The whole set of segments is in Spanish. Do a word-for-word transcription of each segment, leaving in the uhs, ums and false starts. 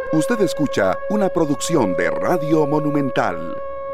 Usted escucha una producción de Radio Monumental.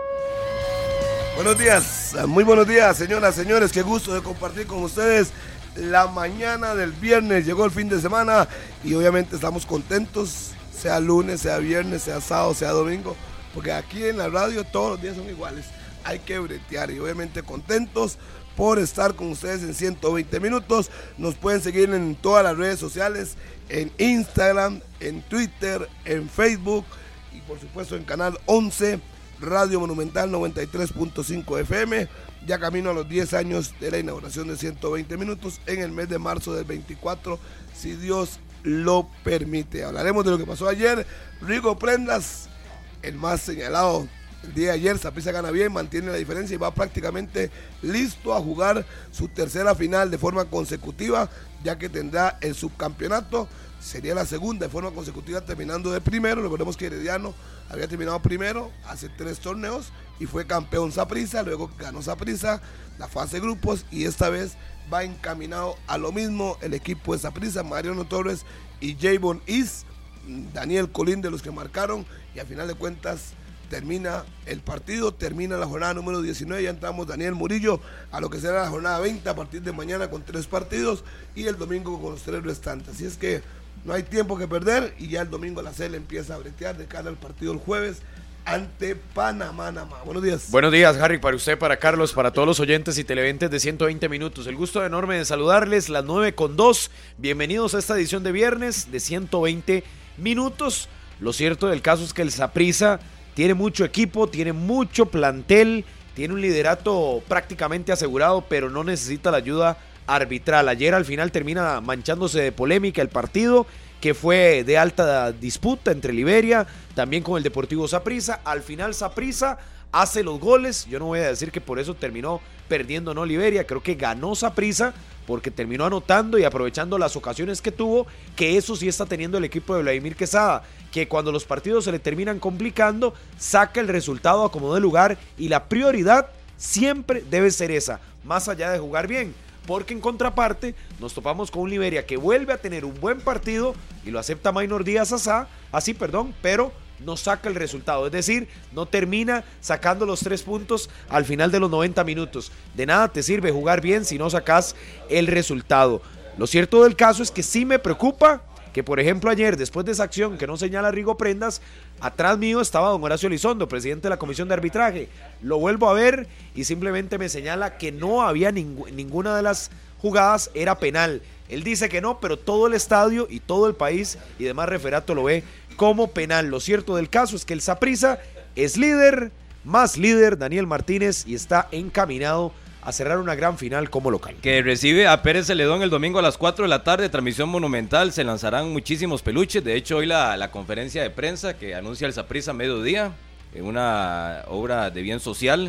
Buenos días, muy buenos días, señoras, señores. Qué gusto de compartir con ustedes la mañana del viernes. Llegó el fin de semana y obviamente estamos contentos, sea lunes, sea viernes, sea sábado, sea domingo, porque aquí en la radio todos los días son iguales. Hay que bretear y obviamente contentos por estar con ustedes en ciento veinte minutos. Nos pueden seguir en todas las redes sociales, en Instagram, en Twitter, en Facebook y por supuesto en Canal once, Radio Monumental noventa y tres punto cinco F M. Ya camino a los diez años de la inauguración de ciento veinte minutos en el mes de marzo del veinticuatro, si Dios lo permite. Hablaremos de lo que pasó ayer. Rigo Prendas, el más señalado el día de ayer. Saprissa gana bien, mantiene la diferencia y va prácticamente listo a jugar su tercera final de forma consecutiva, ya que tendrá el subcampeonato. Sería la segunda de forma consecutiva, terminando de primero. Recordemos que Herediano había terminado primero hace tres torneos y fue campeón Saprissa, luego ganó Saprissa la fase de grupos y esta vez va encaminado a lo mismo el equipo de Saprissa, Mariano Torres y Javon Is, Daniel Colín de los que marcaron, y a final de cuentas termina el partido, termina la jornada número diecinueve, ya entramos Daniel Murillo a lo que será la jornada veinte a partir de mañana con tres partidos y el domingo con los tres restantes. Así es que no hay tiempo que perder y ya el domingo la C L empieza a bretear de cara al partido el jueves ante Panamá. Nama. Buenos días. Buenos días, Harry, para usted, para Carlos, para todos los oyentes y televidentes de ciento veinte minutos. El gusto enorme de saludarles, las nueve con dos. Bienvenidos a esta edición de viernes de ciento veinte minutos. Lo cierto del caso es que el Saprissa tiene mucho equipo, tiene mucho plantel, tiene un liderato prácticamente asegurado, pero no necesita la ayuda arbitral. Ayer al final termina manchándose de polémica el partido, que fue de alta disputa entre Liberia, también con el Deportivo Saprissa. Al final Saprissa hace los goles. Yo no voy a decir que por eso terminó perdiendo no Liberia, creo que ganó Saprissa porque terminó anotando y aprovechando las ocasiones que tuvo, que eso sí está teniendo el equipo de Vladimir Quesada, que cuando los partidos se le terminan complicando, saca el resultado a como de lugar, y la prioridad siempre debe ser esa, más allá de jugar bien, porque en contraparte nos topamos con un Liberia que vuelve a tener un buen partido y lo acepta Maynor Díaz Asá, así perdón, pero no saca el resultado, es decir, no termina sacando los tres puntos al final de los noventa minutos. De nada te sirve jugar bien si no sacas el resultado. Lo cierto del caso es que sí me preocupa que, por ejemplo, ayer, después de esa acción que no señala Rigo Prendas, atrás mío estaba don Horacio Elizondo, presidente de la Comisión de Arbitraje. Lo vuelvo a ver y simplemente me señala que no había ning- ninguna de las jugadas era penal. Él dice que no, pero todo el estadio y todo el país y demás referato lo ve como penal. Lo cierto del caso es que el Saprissa es líder, más líder Daniel Martínez, y está encaminado a cerrar una gran final como local. Que recibe a Pérez Celedón el domingo a las cuatro de la tarde, transmisión monumental, se lanzarán muchísimos peluches. De hecho, hoy la, la conferencia de prensa que anuncia el Saprissa a mediodía, en una obra de bien social,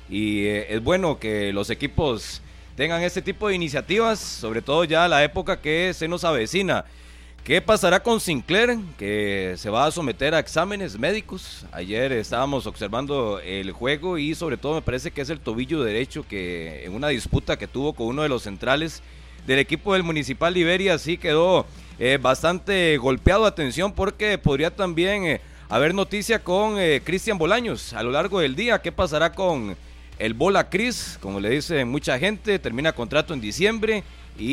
y eh, es bueno que los equipos tengan este tipo de iniciativas, sobre todo ya la época que se nos avecina. ¿Qué pasará con Sinclair, que se va a someter a exámenes médicos? Ayer estábamos observando el juego y sobre todo me parece que es el tobillo derecho, que en una disputa que tuvo con uno de los centrales del equipo del Municipal Liberia sí quedó eh, bastante golpeado. Atención, porque podría también eh, haber noticia con eh, Cristian Bolaños a lo largo del día. ¿Qué pasará con el Bola Cris? Como le dice mucha gente, termina contrato en diciembre.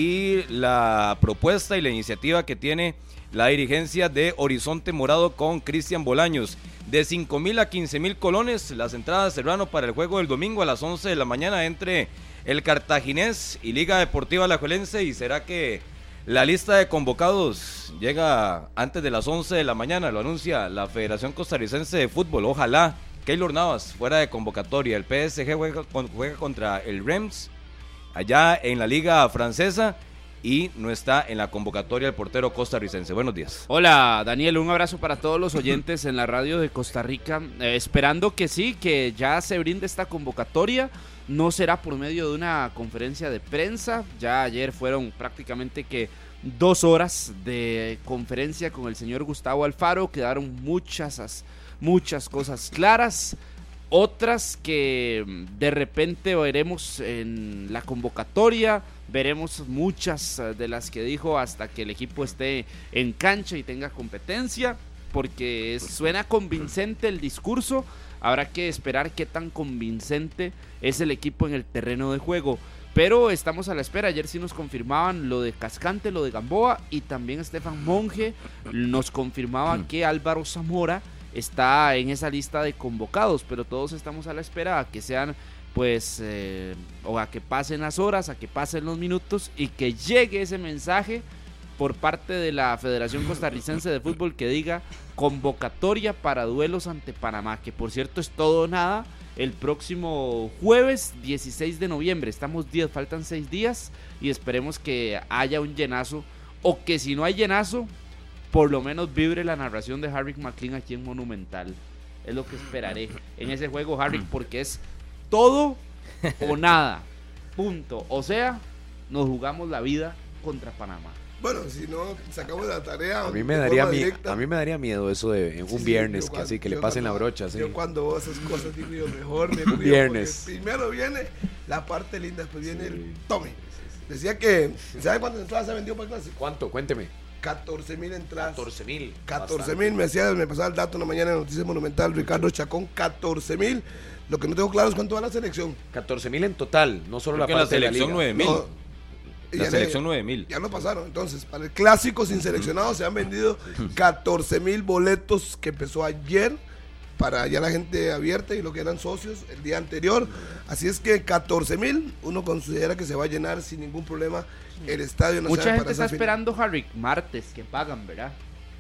Y la propuesta y la iniciativa que tiene la dirigencia de Horizonte Morado con Cristian Bolaños, de cinco mil a quince mil colones las entradas Serrano para el juego del domingo a las once de la mañana entre el Cartaginés y Liga Deportiva Alajuelense. Y será que la lista de convocados llega antes de las once de la mañana, lo anuncia la Federación Costarricense de Fútbol. Ojalá. Keylor Navas fuera de convocatoria. El P S G juega, juega contra el Reims allá en la liga francesa y no está en la convocatoria el portero costarricense. Buenos días. Hola Daniel, un abrazo para todos los oyentes en la radio de Costa Rica, eh, esperando que sí, que ya se brinde esta convocatoria. No será por medio de una conferencia de prensa, ya ayer fueron prácticamente que dos horas de conferencia con el señor Gustavo Alfaro, quedaron muchas, muchas cosas claras. Otras que de repente veremos en la convocatoria, veremos muchas de las que dijo hasta que el equipo esté en cancha y tenga competencia. porque es, suena convincente el discurso. Habrá que esperar qué tan convincente es el equipo en el terreno de juego. Pero estamos a la espera. Ayer sí nos confirmaban lo de Cascante, lo de Gamboa, y también Estefan Monge nos confirmaban que Álvaro Zamora está en esa lista de convocados, pero todos estamos a la espera a que sean, pues, eh, o a que pasen las horas, a que pasen los minutos y que llegue ese mensaje por parte de la Federación Costarricense de Fútbol que diga convocatoria para duelos ante Panamá, que por cierto es todo o nada. El próximo jueves dieciséis de noviembre, estamos diez, faltan seis días y esperemos que haya un llenazo, o que si no hay llenazo, por lo menos vibre la narración de Harry McLean aquí en Monumental. Es lo que esperaré en ese juego, Harry, porque es todo o nada, punto. O sea, nos jugamos la vida contra Panamá. Bueno, si no sacamos la tarea. A mí me daría miedo, a mí me daría miedo eso de un sí, viernes, sí, que así que yo le pasen cuando, la brocha, así. Yo cuando vos haces cosas digo yo, mejor me cuido, viernes. Primero viene la parte linda, después viene sí. el tome. Decía que, ¿sabe cuántas entradas se vendió para el clásico? ¿Cuánto? Cuénteme. catorce mil entradas. catorce mil. catorce mil, me decía, me pasaba el dato en la mañana en Noticias Monumental, Ricardo Chacón, catorce mil. Lo que no tengo claro es cuánto va la selección. catorce mil en total, no solo Creo la parte la selección de la nueve mil. No, La ya selección le, nueve mil. Ya no pasaron. Entonces, para el clásico sin seleccionados se han vendido catorce mil boletos que empezó ayer para ya la gente abierta y lo que eran socios el día anterior. Así es que catorce mil, uno considera que se va a llenar sin ningún problema el estadio. Mucha gente para está esperando, Harry, martes que pagan, ¿verdad?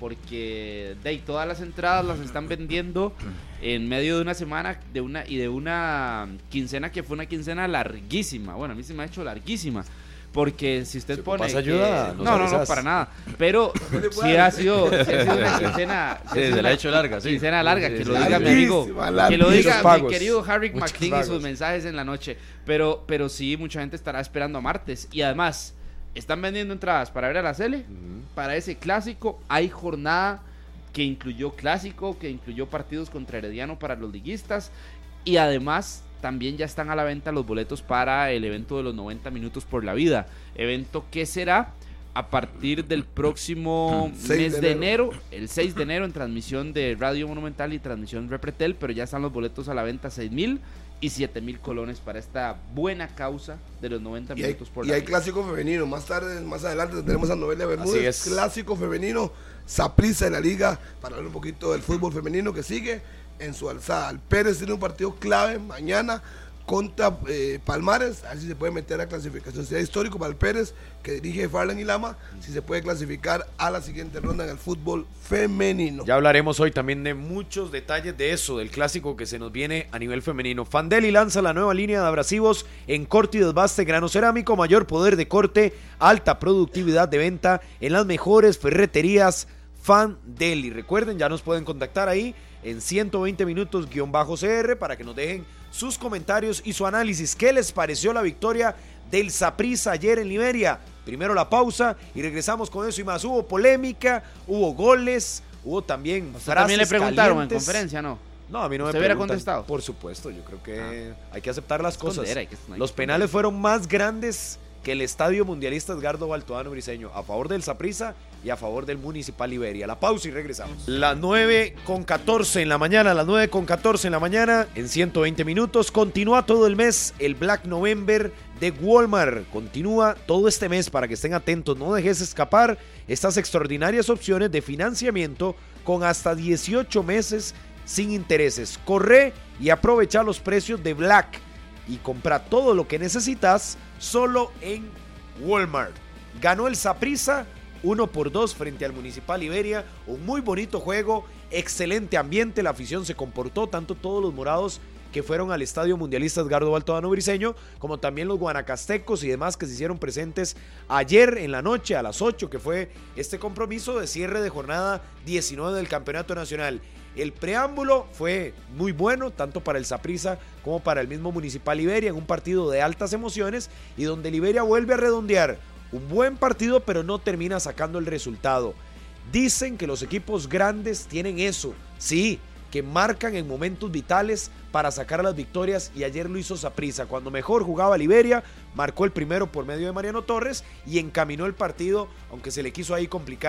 Porque de ahí todas las entradas las están vendiendo en medio de una semana de una y de una quincena que fue una quincena larguísima. Bueno, a mí se me ha hecho larguísima. Porque si usted si pone pasa ayuda, que, no, no, no, para nada. Pero si ha sido, si ha sido una quincena, sí, se la ha hecho larga, sí. Quincena larga, sí, que sí, lo sí, diga sí, mi amigo, que lo diga pagos. mi querido Harry Muchos McLean pagos. y sus mensajes en la noche. Pero, pero sí, mucha gente estará esperando a martes. Y además, están vendiendo entradas para ver a la Cele, uh-huh. para ese clásico. Hay jornada que incluyó clásico, que incluyó partidos contra Herediano para los liguistas. Y además también ya están a la venta los boletos para el evento de los noventa minutos por la vida, evento que será a partir del próximo mes de enero, el seis de enero, en transmisión de Radio Monumental y transmisión Repretel, pero ya están los boletos a la venta, seis mil y siete mil colones para esta buena causa de los noventa y minutos hay, por y la hay vida. Clásico femenino, más tarde, más adelante tenemos a Noelia Bermúdez, clásico femenino, Saprissa de la liga, para hablar un poquito del fútbol femenino que sigue en su alzada. El Pérez tiene un partido clave mañana contra eh, Palmares, a ver si se puede meter a clasificación. Sería histórico para el Pérez, que dirige Farlan y Lama, si se puede clasificar a la siguiente ronda en el fútbol femenino. Ya hablaremos hoy también de muchos detalles de eso, del clásico que se nos viene a nivel femenino. Fandeli lanza la nueva línea de abrasivos en corte y desbaste grano cerámico, mayor poder de corte, alta productividad de venta en las mejores ferreterías Fandeli. Recuerden, ya nos pueden contactar ahí en ciento veinte minutos guión bajo C R para que nos dejen sus comentarios y su análisis. ¿Qué les pareció la victoria del Saprissa ayer en Liberia? Primero la pausa y regresamos con eso y más. Hubo polémica, hubo goles, hubo también frases también le preguntaron calientes. En conferencia, ¿no? No, a mí no ¿Usted me hubiera preguntan. contestado? Por supuesto, yo creo que ah. hay que aceptar las cosas. Esconder, hay que, hay Los penales fueron más grandes que el Estadio Mundialista Edgardo Baltodano Briceño, a favor del Saprissa y a favor del Municipal Liberia. La pausa y regresamos. Las nueve con catorce en la mañana, las nueve con catorce en la mañana, en ciento veinte minutos. Continúa todo el mes el Black November de Walmart. Continúa todo este mes para que estén atentos. No dejes escapar estas extraordinarias opciones de financiamiento con hasta dieciocho meses sin intereses. Corre y aprovecha los precios de Black y compra todo lo que necesitas solo en Walmart. Ganó el Saprissa uno por dos frente al Municipal Liberia, un muy bonito juego, excelente ambiente, la afición se comportó, tanto todos los morados que fueron al Estadio Mundialista Edgardo Baltodano Briceño, como también los guanacastecos y demás que se hicieron presentes ayer en la noche a las ocho, que fue este compromiso de cierre de jornada diecinueve del Campeonato Nacional. El preámbulo fue muy bueno, tanto para el Saprissa como para el mismo Municipal Liberia, en un partido de altas emociones y donde Liberia vuelve a redondear un buen partido, pero no termina sacando el resultado. Dicen que los equipos grandes tienen eso, sí, que marcan en momentos vitales para sacar las victorias, y ayer lo hizo Saprissa. Cuando mejor jugaba Liberia, marcó el primero por medio de Mariano Torres y encaminó el partido, aunque se le quiso ahí complicar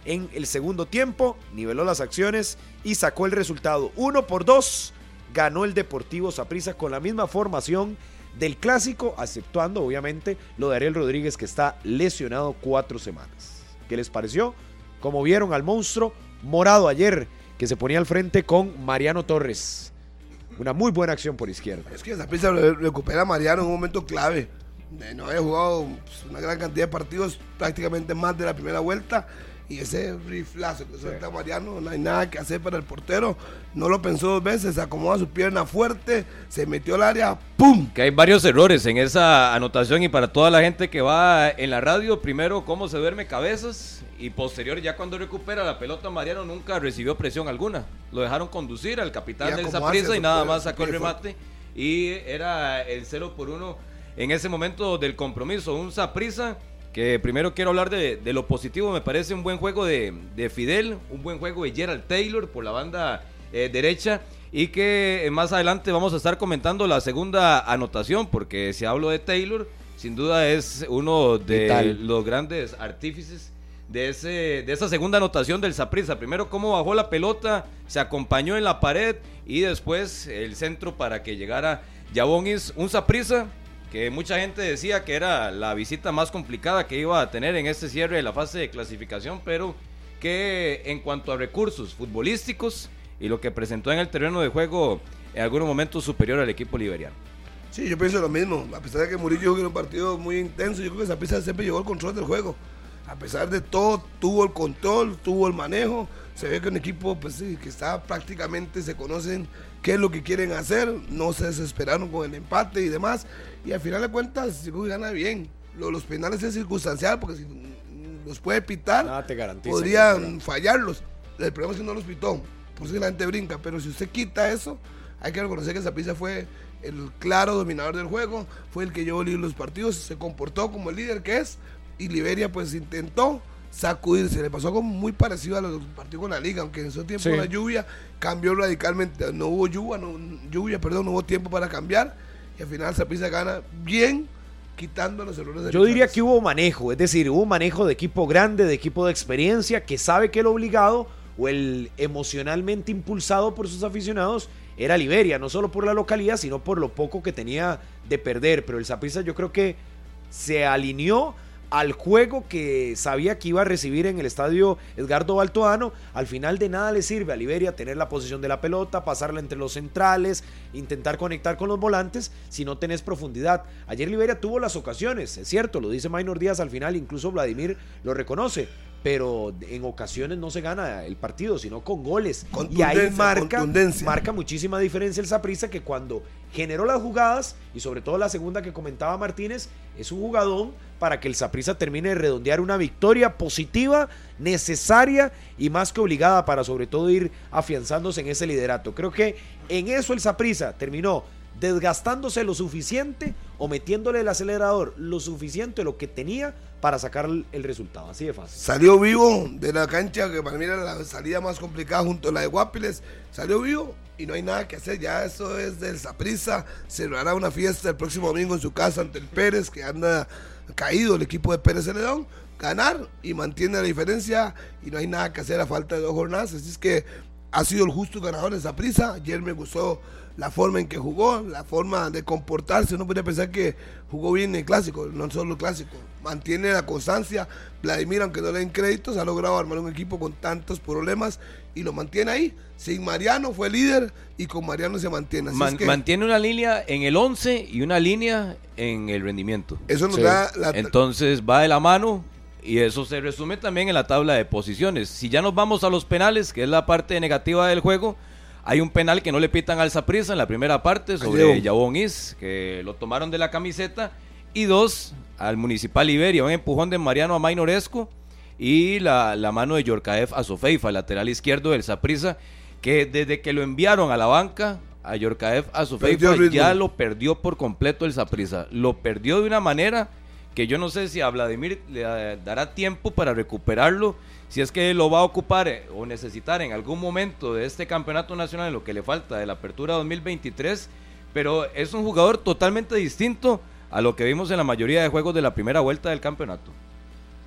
en el segundo tiempo, niveló las acciones y sacó el resultado. Uno por dos ganó el Deportivo Saprissa con la misma formación del clásico, aceptando obviamente lo de Ariel Rodríguez, que está lesionado cuatro semanas. ¿Qué les pareció? Como vieron al monstruo morado ayer, que se ponía al frente con Mariano Torres. Una muy buena acción por izquierda. Es que Saprissa recupera a Mariano en un momento clave. No había jugado pues, una gran cantidad de partidos, prácticamente más de la primera vuelta. Y ese riflazo que suelta sí. Mariano, no hay nada que hacer para el portero. No lo pensó dos veces, se acomoda su pierna fuerte, se metió al área, ¡pum! Que hay varios errores en esa anotación, y para toda la gente que va en la radio, primero cómo se duerme Cabezas, y posterior ya cuando recupera la pelota Mariano nunca recibió presión alguna. Lo dejaron conducir al capitán del Saprissa y nada más sacó el remate y era el cero por uno en ese momento del compromiso. Un Saprissa que primero quiero hablar de, de lo positivo. Me parece un buen juego de, de Fidel, un buen juego de Gerald Taylor por la banda eh, derecha, y que eh, más adelante vamos a estar comentando la segunda anotación, porque si hablo de Taylor, sin duda es uno de Vital. los grandes artífices de ese de esa segunda anotación del Saprissa. Primero cómo bajó la pelota, se acompañó en la pared y después el centro para que llegara Yabonis. Un Saprissa que mucha gente decía que era la visita más complicada que iba a tener en este cierre de la fase de clasificación, pero que en cuanto a recursos futbolísticos y lo que presentó en el terreno de juego, en algunos momentos superior al equipo liberiano. Sí, yo pienso lo mismo. A pesar de que Murillo jugó un partido muy intenso, yo creo que Saprissa siempre llevó el control del juego. A pesar de todo, tuvo el control, tuvo el manejo. Se ve que un equipo pues sí, que está prácticamente, se conocen qué es lo que quieren hacer, no se desesperaron con el empate y demás, y al final de cuentas si gana bien. Lo, los penales es circunstancial, porque si los puede pitar, nada te garantiza, podrían fallarlos. El problema es que no los pitó, por eso la gente brinca, pero si usted quita eso, hay que reconocer que Saprissa fue el claro dominador del juego, fue el que llevó los partidos, se comportó como el líder que es, y Liberia pues intentó sacudirse. Le pasó algo muy parecido a los partidos con la liga, aunque en ese tiempo sí. La lluvia cambió radicalmente, no hubo lluvia, no, lluvia, perdón, no hubo tiempo para cambiar, y al final Saprissa gana bien, quitando los errores de Yo diría que hubo manejo, es decir, hubo manejo de equipo grande, de equipo de experiencia, que sabe que el obligado o el emocionalmente impulsado por sus aficionados era Liberia, no solo por la localidad, sino por lo poco que tenía de perder. Pero el Saprissa yo creo que se alineó al juego que sabía que iba a recibir en el estadio Edgardo Baltoano. Al final de nada le sirve a Liberia tener la posesión de la pelota, pasarla entre los centrales, intentar conectar con los volantes si no tenés profundidad. Ayer Liberia tuvo las ocasiones, es cierto, lo dice Maynor Díaz al final, incluso Vladimir lo reconoce, pero en ocasiones no se gana el partido, sino con goles. Y ahí marca, marca muchísima diferencia el Saprissa, que cuando generó las jugadas, y sobre todo la segunda que comentaba Martínez, es un jugadón para que el Saprissa termine de redondear una victoria positiva, necesaria y más que obligada para sobre todo ir afianzándose en ese liderato. Creo que en eso el Saprissa terminó desgastándose lo suficiente o metiéndole el acelerador lo suficiente, lo que tenía para sacar el resultado, así de fácil. Salió vivo de la cancha, que para mí era la salida más complicada junto a la de Guapiles, salió vivo y no hay nada que hacer, ya eso es del Saprissa. Celebrará una fiesta el próximo domingo en su casa ante el Pérez, que anda caído el equipo de Pérez Celedón, ganar y mantiene la diferencia y no hay nada que hacer a falta de dos jornadas, así es que ha sido el justo ganador de Saprissa. Ayer me gustó la forma en que jugó, la forma de comportarse. Uno podría pensar que jugó bien el clásico, no solo el clásico, mantiene la constancia. Vladimir, aunque no le den créditos, ha logrado armar un equipo con tantos problemas y lo mantiene ahí. Sin Mariano fue líder y con Mariano se mantiene. Así Man, es que mantiene una línea en el once y una línea en el rendimiento. Eso nos sí. da la... Entonces va de la mano. Y eso se resume también en la tabla de posiciones. Si ya nos vamos a los penales, que es la parte negativa del juego, hay un penal que no le pitan al Saprissa en la primera parte sobre Yabón Is, que lo tomaron de la camiseta, y dos al Municipal Liberia, un empujón de Mariano a Mainoresco y la, la mano de Yorkaev a Sofeifa, el lateral izquierdo del Saprissa, que desde que lo enviaron a la banca a Yorkaev a Sofeifa ya lo perdió por completo el Saprissa. Lo perdió de una manera que yo no sé si a Vladimir le dará tiempo para recuperarlo, si es que lo va a ocupar o necesitar en algún momento de este campeonato nacional, en lo que le falta de la apertura dos mil veintitrés, pero es un jugador totalmente distinto a lo que vimos en la mayoría de juegos de la primera vuelta del campeonato.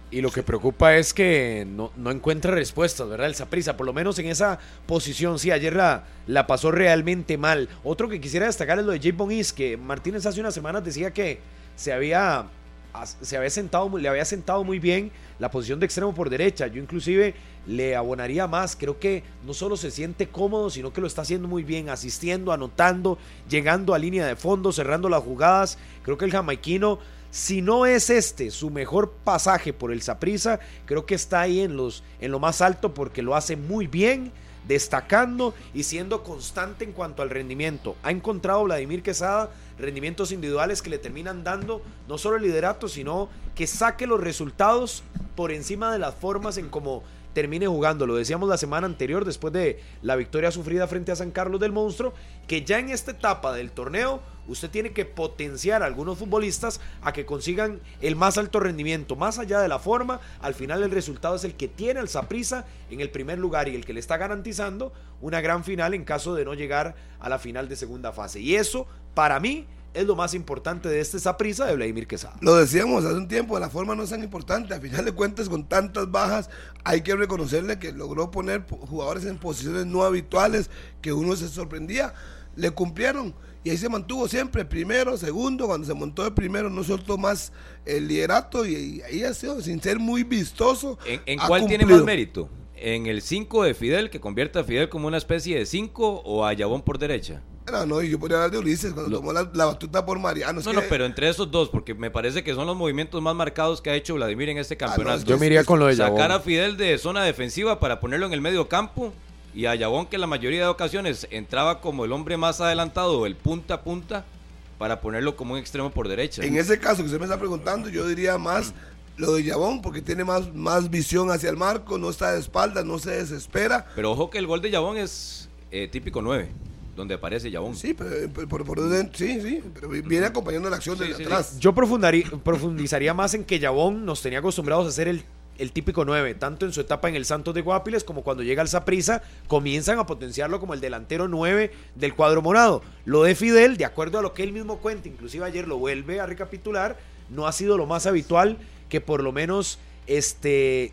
Y lo que preocupa es que no, no encuentra respuestas, ¿verdad? El Saprissa, por lo menos en esa posición, sí, ayer la, la pasó realmente mal. Otro que quisiera destacar es lo de Javon Is, que Martínez hace unas semanas decía que se había, se había sentado, le había sentado muy bien la posición de extremo por derecha. Yo inclusive le abonaría más, creo que no solo se siente cómodo, sino que lo está haciendo muy bien, asistiendo, anotando, llegando a línea de fondo, cerrando las jugadas. Creo que el jamaiquino, si no es este su mejor pasaje por el Saprissa, creo que está ahí en, los, en lo más alto porque lo hace muy bien, destacando y siendo constante en cuanto al rendimiento. Ha encontrado Vladimir Quesada rendimientos individuales que le terminan dando no solo el liderato, sino que saque los resultados por encima de las formas en cómo termine jugando. Lo decíamos la semana anterior, después de la victoria sufrida frente a San Carlos del Monstruo, que ya en esta etapa del torneo usted tiene que potenciar a algunos futbolistas a que consigan el más alto rendimiento, más allá de la forma. Al final el resultado es el que tiene al Saprissa en el primer lugar y el que le está garantizando una gran final en caso de no llegar a la final de segunda fase. Y eso, para mí, es lo más importante de este Saprissa de Vladimir Quesada. Lo decíamos hace un tiempo, la forma no es tan importante. A final de cuentas, con tantas bajas, hay que reconocerle que logró poner jugadores en posiciones no habituales, que uno se sorprendía. Le cumplieron y ahí se mantuvo siempre, primero, segundo. Cuando se montó de primero no soltó más el liderato y ahí ha sido, sin ser muy vistoso. ¿En, en cuál cumplido. tiene más mérito? ¿En el cinco de Fidel, que convierte a Fidel como una especie de cinco, o a Yabón por derecha? No, no, yo podría hablar de Ulises cuando Lo... tomó la, la batuta por Mariano. Es no, que... no, pero entre esos dos, porque me parece que son los movimientos más marcados que ha hecho Vladimir en este campeonato. Ah, no, yo me iría con lo de Yabón. Sacar a Fidel de zona defensiva para ponerlo en el medio campo, y a Yabón, que en la mayoría de ocasiones entraba como el hombre más adelantado, el punta a punta, para ponerlo como un extremo por derecha. En ese caso que usted me está preguntando, yo diría más lo de Yabón, porque tiene más, más visión hacia el marco, no está de espaldas, no se desespera. Pero ojo que el gol de Yabón es eh, típico nueve, donde aparece Yabón. Sí, pero, pero, por, por dentro, sí, sí, pero viene acompañando la acción Sí, desde sí, atrás. Yo profundizaría más en que Yabón nos tenía acostumbrados a ser el, el típico nueve, tanto en su etapa en el Santos de Guapiles como cuando llega al Saprissa, comienzan a potenciarlo como el delantero nueve del cuadro morado. Lo de Fidel, de acuerdo a lo que él mismo cuenta, inclusive ayer lo vuelve a recapitular, no ha sido lo más habitual, que por lo menos este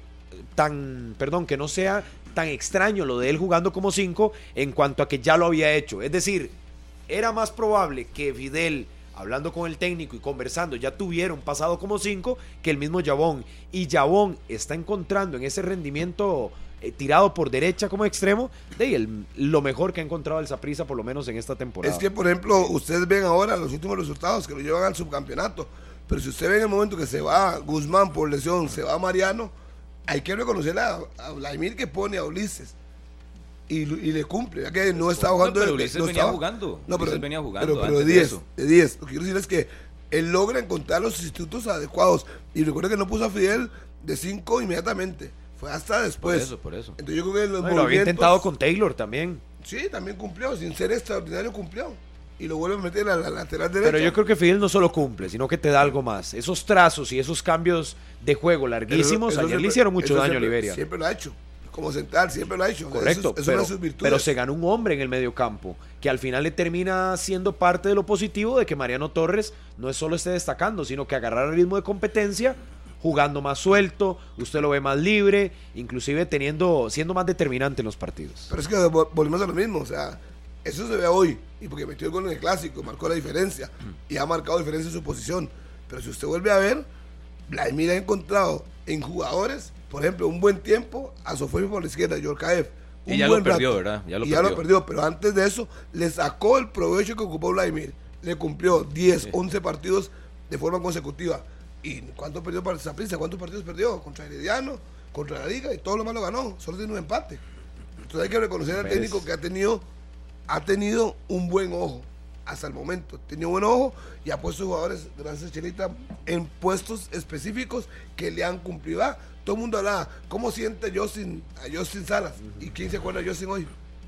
tan, perdón, que no sea tan extraño lo de él jugando como cinco en cuanto a que ya lo había hecho. Es decir, era más probable que Fidel, hablando con el técnico y conversando, ya tuviera un pasado como cinco que el mismo Yabón. Y Yabón está encontrando en ese rendimiento eh, tirado por derecha como extremo de el, lo mejor que ha encontrado el Saprissa, por lo menos en esta temporada. Es que, por ejemplo, ustedes ven ahora los últimos resultados que lo llevan al subcampeonato, pero si usted ve en el momento que se va Guzmán por lesión, se va Mariano, hay que reconocerle a, a Vladimir que pone a Ulises y, y le cumple, ya que no está jugando. No, pero de, Ulises no venía estaba, jugando. No, pero, Ulises venía jugando. Pero, pero de diez, de diez. Lo que quiero decir es que él logra encontrar los institutos adecuados. Y recuerda que no puso a Fidel de cinco inmediatamente, fue hasta después. Por eso, por eso. Entonces yo creo que los no, lo había intentado con Taylor también. Sí, también cumplió, sin ser extraordinario cumplió. Y lo vuelve a meter a la lateral derecha. Pero yo creo que Fidel no solo cumple, sino que te da algo más. Esos trazos y esos cambios de juego larguísimos, eso, eso ayer siempre, le hicieron mucho daño siempre, a Liberia. Siempre lo ha hecho. Como central, siempre lo ha hecho. Correcto, eso, eso pero, es una de sus virtudes. pero se ganó un hombre en el medio campo, que al final le termina siendo parte de lo positivo de que Mariano Torres no es solo esté destacando, sino que agarrar el ritmo de competencia, jugando más suelto, usted lo ve más libre, inclusive teniendo, siendo más determinante en los partidos. Pero es que volvemos a lo mismo, o sea, eso se ve hoy, y porque metió el gol en el clásico, marcó la diferencia, y ha marcado diferencia en su posición. Pero si usted vuelve a ver, Vladimir ha encontrado en jugadores, por ejemplo, un buen tiempo a Sofovich por la izquierda, Yorkaev. Y ya lo perdió, ¿verdad? Ya lo y perdió. ya lo perdió, pero antes de eso, le sacó el provecho que ocupó Vladimir. Le cumplió diez, sí. once partidos de forma consecutiva. ¿Y cuánto perdió para el Saprissa? ¿Cuántos partidos perdió? Contra Herediano, contra la Liga, y todo lo más lo ganó. Solo tiene un empate. Entonces hay que reconocer al técnico que ha tenido, ha tenido un buen ojo hasta el momento. Tenía buen ojo y ha puesto jugadores, gracias Chelita, en puestos específicos que le han cumplido. Ah, todo el mundo hablaba, ¿cómo siente Justin, a Justin Salas? ¿Y quién se acuerda de Justin hoy?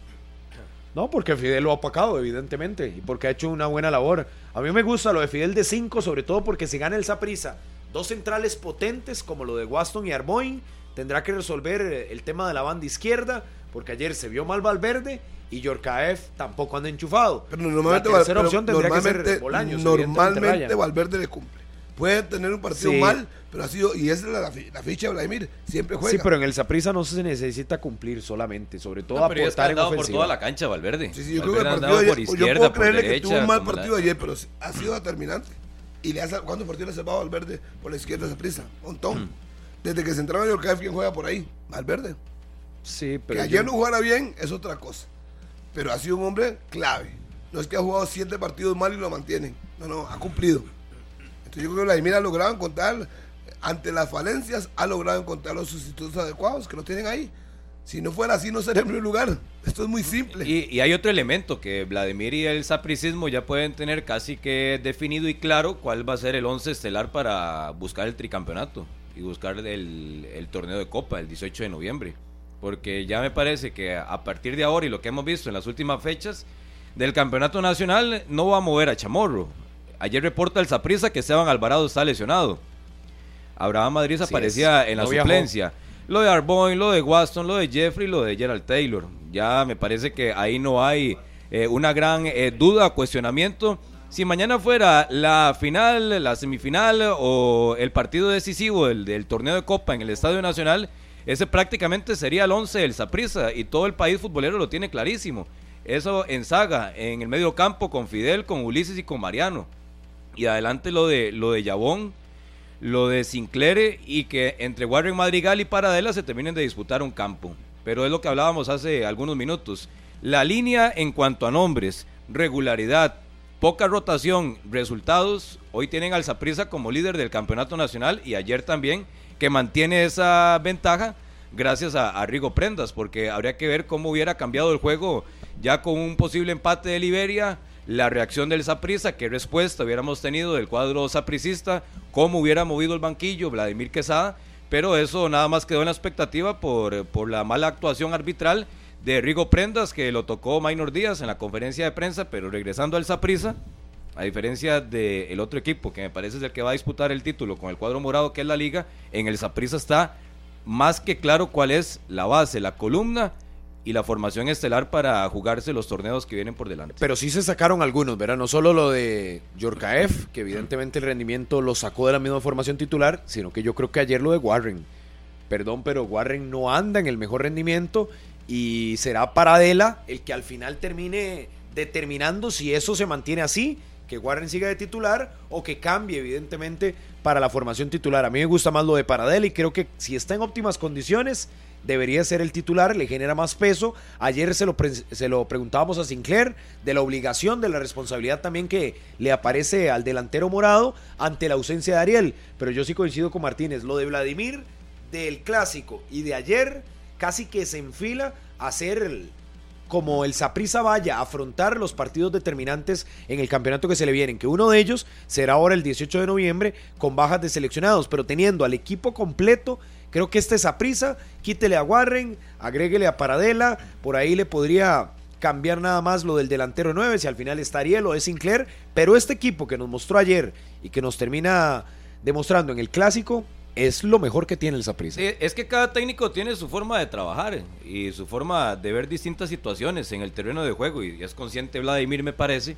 No, porque Fidel lo ha opacado, evidentemente, y porque ha hecho una buena labor. A mí me gusta lo de Fidel de cinco, sobre todo porque si gana el Saprissa, dos centrales potentes como lo de Waston y Arboin, tendrá que resolver el tema de la banda izquierda, porque ayer se vio mal Valverde y Yorkaev tampoco anda enchufado. Pero normalmente, la tercera pero opción tendría que ser Bolaños. Normalmente Valverde le cumple. puede tener un partido Sí. mal, pero ha sido, y esa es la, la ficha de Vladimir, siempre juega. Sí, pero en el Saprissa no se necesita cumplir solamente, sobre todo No, pero ya está aportar en andado por ofensiva. toda la cancha, Valverde. Sí, sí, yo creo Valverde que el ha partido andado de por ayer, yo izquierda, puedo por creerle que derecha, tuvo un mal como la- partido ayer, pero ha sido determinante. Y le ha sal- ¿cuántos partidos le ha salvado Valverde por la izquierda esa prisa? Un montón. Mm. Desde que se entraba en York, ¿quién juega por ahí? Valverde. Sí, Que pero ayer yo- no jugara bien es otra cosa. Pero ha sido un hombre clave. No es que ha jugado siete partidos mal y lo mantienen. No, no, ha cumplido. Entonces yo creo que Vladimir ha logrado encontrar, ante las falencias, ha logrado encontrar los sustitutos adecuados que lo tienen ahí. Si no fuera así, no sería en primer lugar. Esto es muy simple. Y, y hay otro elemento, que Vladimir y el sapricismo ya pueden tener casi que definido y claro cuál va a ser el once estelar para buscar el tricampeonato y buscar el, el torneo de Copa el dieciocho de noviembre. Porque ya me parece que a partir de ahora y lo que hemos visto en las últimas fechas del campeonato nacional no va a mover a Chamorro. Ayer reporta el Saprissa que Esteban Alvarado está lesionado. Abraham Madrid Así aparecía es, en la no viajó. suplencia. Lo de Arboin, lo de Waston, lo de Jeffrey, lo de Gerald Taylor. Ya me parece que ahí no hay eh, una gran eh, duda, cuestionamiento. Si mañana fuera la final, la semifinal o el partido decisivo del, del torneo de Copa en el Estadio Nacional, ese prácticamente sería el once del Saprissa y todo el país futbolero lo tiene clarísimo. Eso en saga, en el medio campo con Fidel, con Ulises y con Mariano. Y adelante lo de, lo de Yabón, lo de Sinclair y que entre Warren Madrigal y Paradela se terminen de disputar un campo. Pero es lo que hablábamos hace algunos minutos. La línea en cuanto a nombres, regularidad, poca rotación, resultados, hoy tienen al Saprissa como líder del campeonato nacional y ayer también, que mantiene esa ventaja gracias a, a Rigo Prendas, porque habría que ver cómo hubiera cambiado el juego ya con un posible empate de Liberia, la reacción del Saprissa, qué respuesta hubiéramos tenido del cuadro sapricista, cómo hubiera movido el banquillo Vladimir Quesada, pero eso nada más quedó en la expectativa por, por la mala actuación arbitral de Rigo Prendas, que lo tocó Maynor Díaz en la conferencia de prensa, pero regresando al Saprissa, a diferencia del otro equipo, que me parece es el que va a disputar el título con el cuadro morado, que es la Liga, en el Saprissa está más que claro cuál es la base, la columna y la formación estelar para jugarse los torneos que vienen por delante. Pero sí se sacaron algunos, ¿verdad? No solo lo de Yorkaev, que evidentemente el rendimiento lo sacó de la misma formación titular, sino que yo creo que ayer lo de Warren. Perdón, pero Warren no anda en el mejor rendimiento y será Paradela el que al final termine determinando si eso se mantiene así, que Warren siga de titular o que cambie evidentemente para la formación titular. A mí me gusta más lo de Paradela y creo que si está en óptimas condiciones debería ser el titular, le genera más peso. Ayer se lo, pre- se lo preguntábamos a Sinclair de la obligación, de la responsabilidad también que le aparece al delantero morado ante la ausencia de Ariel, pero yo sí coincido con Martínez, lo de Vladimir del clásico y de ayer casi que se enfila a ser el, como el Saprissa vaya a afrontar los partidos determinantes en el campeonato que se le vienen, que uno de ellos será ahora el dieciocho de noviembre con bajas de seleccionados, pero teniendo al equipo completo. Creo que este Saprissa, quítele a Warren, agréguele a Paradela, por ahí le podría cambiar nada más lo del delantero nueve, si al final está Ariel o es Sinclair, pero este equipo que nos mostró ayer y que nos termina demostrando en el clásico, es lo mejor que tiene el Saprissa. Sí, es que cada técnico tiene su forma de trabajar y su forma de ver distintas situaciones en el terreno de juego, y es consciente Vladimir, me parece,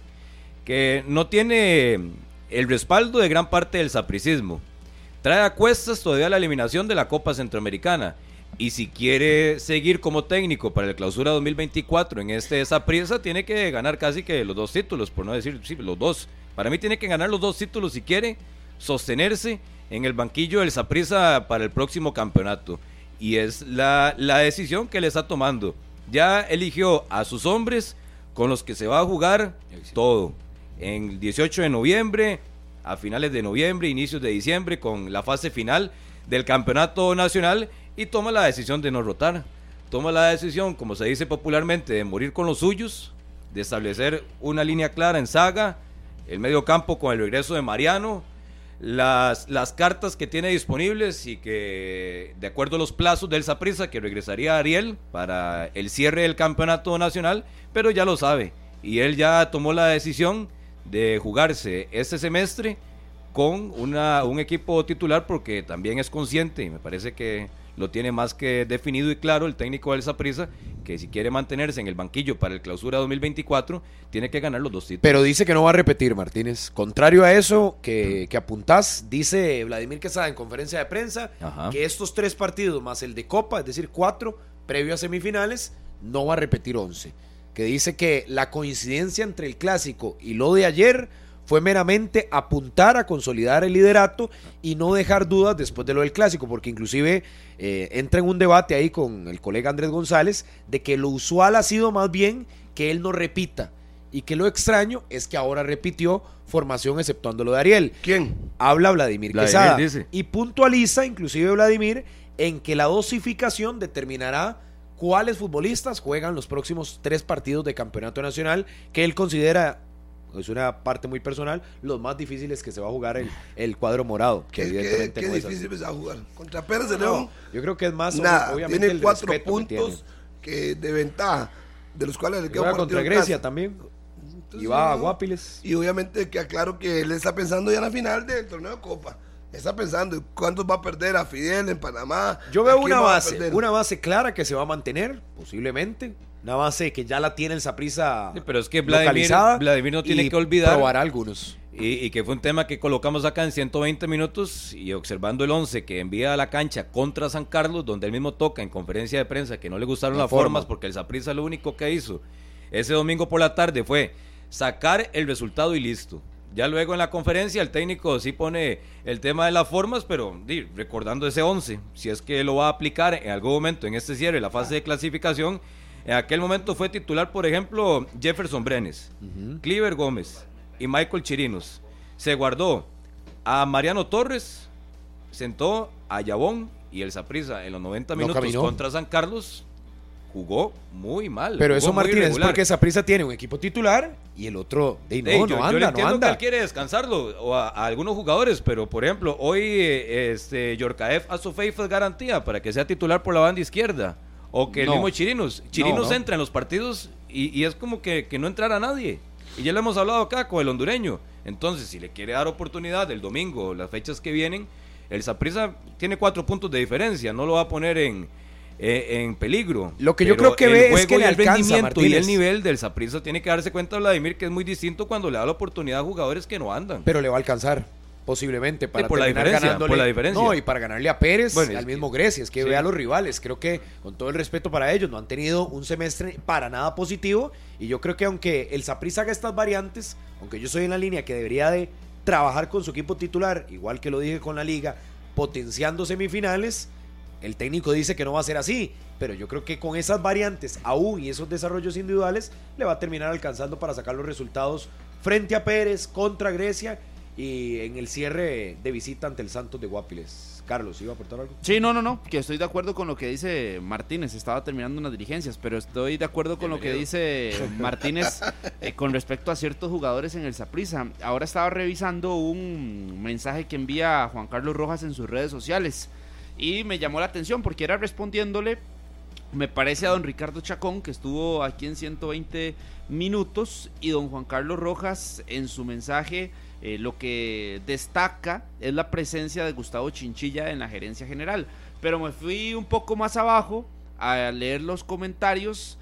que no tiene el respaldo de gran parte del sapricismo. Trae a cuestas todavía la eliminación de la Copa Centroamericana, y si quiere seguir como técnico para el Clausura dos mil veinticuatro en este Saprissa, tiene que ganar casi que los dos títulos, por no decir sí, los dos. Para mí tiene que ganar los dos títulos si quiere sostenerse en el banquillo del Saprissa para el próximo campeonato, y es la, la decisión que le está tomando. Ya eligió a sus hombres con los que se va a jugar todo en el dieciocho de noviembre, a finales de noviembre, inicios de diciembre, con la fase final del campeonato nacional, y toma la decisión de no rotar, toma la decisión, como se dice popularmente, de morir con los suyos, de establecer una línea clara en saga, el medio campo con el regreso de Mariano, las, las cartas que tiene disponibles, y que de acuerdo a los plazos del Saprissa, que regresaría Ariel para el cierre del campeonato nacional, pero ya lo sabe, y él ya tomó la decisión de jugarse este semestre con una, un equipo titular, porque también es consciente, y me parece que lo tiene más que definido y claro el técnico del Saprissa, que si quiere mantenerse en el banquillo para el Clausura dos mil veinticuatro, tiene que ganar los dos títulos. Pero dice que no va a repetir, Martínez. Contrario a eso que, que apuntás, dice Vladimir Quesada en conferencia de prensa, Ajá. que estos tres partidos más el de Copa, es decir, cuatro, previo a semifinales, no va a repetir once. Que dice que la coincidencia entre el Clásico y lo de ayer fue meramente apuntar a consolidar el liderato y no dejar dudas después de lo del Clásico, porque inclusive eh, entra en un debate ahí con el colega Andrés González de que lo usual ha sido más bien que él no repita y que lo extraño es que ahora repitió formación exceptuando lo de Ariel. ¿Quién? Habla Vladimir, Vladimir Quesada dice. Y puntualiza inclusive Vladimir en que la dosificación determinará cuáles futbolistas juegan los próximos tres partidos de campeonato nacional que él considera, es una parte muy personal, los más difíciles que se va a jugar el, el cuadro morado. Que ¿Qué, evidentemente qué, no qué es difícil así. se va a jugar? Contra Pérez de No, León. yo creo que es más, Nada, obviamente, tiene el cuatro respeto puntos que, que de ventaja, de los cuales le queda juega un partido contra en Grecia casa. también. Entonces, Y va a no, Guapiles. Y obviamente que aclaro que él está pensando ya en la final del torneo de Copa. Está pensando cuántos va a perder a Fidel en Panamá. Yo veo ¿A quién una va a base, perder? una base clara que se va a mantener, posiblemente. Una base que ya la tiene el Saprissa Sí, pero es que Vladimir, localizada. Vladimir no tiene y que olvidar. probará algunos. Y, y que fue un tema que colocamos acá en ciento veinte minutos y observando el once que envía a la cancha contra San Carlos, donde él mismo toca en conferencia de prensa que no le gustaron La las forma. formas porque el Saprissa lo único que hizo ese domingo por la tarde fue sacar el resultado y listo. Ya luego en la conferencia el técnico sí pone el tema de las formas, pero di, recordando ese once, si es que lo va a aplicar en algún momento en este cierre, la fase de clasificación, en aquel momento fue titular, por ejemplo, Jefferson Brenes, uh-huh. Cliver Gómez y Michael Chirinos. Se guardó a Mariano Torres, sentó a Yabón y el Saprissa en los noventa No minutos caminó. contra San Carlos jugó muy mal. Pero jugó eso, muy Martínez, es irregular. porque Saprissa tiene un equipo titular y el otro, de no, Ey, no yo, anda, yo le no entiendo que anda. él quiere descansarlo o a, a algunos jugadores, pero por ejemplo, hoy eh, este Yorkaev Azufei fue garantía para que sea titular por la banda izquierda. O que el No. mismo Chirinos. Chirinos No, no. entra en los partidos y, y es como que, que no entrara nadie. Y ya lo hemos hablado acá con el hondureño. Entonces, si le quiere dar oportunidad el domingo, las fechas que vienen, el Saprissa tiene cuatro puntos de diferencia, no lo va a poner en, eh, en peligro. Lo que yo Pero creo que el ve es juego que y le el alcanza, rendimiento y el Martínez. nivel del Saprissa tiene que darse cuenta, Vladimir, que es muy distinto cuando le da la oportunidad a jugadores que no andan. Pero le va a alcanzar, posiblemente, para por la terminar diferencia, ganándole. por la diferencia. No, y para ganarle a Pérez, Bueno, y es al que- mismo Grecia. Es que sí. ve a los rivales. Creo que, con todo el respeto para ellos, no han tenido un semestre para nada positivo. Y yo creo que aunque el Saprissa haga estas variantes, aunque yo soy en la línea que debería de trabajar con su equipo titular, igual que lo dije con la liga, potenciando semifinales, el técnico dice que no va a ser así. Pero yo creo que con esas variantes aún y esos desarrollos individuales le va a terminar alcanzando para sacar los resultados frente a Pérez, contra Grecia y en el cierre de visita ante el Santos de Guapiles. Carlos, ¿iba a aportar algo? Sí, no, no, no, que estoy de acuerdo con lo que dice Martínez, estaba terminando unas diligencias, pero estoy de acuerdo con lo que dice Martínez eh, con respecto a ciertos jugadores en el Saprissa. Ahora estaba revisando un mensaje que envía Juan Carlos Rojas en sus redes sociales y me llamó la atención porque era respondiéndole, me parece, a don Ricardo Chacón, que estuvo aquí en ciento veinte minutos, y don Juan Carlos Rojas en su mensaje eh, lo que destaca es la presencia de Gustavo Chinchilla en la gerencia general, pero me fui un poco más abajo a leer los comentarios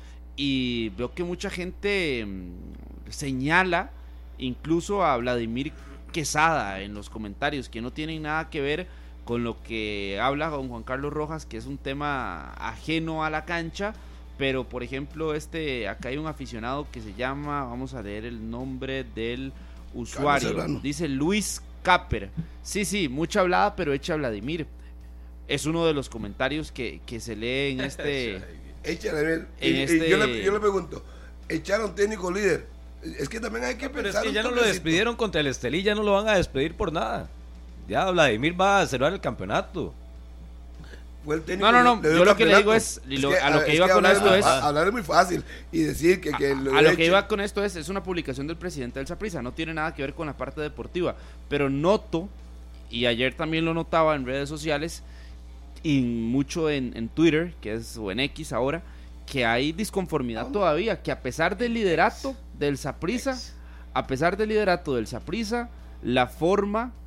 y veo que mucha gente mmm, señala incluso a Vladimir Quesada en los comentarios, que no tienen nada que ver con lo que habla don Juan Carlos Rojas, que es un tema ajeno a la cancha. Pero por ejemplo, este acá hay un aficionado que se llama, vamos a leer el nombre del usuario, dice Luis Caper. Sí, sí, mucha hablada, pero echa Vladimir. Es uno de los comentarios que, que se lee en este. Échale, en y, este... y yo, le, yo le pregunto, ¿echar a un técnico líder? Es que también hay que Pero pensar. es que ya un no lo toquecito. despidieron contra el Estelí, ya no lo van a despedir por nada. Ya Vladimir va a cerrar el campeonato. Fue el técnico No, no, no, le dio yo el lo que le campeonato. digo es, y lo- Es que, a lo que es iba que con hablar esto muy- es- a- hablar es muy fácil y decir que, que A, lo a lo que eche. iba con esto es, es una publicación del presidente del Saprissa, no tiene nada que ver con la parte deportiva, pero noto, y ayer también lo notaba en redes sociales, y mucho en, en Twitter, que es, o en X ahora, que hay disconformidad todavía, que a pesar del liderato del Saprissa, a pesar del liderato del Saprissa, la forma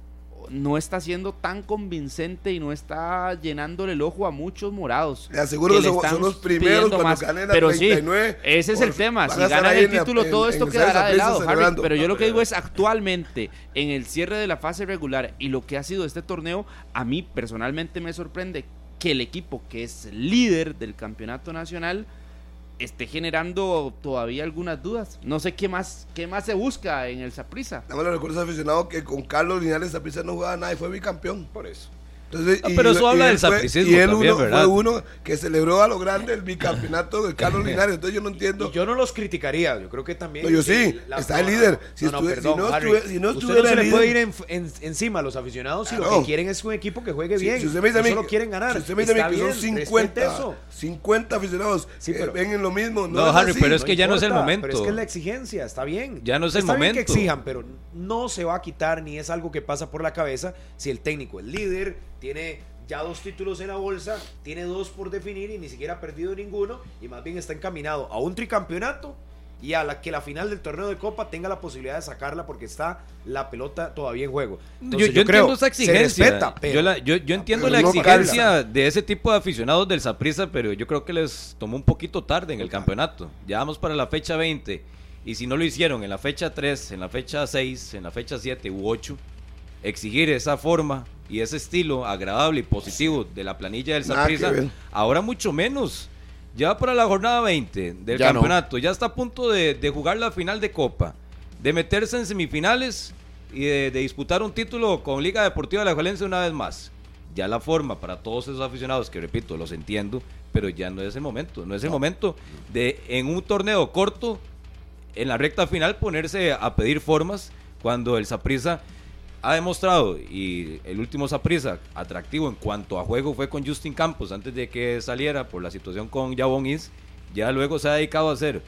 no está siendo tan convincente y no está llenándole el ojo a muchos morados. Le aseguro que, que son, son los primeros cuando más. ganen la pero treinta y nueve. Sí, ese es el tema. Si ganan el título, en, todo en, esto en quedará de lado, Harry. Pero yo lo que digo es, actualmente, en el cierre de la fase regular y lo que ha sido este torneo, a mí personalmente me sorprende que el equipo que es líder del campeonato nacional esté generando todavía algunas dudas. No sé qué más qué más se busca en el Saprissa. Nada más le recuerdo a los aficionados que con Carlos Linares Saprissa no jugaba nada y fue bicampeón. Por eso. Entonces, ah, pero eso habla del sapricismo y él también, uno, ¿verdad? fue uno que celebró a lo grande el bicampeonato de Carlos Linares. Entonces yo no entiendo. Y yo no los criticaría. Yo creo que también. No, yo sí. La, está el líder. Si, no, no, estuve, perdón, si no Harry, estuve, si no usted estuviera no se le líder, puede ir en, en, encima a los aficionados si ah, lo no. que quieren es un equipo que juegue bien. Si, si usted me dice a mí, no solo quieren ganar. Si usted me dice a mí que bien, son cincuenta, cincuenta aficionados sí, pero, que ven en lo mismo. No, no es Harry, así. pero es que no ya importa, no es el momento. Pero es que es la exigencia, está bien. Ya no es el está momento. Bien que exijan, pero no se va a quitar ni es algo que pasa por la cabeza si el técnico es líder, tiene ya dos títulos en la bolsa, tiene dos por definir y ni siquiera ha perdido ninguno y más bien está encaminado a un tricampeonato y a la que la final del torneo de Copa tenga la posibilidad de sacarla porque está la pelota todavía en juego. Entonces, yo, yo, yo creo, entiendo esa exigencia. Se respeta, pero, yo, la, yo, yo entiendo pero la no exigencia calza. de ese tipo de aficionados del Saprissa, pero yo creo que les tomó un poquito tarde en el campeonato. Ya vamos para la fecha veinte y si no lo hicieron en la fecha tres, en la fecha seis, en la fecha siete u ocho, exigir esa forma y ese estilo agradable y positivo de la planilla del Saprissa, ahora mucho menos. Ya para la jornada veinte del ya campeonato, no. ya está a punto de, de jugar la final de Copa, de meterse en semifinales y de, de disputar un título con Liga Deportiva de Alajuelense una vez más. Ya la forma para todos esos aficionados, que repito, los entiendo, pero ya no es el momento, no es el no. momento de en un torneo corto, en la recta final, ponerse a pedir formas cuando el Saprissa ha demostrado, y el último Saprissa atractivo en cuanto a juego fue con Justin Campos antes de que saliera por la situación con Yabón Is. Ya luego se ha dedicado a ser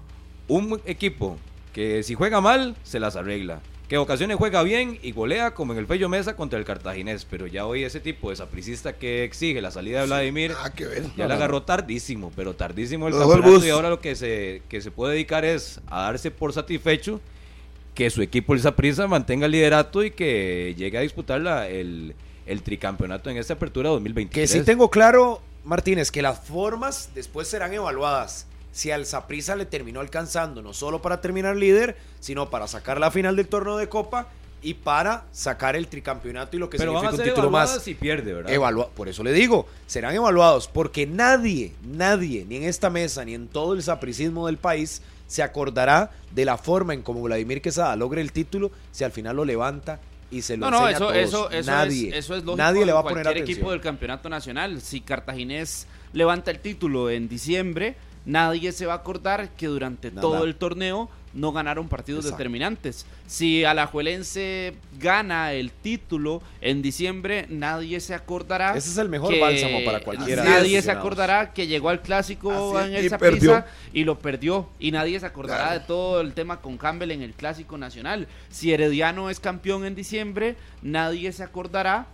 un equipo que si juega mal se las arregla, que ocasiones juega bien y golea como en el Fello Mesa contra el Cartaginés, pero ya hoy ese tipo de sapricista que exige la salida de Vladimir, sí, que ver. ya no, la agarró no. tardísimo, pero tardísimo el Lo campeonato el y ahora lo que se, que se puede dedicar es a darse por satisfecho que su equipo el Saprissa mantenga el liderato y que llegue a disputar la, el, el tricampeonato en esta apertura dos mil veintitrés. Que sí tengo claro, Martínez, que las formas después serán evaluadas. Si al Saprissa le terminó alcanzando, no solo para terminar líder, sino para sacar la final del torneo de Copa y para sacar el tricampeonato y lo que Pero significa van a un ser título más. Si pierde, ¿verdad? Evalua- por eso le digo, serán evaluados, porque nadie, nadie, ni en esta mesa, ni en todo el sapricismo del país, se acordará de la forma en cómo Vladimir Quesada logre el título si al final lo levanta y se lo no, enseña no, eso, a todos. eso, eso nadie, es, eso es lógico. nadie le va a poner cualquier atención. equipo del campeonato nacional. Si Cartaginés levanta el título en diciembre, nadie se va a acordar que durante Nada. todo el torneo no ganaron partidos Exacto. determinantes. Si Alajuelense gana el título en diciembre, nadie se acordará. Ese es el mejor que, bálsamo para cualquiera. Nadie se acordará que llegó al clásico Así en es, el y Saprissa perdió. y lo perdió. Y nadie se acordará Claro. de todo el tema con Campbell en el clásico nacional. Si Herediano es campeón en diciembre, nadie se acordará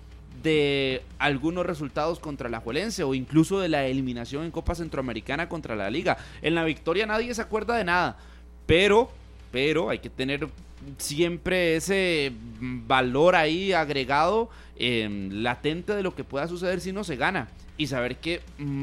de algunos resultados contra la Alajuelense o incluso de la eliminación en Copa Centroamericana contra la Liga. En la victoria nadie se acuerda de nada, pero, pero hay que tener siempre ese valor ahí agregado, eh, latente de lo que pueda suceder si no se gana y saber que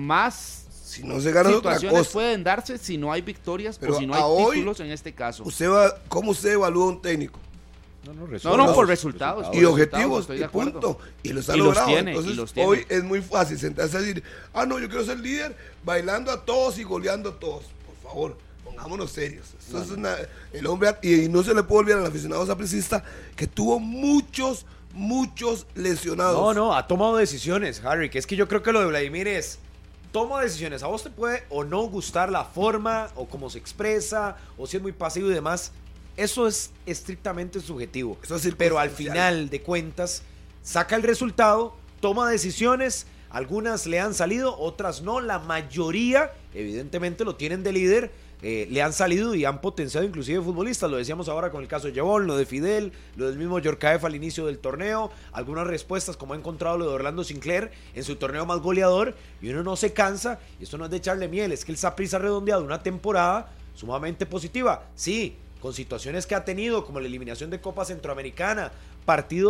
más Si no se gana es otra situaciones cosa. pueden darse si no hay victorias Pero o si no a hay hoy, títulos en este caso. Usted va, ¿cómo usted evalúa un técnico? No, no, No, no, por resultados. Y por objetivos, estoy y de acuerdo. punto. Y los ha Y los logrado. tiene, Entonces, y los tiene. hoy es muy fácil sentarse a decir, ah, no, yo quiero ser líder bailando a todos y goleando a todos. Por favor, pongámonos serios. Eso es una, el hombre, y, y no se le puede olvidar al aficionado sapricista que tuvo muchos, muchos lesionados. No, no, ha tomado decisiones, Harry, que es que yo creo que lo de Vladimir es, toma decisiones, a vos te puede o no gustar la forma, o cómo se expresa, o si es muy pasivo y demás, eso es estrictamente subjetivo, Eso es pero al circunstancial. final de cuentas, saca el resultado, toma decisiones, algunas le han salido, otras no, la mayoría, evidentemente lo tienen de líder, Eh, le han salido y han potenciado inclusive futbolistas, lo decíamos ahora con el caso de Yabón, lo de Fidel, lo del mismo Yorkaef al inicio del torneo, algunas respuestas como ha encontrado lo de Orlando Sinclair en su torneo más goleador, y uno no se cansa, y esto no es de echarle miel, es que el Saprissa ha redondeado una temporada sumamente positiva, sí, con situaciones que ha tenido como la eliminación de Copa Centroamericana, partidos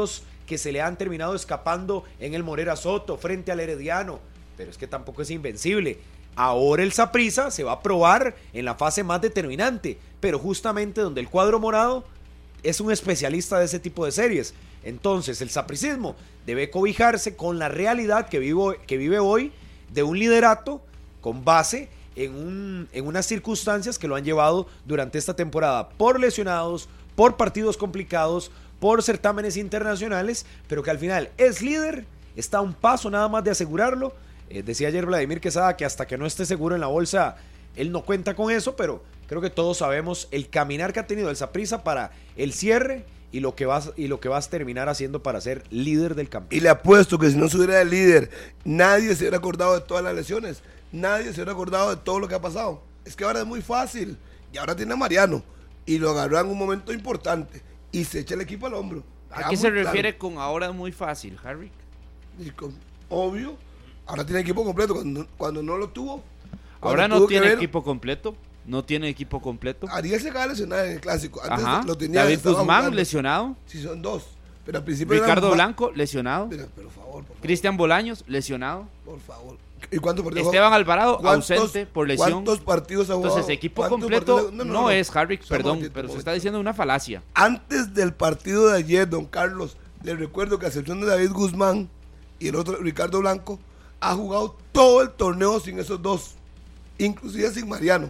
que se le han terminado escapando en el Morera Soto frente al Herediano, pero es que tampoco es invencible. Ahora el Saprissa se va a probar en la fase más determinante, pero justamente donde el cuadro morado es un especialista de ese tipo de series. Entonces el sapricismo debe cobijarse con la realidad que, vivo, que vive hoy de un liderato con base en, un, en unas circunstancias que lo han llevado durante esta temporada por lesionados, por partidos complicados, por certámenes internacionales, pero que al final es líder, está a un paso nada más de asegurarlo. Eh, decía ayer Vladimir Quesada que hasta que no esté seguro en la bolsa, él no cuenta con eso, pero creo que todos sabemos el caminar que ha tenido el Saprissa para el cierre y lo que vas y lo que vas a terminar haciendo para ser líder del campeonato. Y le apuesto que si no se hubiera el líder, nadie se hubiera acordado de todas las lesiones, nadie se hubiera acordado de todo lo que ha pasado. Es que ahora es muy fácil, y ahora tiene a Mariano, y lo agarró en un momento importante, y se echa el equipo al hombro. ¿A qué se refiere con ahora es muy fácil, Harry? Y con, obvio, ahora tiene equipo completo, cuando, cuando no lo tuvo. Ahora no tiene ver, equipo completo. No tiene equipo completo. Ariel se acaba de lesionar en el clásico. Antes Ajá. lo tenía. David Guzmán jugando. lesionado. Sí, son dos. Pero al principio Ricardo Blanco lesionado. Pero, pero favor, por favor. Cristian Bolaños lesionado. Por favor. ¿Y cuántos partidos? Esteban Alvarado ausente por lesión. ¿Cuántos partidos ha jugado? Entonces, equipo completo partidos? no, no, no, no es, Harry, perdón, momento, pero se está diciendo una falacia. Antes del partido de ayer, don Carlos, le recuerdo que a excepción de David Guzmán y el otro, Ricardo Blanco, ha jugado todo el torneo sin esos dos, inclusive sin Mariano.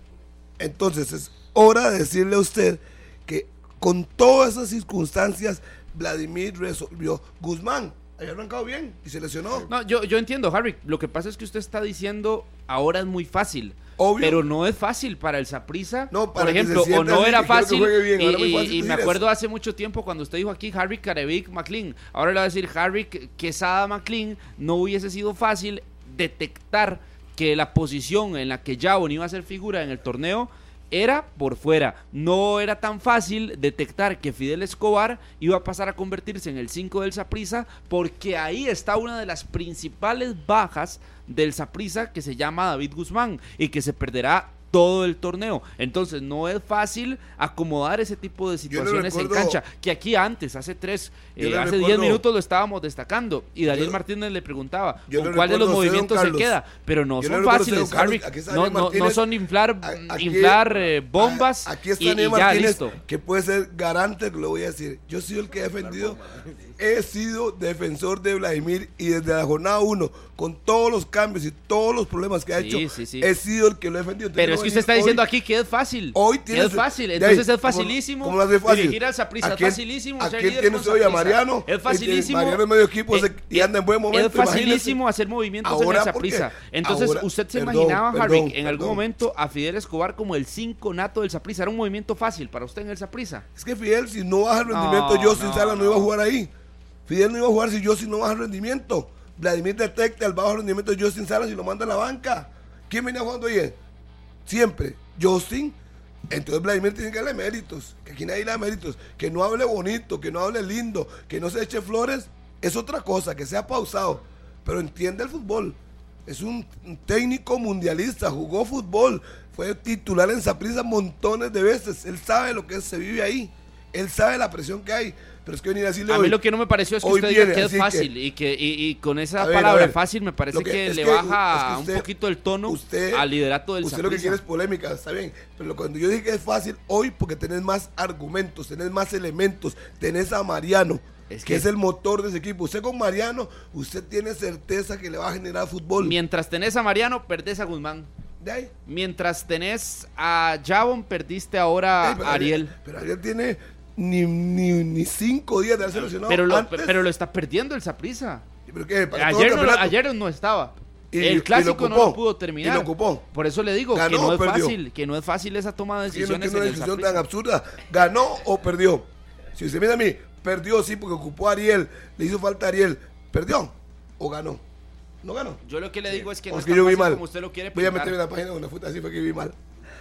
Entonces es hora de decirle a usted que con todas esas circunstancias Vladimir resolvió. Guzmán había arrancado bien y se lesionó. No, yo, yo entiendo, Harry. Lo que pasa es que usted está diciendo ahora es muy fácil. Obvio. Pero no es fácil para el Saprissa, no, para por ejemplo, o no era fácil, bien, y, muy fácil y, y me acuerdo eso. Hace mucho tiempo cuando usted dijo aquí Harry Carevic McLean, ahora le va a decir Harry Quesada McLean, no hubiese sido fácil detectar que la posición en la que Javon iba a ser figura en el torneo era por fuera. No era tan fácil detectar que Fidel Escobar iba a pasar a convertirse en el cinco del Saprissa, porque ahí está una de las principales bajas del Saprissa, que se llama David Guzmán, y que se perderá todo el torneo. Entonces no es fácil acomodar ese tipo de situaciones recuerdo, en cancha, que aquí antes, hace tres, eh, hace diez minutos lo estábamos destacando, y Daniel yo, Martínez le preguntaba con cuál de los movimientos se queda, pero no son fáciles, Harry, no, no, no son inflar, aquí, inflar eh, bombas aquí está y, y ya listo. Que puede ser garante, lo voy a decir, yo soy el que he defendido, he sido defensor de Vladimir, y desde la jornada uno, con todos los cambios y todos los problemas que ha sí, hecho, sí, sí. he sido el que lo he defendido. Pero es que usted está diciendo hoy, aquí que es fácil. Hoy tiene es fácil, entonces ahí, es facilísimo. ¿Cómo, cómo fácil? Dirigir al Saprissa es facilísimo. ¿A quién tiene hoy? A Mariano. Es facilísimo. Mariano es medio equipo eh, y anda en buen momento. Es facilísimo imagínese. Hacer movimientos ahora, en el Saprissa. Entonces, ahora, usted se perdón, imaginaba, perdón, Harry, en perdón. algún momento a Fidel Escobar como el cinco nato del Saprissa. Era un movimiento fácil para usted en el Saprissa. Es que Fidel, si no baja el rendimiento, no, yo sin no, Sala no. no iba a jugar ahí. Fidel no iba a jugar si yo si no baja el rendimiento. Vladimir detecta el bajo rendimiento de Justin Salas y lo manda a la banca. ¿Quién venía jugando ayer? Siempre Justin. Entonces Vladimir tiene que darle méritos, que aquí nadie le da méritos, que no hable bonito, que no hable lindo, que no se eche flores, es otra cosa, que sea pausado, pero entiende el fútbol. Es un, un técnico mundialista, jugó fútbol, fue titular en Saprissa montones de veces, él sabe lo que es, se vive ahí, él sabe la presión que hay. Pero es que venir a decirle a hoy, mí lo que no me pareció es que usted diga que es fácil que, y que y, y con esa ver, palabra ver, fácil me parece que, que le que, baja es que usted, un poquito el tono usted, al liderato del Usted Saprissa. Lo que quiere es polémica, está bien, pero cuando yo dije que es fácil hoy porque tenés más argumentos, tenés más elementos, tenés a Mariano, es que, que es el motor de ese equipo. Usted con Mariano, usted tiene certeza que le va a generar fútbol. Mientras tenés a Mariano, perdés a Guzmán. ¿De ahí? Mientras tenés a Javon, perdiste ahora a Ariel. Ariel. Pero Ariel tiene Ni, ni, ni cinco días de haber seleccionado. Pero lo, antes. pero lo está perdiendo el Saprissa. ¿Pero qué? ¿Para ayer, no, ayer no estaba. Y, el clásico lo no lo pudo terminar. Y lo ocupó. Por eso le digo Ganó, que no es perdió. fácil, que no es fácil esa toma de decisiones. No tiene una en el decisión Saprissa. tan absurda. ¿Ganó o perdió? Si usted mira a mí, perdió sí porque ocupó a Ariel, le hizo falta a Ariel. ¿Perdió o ganó? No ganó. Yo lo que le digo es que o no es es que yo vi fácil mal. como usted lo quiere Voy pintar. a meterme en la página donde fue así fue que vi mal.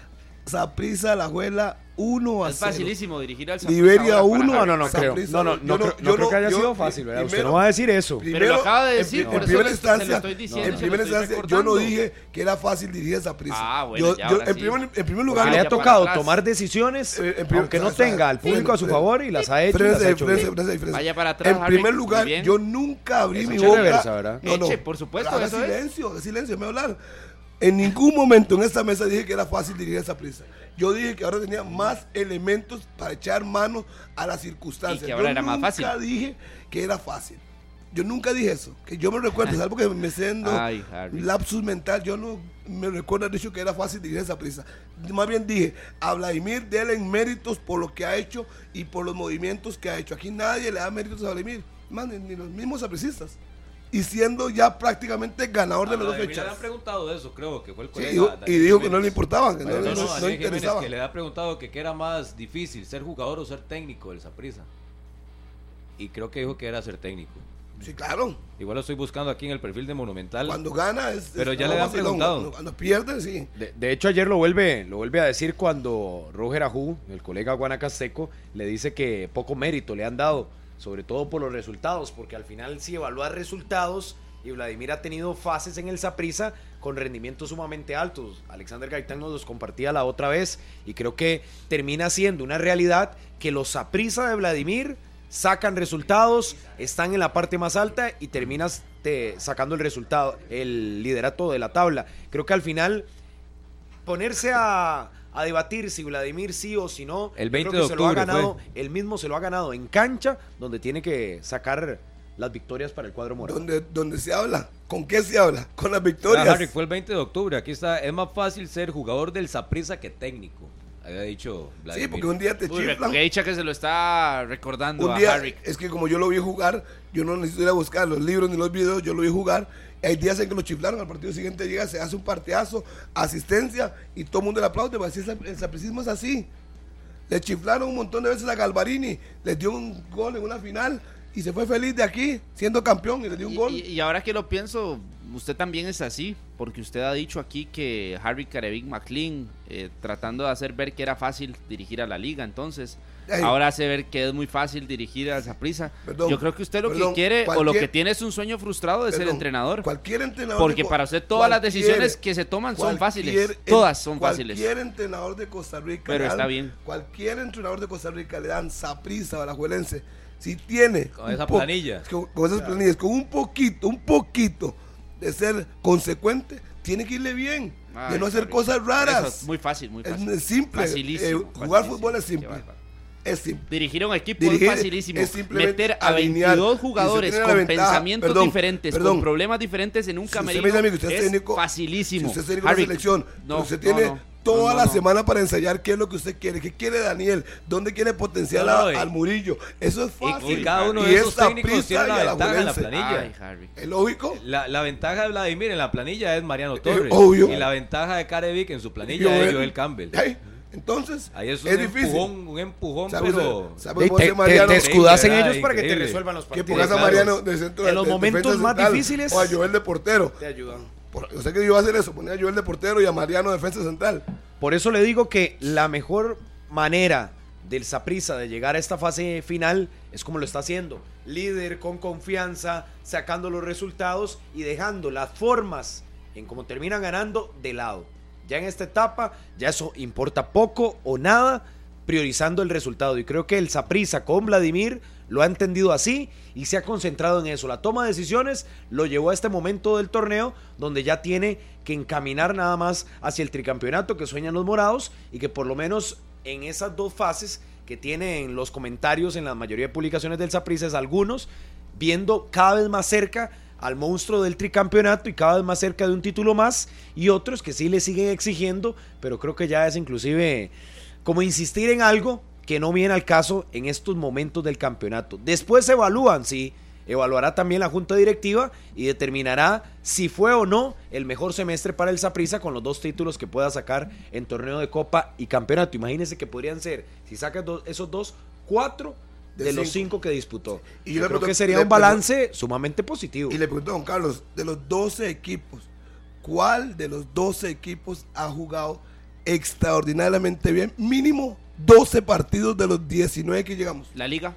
Saprissa Alajuela uno a Es cero. facilísimo dirigir al Saprissa. Liberia ahora para uno. No, Harry. no, no creo. Saprissa, No, no, yo no, no- creo, yo no creo no- que haya yo- sido fácil, ¿verdad? Usted primero- no va a decir eso. Pero lo acaba de decir, en, por en eso primera le- se lo instancia, estoy diciendo, en se lo primera estoy instancia yo no recordando. dije que era fácil dirigir a Saprissa. Ah, bueno, yo, ya yo- ahora en, sí. primer, en primer Le lugar, Vaya ha para tocado atrás. tomar decisiones, Eh, en primer- aunque no o sea, tenga al público a su frene, favor, y las ha hecho y frene, las ha hecho frene, bien. frene, frene. Vaya para atrás, En Harry. primer Muy lugar, bien. yo nunca abrí Es mi mucha boca. reversa, ¿verdad? No, no. Eche, por supuesto, Haga eso es. silencio, haga silencio, me hablar. En ningún momento en esta mesa dije que era fácil dirigir a Saprissa. Yo dije que ahora tenía más elementos para echar manos a las circunstancias. Y que ahora yo era más fácil. Nunca dije que era fácil. Yo nunca dije eso. Que yo me recuerdo, salvo que me siendo Ay, Harry. lapsus mental, yo no me recuerdo haber dicho que era fácil dirigir a Saprissa. Más bien dije, a Vladimir déle en méritos por lo que ha hecho y por los movimientos que ha hecho. Aquí nadie le da méritos a Vladimir, más ni, ni los mismos sapricistas. Y siendo ya prácticamente ganador de las dos A Vladimir fechas. le han preguntado eso, creo que fue el Sí, colega. dijo- Daniel y dijo que no Jiménez. le importaba, que no, No, no, no, no, no Daniel Jiménez, interesaba. que le ha preguntado que qué era más difícil, ser jugador o ser técnico del Saprissa. Y creo que dijo que era ser técnico. Sí, claro. Igual lo estoy buscando aquí en el perfil de Monumental. Cuando gana es. Pero es ya como le han vacilón. preguntado. Cuando, cuando pierde, sí. De, de hecho, ayer lo vuelve, lo vuelve a decir cuando Roger Ajú, el colega guanacasteco, le dice que poco mérito le han dado, sobre todo por los resultados, porque al final si evalúa resultados, y Vladimir ha tenido fases en el Saprissa con rendimientos sumamente altos. Alexander Gaitán nos los compartía la otra vez, y creo que termina siendo una realidad que los Saprissa de Vladimir sacan resultados, están en la parte más alta y terminas te, sacando el resultado, el liderato de la tabla. Creo que al final ponerse a, a debatir si Vladimir sí o si no, El yo veinte creo que de se lo ha octubre ganado, fue. él mismo se lo ha ganado en cancha, donde tiene que sacar las victorias para el cuadro morado. Donde, donde se habla. ¿Con qué se habla? Con las Ah, victorias. Harry, fue el veinte de octubre. Aquí está. Es más fácil ser jugador del Saprissa que técnico. Había dicho Vladimir. Sí, porque un día te Uy, chiflan. qué dicha que se lo está recordando Un a día, Harry. es que como yo lo vi jugar, yo no necesito ir a buscar los libros ni los videos, yo lo vi jugar. Hay días en que lo chiflaron, al partido siguiente llega, se hace un parteazo, asistencia y todo el mundo le aplaude. Pues así es, el sapricismo es así. Le chiflaron un montón de veces a Galvarini, les dio un gol en una final y se fue feliz de aquí, siendo campeón y le dio un Y, gol. y- y ahora que lo pienso, usted también es así, porque usted ha dicho aquí que Harry Carevic McLean, eh, tratando de hacer ver que era fácil dirigir a la liga, entonces Ey. ahora hace ver que es muy fácil dirigir al Saprissa. Perdón, Yo creo que usted lo perdón, que quiere o lo cualquier- que tiene es un sueño frustrado de ser Perdón, entrenador. Cualquier entrenador. Porque de- para usted todas las cualquier- decisiones que se toman son fáciles. cualquier- Todas son fáciles. Cualquier entrenador de Costa Rica. Pero le está dan- bien. Cualquier entrenador de Costa Rica le dan Saprissa, Alajuelense. Si tiene. Con un esa po- planilla. Con, con esas planillas, con un poquito, un poquito de ser consecuente, tiene que irle bien. Ay, de no hacer Harry. cosas raras. Eso es muy fácil, muy Es- fácil. es simple. Facilísimo, Eh, jugar facilísimo. fútbol es Qué simple. bárbaro. Es simple. Dirigir a un equipo Dirigir es facilísimo. es simplemente Meter a alinear. veintidós Y usted jugadores tiene la con ventaja, pensamientos perdón, diferentes, perdón. con problemas diferentes en un Si usted camerino me dice a mí que usted es es técnico, facilísimo. Si usted es técnico de Harry, la selección, no, usted no, tiene no. toda No, no, la no. semana para ensayar qué es lo que usted quiere, qué quiere Daniel, dónde quiere potenciar No, no, a- y- al Murillo. Eso es fácil. Y cada uno Y de es esos técnicos Saprissa tiene y una ventaja en la Alajuelense. planilla. Ay, Harry. ¿Es lógico? La, la ventaja de Vladimir en la planilla es Mariano Torres. obvio. Y la ventaja de Carevic en su planilla Joel. es Joel Campbell. Ay, entonces, Ahí es un es difícil. empujón, un empujón, ¿Sabe pero... usted- sabe Te, cómo hace te- Mariano? te escudas en Increíble, ellos para que te increíble. resuelvan los Que partidos. pongas a claro. Mariano de centro En los de- de momentos defensa más central, difíciles. o a Joel de portero. Te ayudan. Por- yo sé que yo iba a hacer eso, poner a Joel de portero y a Mariano defensa central. Por eso le digo que la mejor manera del Saprissa de llegar a esta fase final es como lo está haciendo, líder, con confianza, sacando los resultados y dejando las formas en cómo terminan ganando de lado. Ya en esta etapa, ya eso importa poco o nada, priorizando el resultado. Y creo que el Saprissa con Vladimir lo ha entendido así y se ha concentrado en eso. La toma de decisiones lo llevó a este momento del torneo donde ya tiene que encaminar nada más hacia el tricampeonato que sueñan los morados y que por lo menos en esas dos fases que tienen los comentarios en la mayoría de publicaciones del Saprissa, es algunos viendo cada vez más cerca al monstruo del tricampeonato y cada vez más cerca de un título más, y otros que sí le siguen exigiendo, pero creo que ya es inclusive como insistir en algo que no viene al caso en estos momentos del campeonato. Después se evalúan, sí, evaluará también la junta directiva y determinará si fue o no el mejor semestre para el Saprissa con los dos títulos que pueda sacar en torneo de Copa y campeonato. Imagínense que podrían ser, si saca do- esos dos, cuatro de, De los cinco. cinco que disputó. Y Y yo yo le creo pregunto- que sería le un balance sumamente positivo. Y le pregunto a don Carlos, de los doce equipos, ¿cuál de los doce equipos ha jugado extraordinariamente bien, mínimo doce partidos de los diecinueve que llegamos. La liga.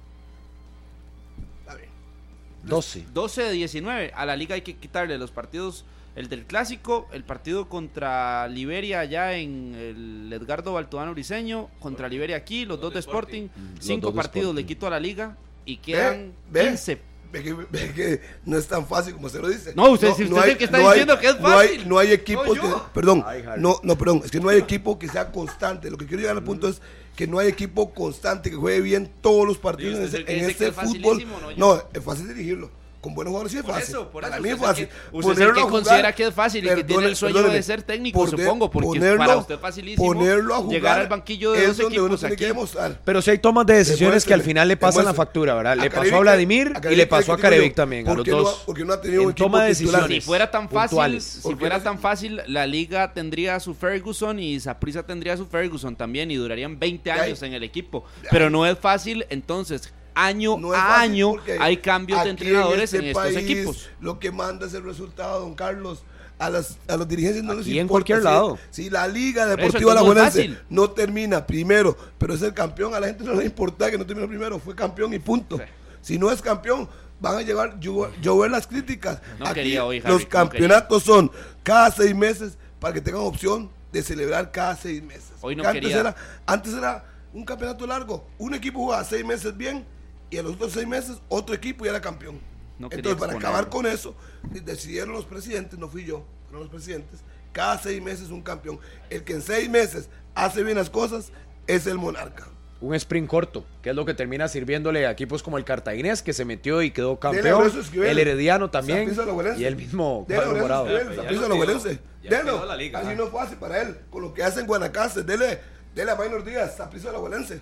Está bien. doce. doce de diecinueve. A la liga hay que quitarle los partidos, el del clásico, el partido contra Liberia allá en el Edgardo Baltodano Briseño, contra Liberia aquí, los dos de Sporting, cinco dos de partidos Sporting. le quito a la liga y quedan Ve, ve. quince. Ve que, ve que no es tan fácil como se lo dice. No, usted- si usted es el que está hay- diciendo que es No hay, fácil. no hay equipo No, que, yo. perdón, Ay, Harry. no, no, perdón, es que no hay equipo que sea constante. Lo que quiero llegar al punto es que no hay equipo constante que juegue bien todos los partidos Y en usted ese, es el que en dice ese que es fútbol. facilísimo, no, yo. No, es fácil dirigirlo. Con buenos jugadores sí es Por fácil. eso, por eso, Para mí es usted es el fácil. que- usted es el Ponerlo que a jugar, considera que es fácil y que tiene perdone- el sueño perdóneme, de ser técnico, poner- supongo, porque ponerlo- para usted es facilísimo ponerlo a jugar llegar al banquillo de es dos donde uno equipos tiene que aquí. demostrar. Pero si hay tomas de decisiones que al Demuéstrele, final le pasan la demuéstrele. factura, ¿verdad? Le A pasó Carevic- a Vladimir a y Carevic le pasó a critico Carevic yo, también, a ¿por los qué no- dos. porque no ha tenido En un equipo toma de titular. decisiones. Si fuera tan fácil, puntuales. si Porque fuera no- tan fácil, la liga tendría su Ferguson y Saprissa tendría su Ferguson también y durarían veinte ahí. años en el equipo. De Pero ahí. no es fácil, entonces año No es a fácil año porque hay cambios de aquí entrenadores en, este estos país, equipos. Lo que manda es el resultado, don Carlos. A las a los dirigentes no les Aquí en importa cualquier si- lado. Si la Liga Por eso, Deportiva entonces no es Alajuelense fácil. no termina primero, pero es el campeón, a la gente no le importa que no terminó primero, fue campeón y punto. Sí. Si no es campeón, van a llegar yo, yo ver las críticas. No Aquí quería hoy, Harry, los no campeonatos son cada seis meses para que tengan opción de celebrar cada seis meses. Hoy no Porque antes quería. era, antes era un campeonato largo, un equipo jugaba seis meses bien y a los otros seis meses otro equipo ya era campeón. No quería Entonces, para exponerlo. acabar con eso, decidieron los presidentes, no fui yo, fueron los presidentes, cada seis meses un campeón. El que en seis meses hace bien las cosas es el monarca. Un sprint corto, que es lo que termina sirviéndole a equipos como el Cartaginés, que se metió y quedó Dele campeón. abrazo a Esquivel. El Herediano también. Saprissa Alajuelense. Y el mismo Dele cuadro abrazo a morado. Esquivel, Ya Saprissa lo Alajuelense. quedó, ya Delo. quedó la liga. Así no es fácil para él. Con lo que hacen Guanacaste, dele, dele a Maynor Díaz, Saprissa Alajuelense.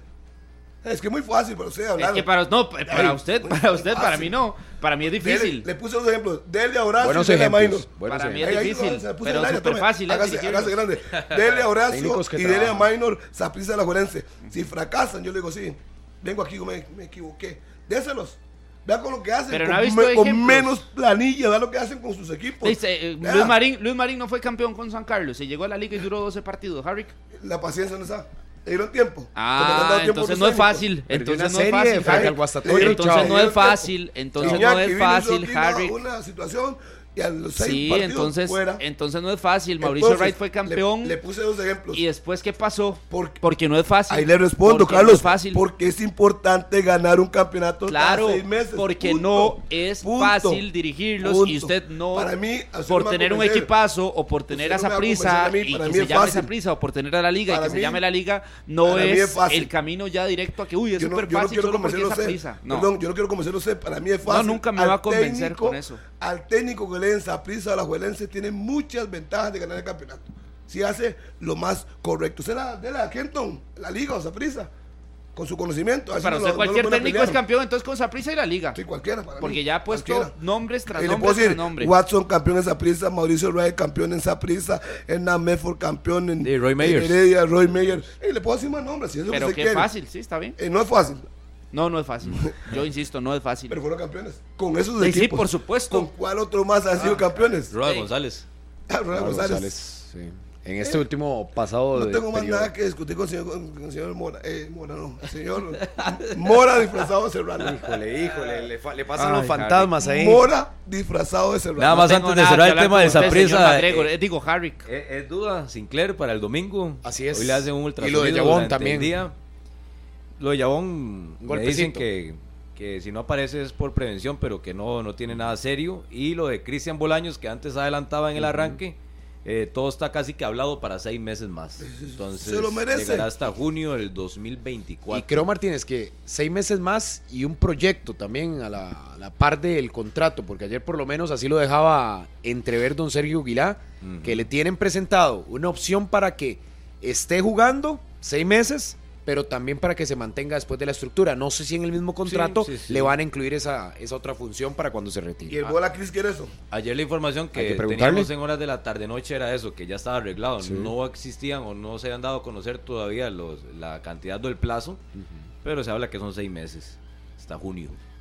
Es que es muy fácil para usted hablar. Es que para, no, para Ay, usted, muy para usted, para fácil. mí no. Para mí es Dele, difícil. le puse dos ejemplos. Dele a Horacio Buenos y dele a ejemplos. Maynor. Buenos Para mí ejemplos. es Ahí, ahí, difícil, se la puse pero en el aire, súper tome. fácil, ¿eh? Hágase, dirigirlos. hágase grande. Dele a Horacio Técnicos que y dele a trabajan. Maynor, Saprissa Alajuelense. Si fracasan, yo le digo, sí, vengo aquí, me, me equivoqué. Déselos. Vea con lo que hacen. Pero con, no ha visto me- con ejemplos. menos planilla, vea lo que hacen con sus equipos. Dice, eh, Vea, Luis Marín, Luis Marín no fue campeón con San Carlos, se llegó a la liga y duró doce partidos, Harry. La paciencia no está. Le dieron tiempo. Porque le han Ah, dado tiempo entonces los no es técnicos. fácil, Perdió entonces una no es serie fácil, frente Harry. al Guastatoya. Chao. Entonces no Le es dieron fácil, tiempo. entonces no Iñaki es vino fácil, aquí una- Harry. Una situación y a los seis Sí, partidos entonces, fuera. entonces no es fácil. Mauricio Entonces, Wright fue campeón Le, le puse dos ejemplos. y después ¿qué pasó? Por- Porque no es fácil. Ahí le respondo, Porque no Carlos. es fácil. Porque es importante ganar un campeonato Claro, cada seis meses. porque Punto. no es Punto. fácil dirigirlos Punto. y usted no, Para mí, a usted por no me va a tener un convencer. equipazo o por tener a Usted no me va a Saprissa convencer a mí, y para que mí se es llame fácil. Saprissa o por tener a la liga y Para que se mí- llame la liga, no para mí es, es fácil. el camino ya directo a que, uy, es Yo no, súper yo no fácil quiero solo porque es convencerlo a Saprissa. usted. No. Perdón, yo no quiero convencerlo a usted. Para mí es fácil. nunca me Al va a convencer técnico- con eso. Al técnico que le den Saprissa a la Alajuelense tiene muchas ventajas de ganar el campeonato. Si hace lo más correcto. Será de la Kenton, la liga o Saprissa, con su conocimiento. Así Para no usted lo- no cualquier lo pone a técnico es pelear. campeón, entonces con Saprissa y la liga. Sí, cualquiera. para Porque mí, ya ha puesto cualquiera. nombres tras Y le nombres puedo decir, tras nombres. Watson campeón en Saprissa, Mauricio Wright campeón en Saprissa, Hernán Medford campeón en Y Roy Meyers. en Heredia, Roy Meyer. Y le puedo decir más nombres, si eso Pero usted qué quiere. fácil, sí, está bien. Eh, no es fácil, No, no es fácil. Yo insisto, no es fácil. pero fueron campeones. Con esos Sí, sí, equipos. por supuesto. ¿Con cuál otro más han sido campeones? Roda Sí. González. Ah, Ronald Mauro González. González, sí. En este último pasado No de tengo más periodo. nada que discutir con el señor, con el señor Mora. Eh, Mora no, el señor Mora disfrazado de Serrano. Híjole, híjole, le, fa- le pasan Ay, los fantasmas ahí. Mora disfrazado de Serrano. Nada más tengo antes de nada cerrar que el hablar tema con del usted, señor Saprissa. McGregor. eh, Eh, digo, Harry. Es, es duda, Sinclair para el domingo. Así es. Hoy le hacen un Y ultrasonido lo de Yabón durante también. el día. Lo de Yabón, Un me golpecito. dicen que, que si no aparece es por prevención, pero que no, no tiene nada serio. Y lo de Cristian Bolaños, que antes adelantaba en el arranque, eh, todo está casi que hablado para seis meses más. Entonces, se lo merece. llegará hasta junio del dos mil Y veinticuatro. creo, Martínez, que seis meses más y un proyecto también a la, a la par del contrato, porque ayer por lo menos así lo dejaba entrever don Sergio Aguilá, Ujú. que le tienen presentado una opción para que esté jugando seis meses, pero también para que se mantenga después de la estructura. No sé si en el mismo contrato sí, sí. le van a incluir esa, esa otra función para cuando se Y retire. el Bola Cris quiere eso. Ayer la información Hay que, que preguntarle. teníamos en horas de la tarde-noche era eso, que ya estaba arreglado. Sí. No existían o no se han dado a conocer todavía los, la cantidad del plazo, pero se habla que son seis meses, hasta junio.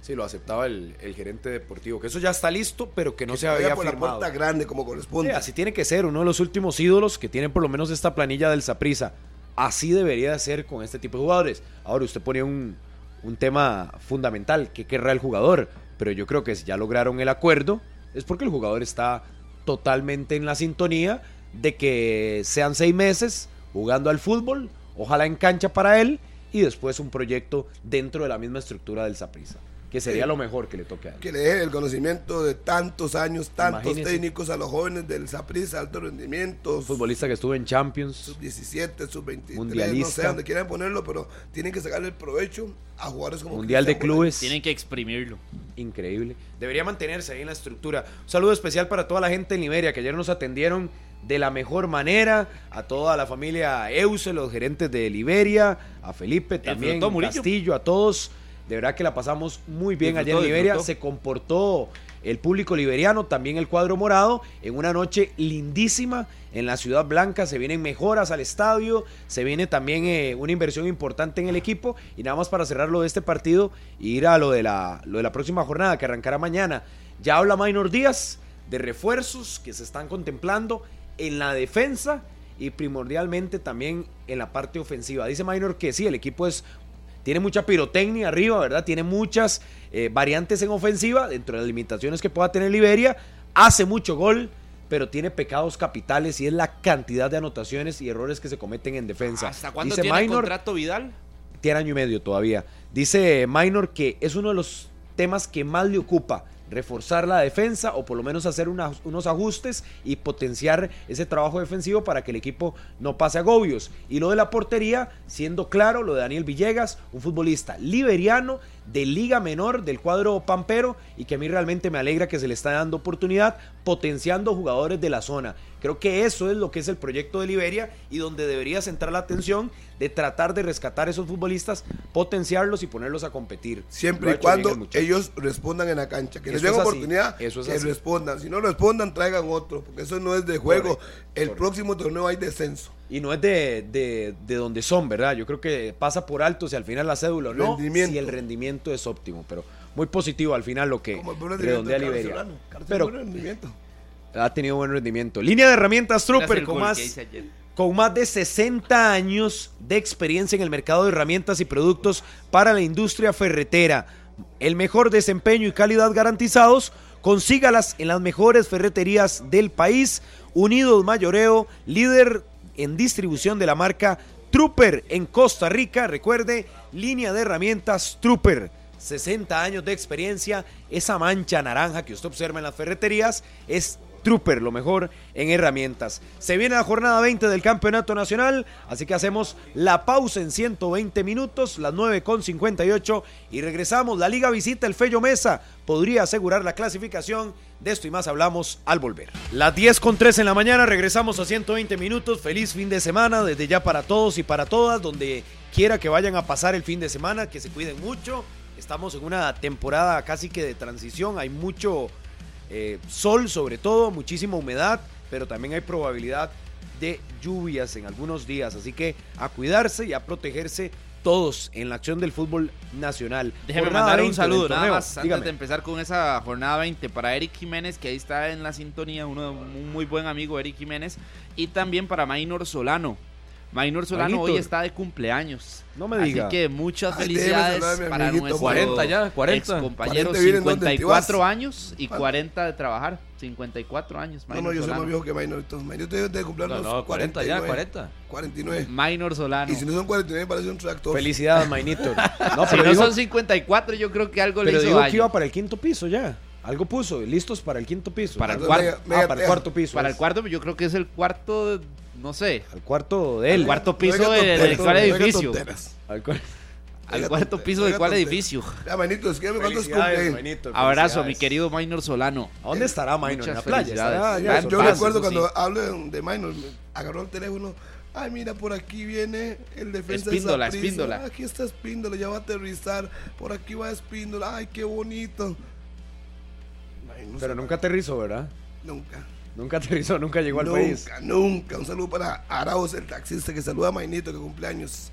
Sí, lo aceptaba el, el gerente deportivo, que eso ya está listo, pero que no que se había por firmado. la puerta grande como corresponde. Sí, así tiene que ser, uno de los últimos ídolos que tienen por lo menos esta planilla del Saprissa. Así debería de ser con este tipo de jugadores. Ahora usted ponía un, un tema fundamental, ¿qué querrá el jugador? Pero yo creo que si ya lograron el acuerdo, es porque el jugador está totalmente en la sintonía de que sean seis meses jugando al fútbol, ojalá en cancha para él, y después un proyecto dentro de la misma estructura del Saprissa, que sería Sí. lo mejor que le toque a él. Que le dé el conocimiento de tantos años, tantos Imagínese. técnicos a los jóvenes del Saprissa, alto rendimiento, Futbolista que estuvo en Champions, sub diecisiete, sub veintitrés, Mundialista. no sé dónde quieran ponerlo, pero tienen que sacarle el provecho a jugadores como Mundial de Cristian Clubes. Tienen que exprimirlo. Increíble. Debería mantenerse ahí en la estructura. Un saludo especial para toda la gente en Liberia que ayer nos atendieron de la mejor manera. A toda la familia Euse, los gerentes de Liberia, a Felipe también, Disfrutó, Murillo. Castillo, a todos. De verdad que la pasamos muy bien Disfrutó, ayer en Liberia. disfrutó. Se comportó el público liberiano, también el cuadro morado, en una noche lindísima en la Ciudad Blanca. Se vienen mejoras al estadio, se viene también eh, una inversión importante en el equipo. Y nada más para cerrar lo de este partido y ir a lo de la, lo de la próxima jornada que arrancará mañana. Ya habla Maynor Díaz de refuerzos que se están contemplando en la defensa y primordialmente también en la parte ofensiva. Dice Maynor que sí, el equipo es... Tiene mucha pirotecnia arriba, ¿verdad? Tiene muchas eh, variantes en ofensiva, dentro de las limitaciones que pueda tener Liberia. Hace mucho gol, pero tiene pecados capitales y es la cantidad de anotaciones y errores que se cometen en defensa. ¿Hasta cuándo Dice tiene Maynor, contrato Vidal? tiene año y medio todavía. Dice Maynor que es uno de los temas que más le ocupa, reforzar la defensa o por lo menos hacer una, unos ajustes y potenciar ese trabajo defensivo para que el equipo no pase agobios. Y lo de la portería, siendo claro, lo de Daniel Villegas, un futbolista liberiano de Liga Menor del cuadro pampero y que a mí realmente me alegra que se le está dando oportunidad potenciando jugadores de la zona. Creo que eso es lo que es el proyecto de Liberia y donde debería centrar la atención de tratar de rescatar esos futbolistas, potenciarlos y ponerlos a competir. Siempre Lo ha y hecho bien el cuando muchacho. ellos respondan en la cancha. Que les Eso den es así, oportunidad, eso es que así. respondan. Si no respondan, traigan otro, porque eso no es de juego. Correcto, el correcto. próximo torneo hay descenso. Y no es de, de, de donde son, ¿verdad? Yo creo que pasa por alto si al final la cédula o no, Rendimiento. si el rendimiento es óptimo, pero muy positivo al final lo que Como el buen rendimiento redondea de Carlos Liberia. Solano. Carlos Pero tiene buen rendimiento. ha tenido buen rendimiento. Línea de herramientas Gracias Trooper al con gol más, que hice ayer. con más de sesenta años de experiencia en el mercado de herramientas y productos para la industria ferretera. El mejor desempeño y calidad garantizados. Consígalas en las mejores ferreterías del país. Unidos Mayoreo, líder en distribución de la marca Trooper en Costa Rica. Recuerde, línea de herramientas Trooper. sesenta años de experiencia. Esa mancha naranja que usted observa en las ferreterías es Trooper, lo mejor en herramientas. Se viene la jornada veinte del Campeonato Nacional, así que hacemos la pausa en ciento veinte minutos, las nueve con cincuenta y ocho, y regresamos. La Liga visita el Fello Mesa, podría asegurar la clasificación. De esto y más hablamos al volver. Las diez con tres en la mañana, regresamos a ciento veinte minutos. Feliz fin de semana desde ya para todos y para todas, donde quiera que vayan a pasar el fin de semana, que se cuiden mucho. Estamos en una temporada casi que de transición, hay mucho eh, sol sobre todo, muchísima humedad, pero también hay probabilidad de lluvias en algunos días, así que a cuidarse y a protegerse todos en la acción del fútbol nacional. Déjeme Jornada mandar un veinte del saludo, nada torneo. más, antes Dígame. de empezar con esa jornada veinte, para Eric Jiménez, que ahí está en la sintonía, uno, un muy buen amigo, Eric Jiménez, y también para Maynor Solano. Maynor Solano Maynor. hoy está de cumpleaños. No me diga. Así que muchas Ay, déjeme felicidades saludar a mi para amiguito. nuestro cuarenta ya, cuarenta. compañero, cuarenta vienen donde cincuenta y cuatro Tibás. años y ¿Cuánto? cuarenta de trabajar. cincuenta y cuatro años, No, Maynor no, yo soy Solano. más viejo que Maynor. Entonces, Maynor debe de cumplir No, los no, cuarenta ya, cuarenta. cuarenta y nueve. Maynor Solano. Y si no son cuarenta y nueve, parece un tractor. Felicidades, Mainito. No, Si pero no digo, son cincuenta y cuatro, yo creo que algo le pero hizo digo daño. que iba para el quinto piso ya. Algo puso, listos para el quinto piso. Para el Entonces, cuarto. mega- mega Ah, para el teja. cuarto piso. Para el es. cuarto, yo creo que es el cuarto, no sé, Al cuarto de él. el cuarto No piso diga de- tonteras, del cual no diga edificio. tonteras. Al cual- Al Diga cuarto tonteras, piso no de diga cuál tonteras. edificio. Ya, Mainito, escríbeme cuántos Felicidades, cumplen. Mainito, Abrazo, mi felicidades. querido Maynor Solano. ¿A dónde estará Maynor? Muchas ¿En la playa? felicidades. ¿Estará allá? Está en Yo paz, recuerdo eso cuando sí. hablo de, de Minor, agarró el teléfono. Ay, mira, por aquí viene el defensa Espíndola, de Saprissa. Espíndola. Aquí está Espíndola, ya va a aterrizar. Por aquí va Espíndola. Ay, qué bonito. Ay, no Pero sé, nunca aterrizó, ¿verdad? Nunca. Nunca aterrizó, nunca llegó al nunca, país. nunca. Un saludo para Arauz, el taxista que saluda a Mainito, que cumpleaños.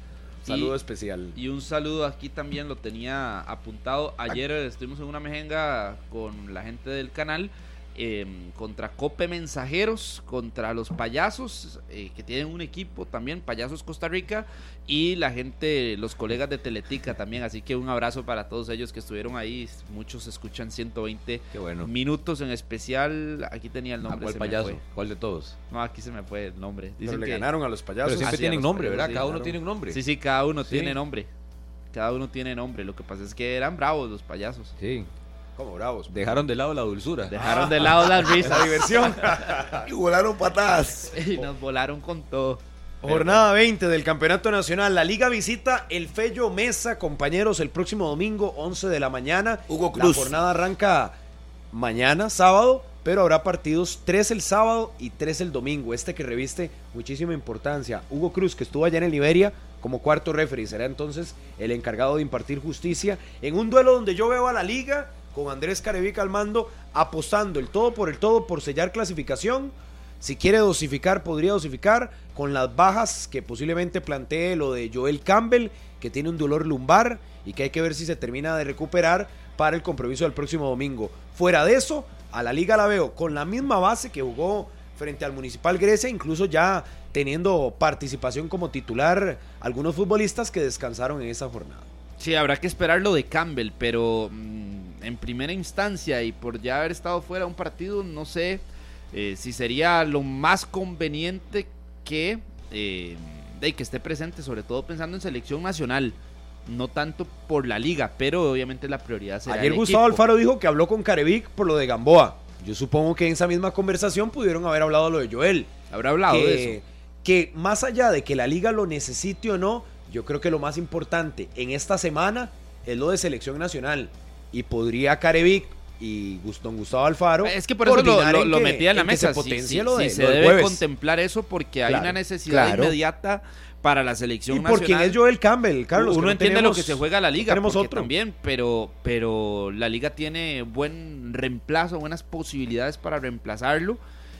Saludo y, especial. Y un saludo aquí también lo tenía apuntado. Ayer estuvimos en una mejenga con la gente del canal. Eh, contra Cope Mensajeros, contra los Payasos, eh, que tienen un equipo también, Payasos Costa Rica, y la gente, los colegas de Teletica también, así que un abrazo para todos ellos que estuvieron ahí. Muchos escuchan ciento veinte Qué bueno. minutos en especial. Aquí tenía el nombre. ¿Cuál se me payaso? fue. ¿Cuál de todos? No, aquí se me fue el nombre. Pero Dicen le que ganaron a los payasos. Pero siempre Así, tienen a los nombre, payasos, ¿verdad? sí, Cada uno claro. tiene un nombre. Sí, sí, cada uno Sí. tiene nombre. Cada uno tiene nombre. Lo que pasa es que eran bravos los payasos. Sí. Como bravos. Dejaron de lado la dulzura. Dejaron de lado las risas. La diversión. Y volaron patadas. Y nos volaron con todo. Jornada veinte del Campeonato Nacional. La Liga visita el Fello Mesa, compañeros, el próximo domingo, once de la mañana. Hugo Cruz. La jornada arranca mañana, sábado, pero habrá partidos tres el sábado y tres el domingo. Este que reviste muchísima importancia. Hugo Cruz, que estuvo allá en el Iberia como cuarto referee, será entonces el encargado de impartir justicia en un duelo donde yo veo a la Liga con Andrés Carevic al mando, apostando el todo por el todo por sellar clasificación. Si quiere dosificar, podría dosificar con las bajas que posiblemente plantee lo de Joel Campbell, que tiene un dolor lumbar y que hay que ver si se termina de recuperar para el compromiso del próximo domingo. Fuera de eso, a la Liga la veo con la misma base que jugó frente al Municipal Grecia, incluso ya teniendo participación como titular algunos futbolistas que descansaron en esa jornada. Sí, habrá que esperar lo de Campbell, pero mmm, en primera instancia y por ya haber estado fuera de un partido, no sé eh, si sería lo más conveniente que, eh, de que esté presente, sobre todo pensando en selección nacional, no tanto por la liga, pero obviamente la prioridad será Ayer el Gustavo equipo. Alfaro dijo que habló con Carevic por lo de Gamboa. Yo supongo que en esa misma conversación pudieron haber hablado lo de Joel. Habrá hablado que, de eso. Que más allá de que la liga lo necesite o no, yo creo que lo más importante en esta semana es lo de selección nacional. Y podría Carevic y don Gustavo Alfaro Es que por eso lo, lo, lo que, metía en la en que mesa. se potencie sí, sí, lo de, sí, lo se del debe jueves. contemplar eso porque hay Claro, una necesidad claro. inmediata para la selección Y nacional. por quién es Joel Campbell, Carlos. Uno que no entiende tenemos- lo que se juega la liga, no tenemos porque otro. también, pero, pero la liga tiene buen reemplazo, buenas posibilidades para reemplazarlo.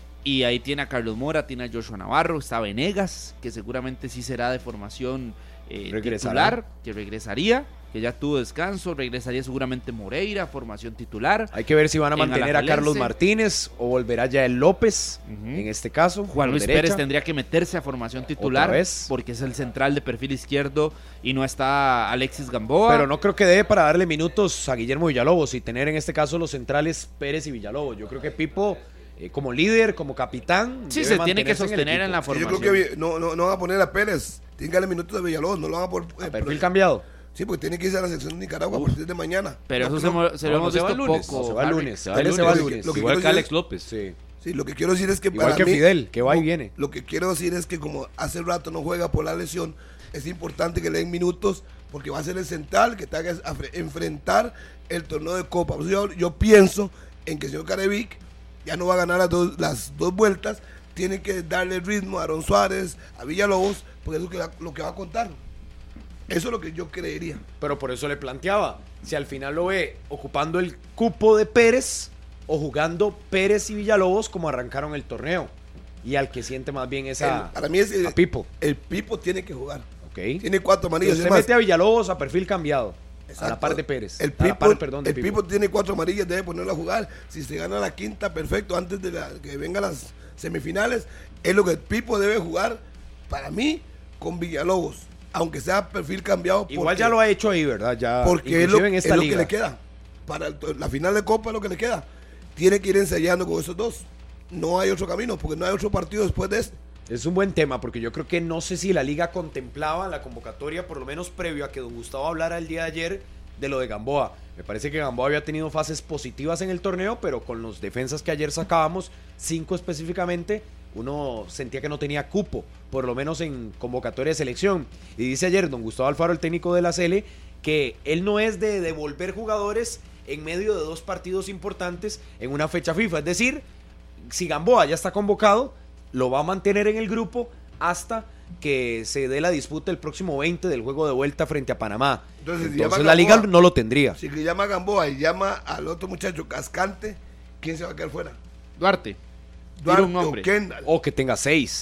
Y ahí tiene a Carlos Mora, tiene a Joshua Navarro, está Venegas, que seguramente sí será de formación eh, Regresará. titular, que regresaría, que ya tuvo descanso, regresaría seguramente Moreira, formación titular. Hay que ver si van a En mantener a Alajuelense. Carlos Martínez o volverá Yael López, Ujú. en este caso. Juan por Luis derecha. Pérez tendría que meterse a formación titular, Otra vez. porque es el central de perfil izquierdo y no está Alexis Gamboa. Pero no creo que dé para darle minutos a Guillermo Villalobos y tener en este caso los centrales Pérez y Villalobos. Yo creo que Pipo, eh, como líder, como capitán, Sí, debe se tiene que mantenerse sostener en, el la equipo. Sí, yo formación. creo que no, no, no van a poner a Pérez. Tienen que darle minutos de Villalobos, no lo van a poner. A perfil cambiado. Sí, porque tiene que irse a la sección de Nicaragua a partir de mañana. Pero No, eso no, se, mo- se lo no, hemos se va visto el lunes. poco. No, se va el Harry. lunes. Se va Pérez el se va el lunes. lunes. Lo que Igual quiero que Alex decir López. Sí. Sí, lo que quiero decir es que Igual para que mí- Fidel, que va y no, viene. Lo que quiero decir es que como hace rato no juega por la lesión, es importante que le den minutos porque va a ser el central que tenga que afre- enfrentar el torneo de Copa. Por eso Yo, yo pienso en que el señor Carevic ya no va a ganar las dos, las dos vueltas, tiene que darle ritmo a Aaron Suárez, a Villalobos, porque eso es lo que va- lo que va a contar. Eso es lo que yo creería. Pero por eso le planteaba, si al final lo ve ocupando el cupo de Pérez o jugando Pérez y Villalobos como arrancaron el torneo. Y al que siente más bien es a, El- para mí es el, a Pipo. el Pipo tiene que jugar. Ok. Tiene cuatro amarillas. Usted es más, mete a Villalobos a perfil cambiado. A la exacto. par de Pérez. El a la Pipo, par, perdón, de el Pipo. Pipo tiene cuatro amarillas, debe ponerlo a jugar. Si se gana la quinta, perfecto, antes de la, que vengan las semifinales. Es lo que el Pipo debe jugar, para mí, con Villalobos. Aunque sea perfil cambiado. Igual porque- ya lo ha hecho ahí, ¿verdad? Ya, Porque es lo, inclusive en esta es lo liga. que le queda. Para el- la final de Copa es lo que le queda. Tiene que ir ensayando con esos dos. No hay otro camino, porque no hay otro partido después de este. Es un buen tema, porque yo creo que no sé si la liga contemplaba la convocatoria, por lo menos previo a que don Gustavo hablara el día de ayer de lo de Gamboa. Me parece que Gamboa había tenido fases positivas en el torneo, pero con los defensas que ayer sacábamos, cinco específicamente, uno sentía que no tenía cupo, por lo menos en convocatoria de selección. Y dice ayer don Gustavo Alfaro, el técnico de la C L, que él no es de devolver jugadores en medio de dos partidos importantes en una fecha FIFA. Es decir, si Gamboa ya está convocado, lo va a mantener en el grupo hasta que se dé la disputa el próximo veinte del juego de vuelta frente a Panamá. Entonces, si Entonces llama la liga Gamboa- no lo tendría. Si le llama a Gamboa y llama al otro muchacho Cascante, ¿quién se va a quedar fuera? Duarte. Duarte un nombre. o Kendall. O que tenga seis.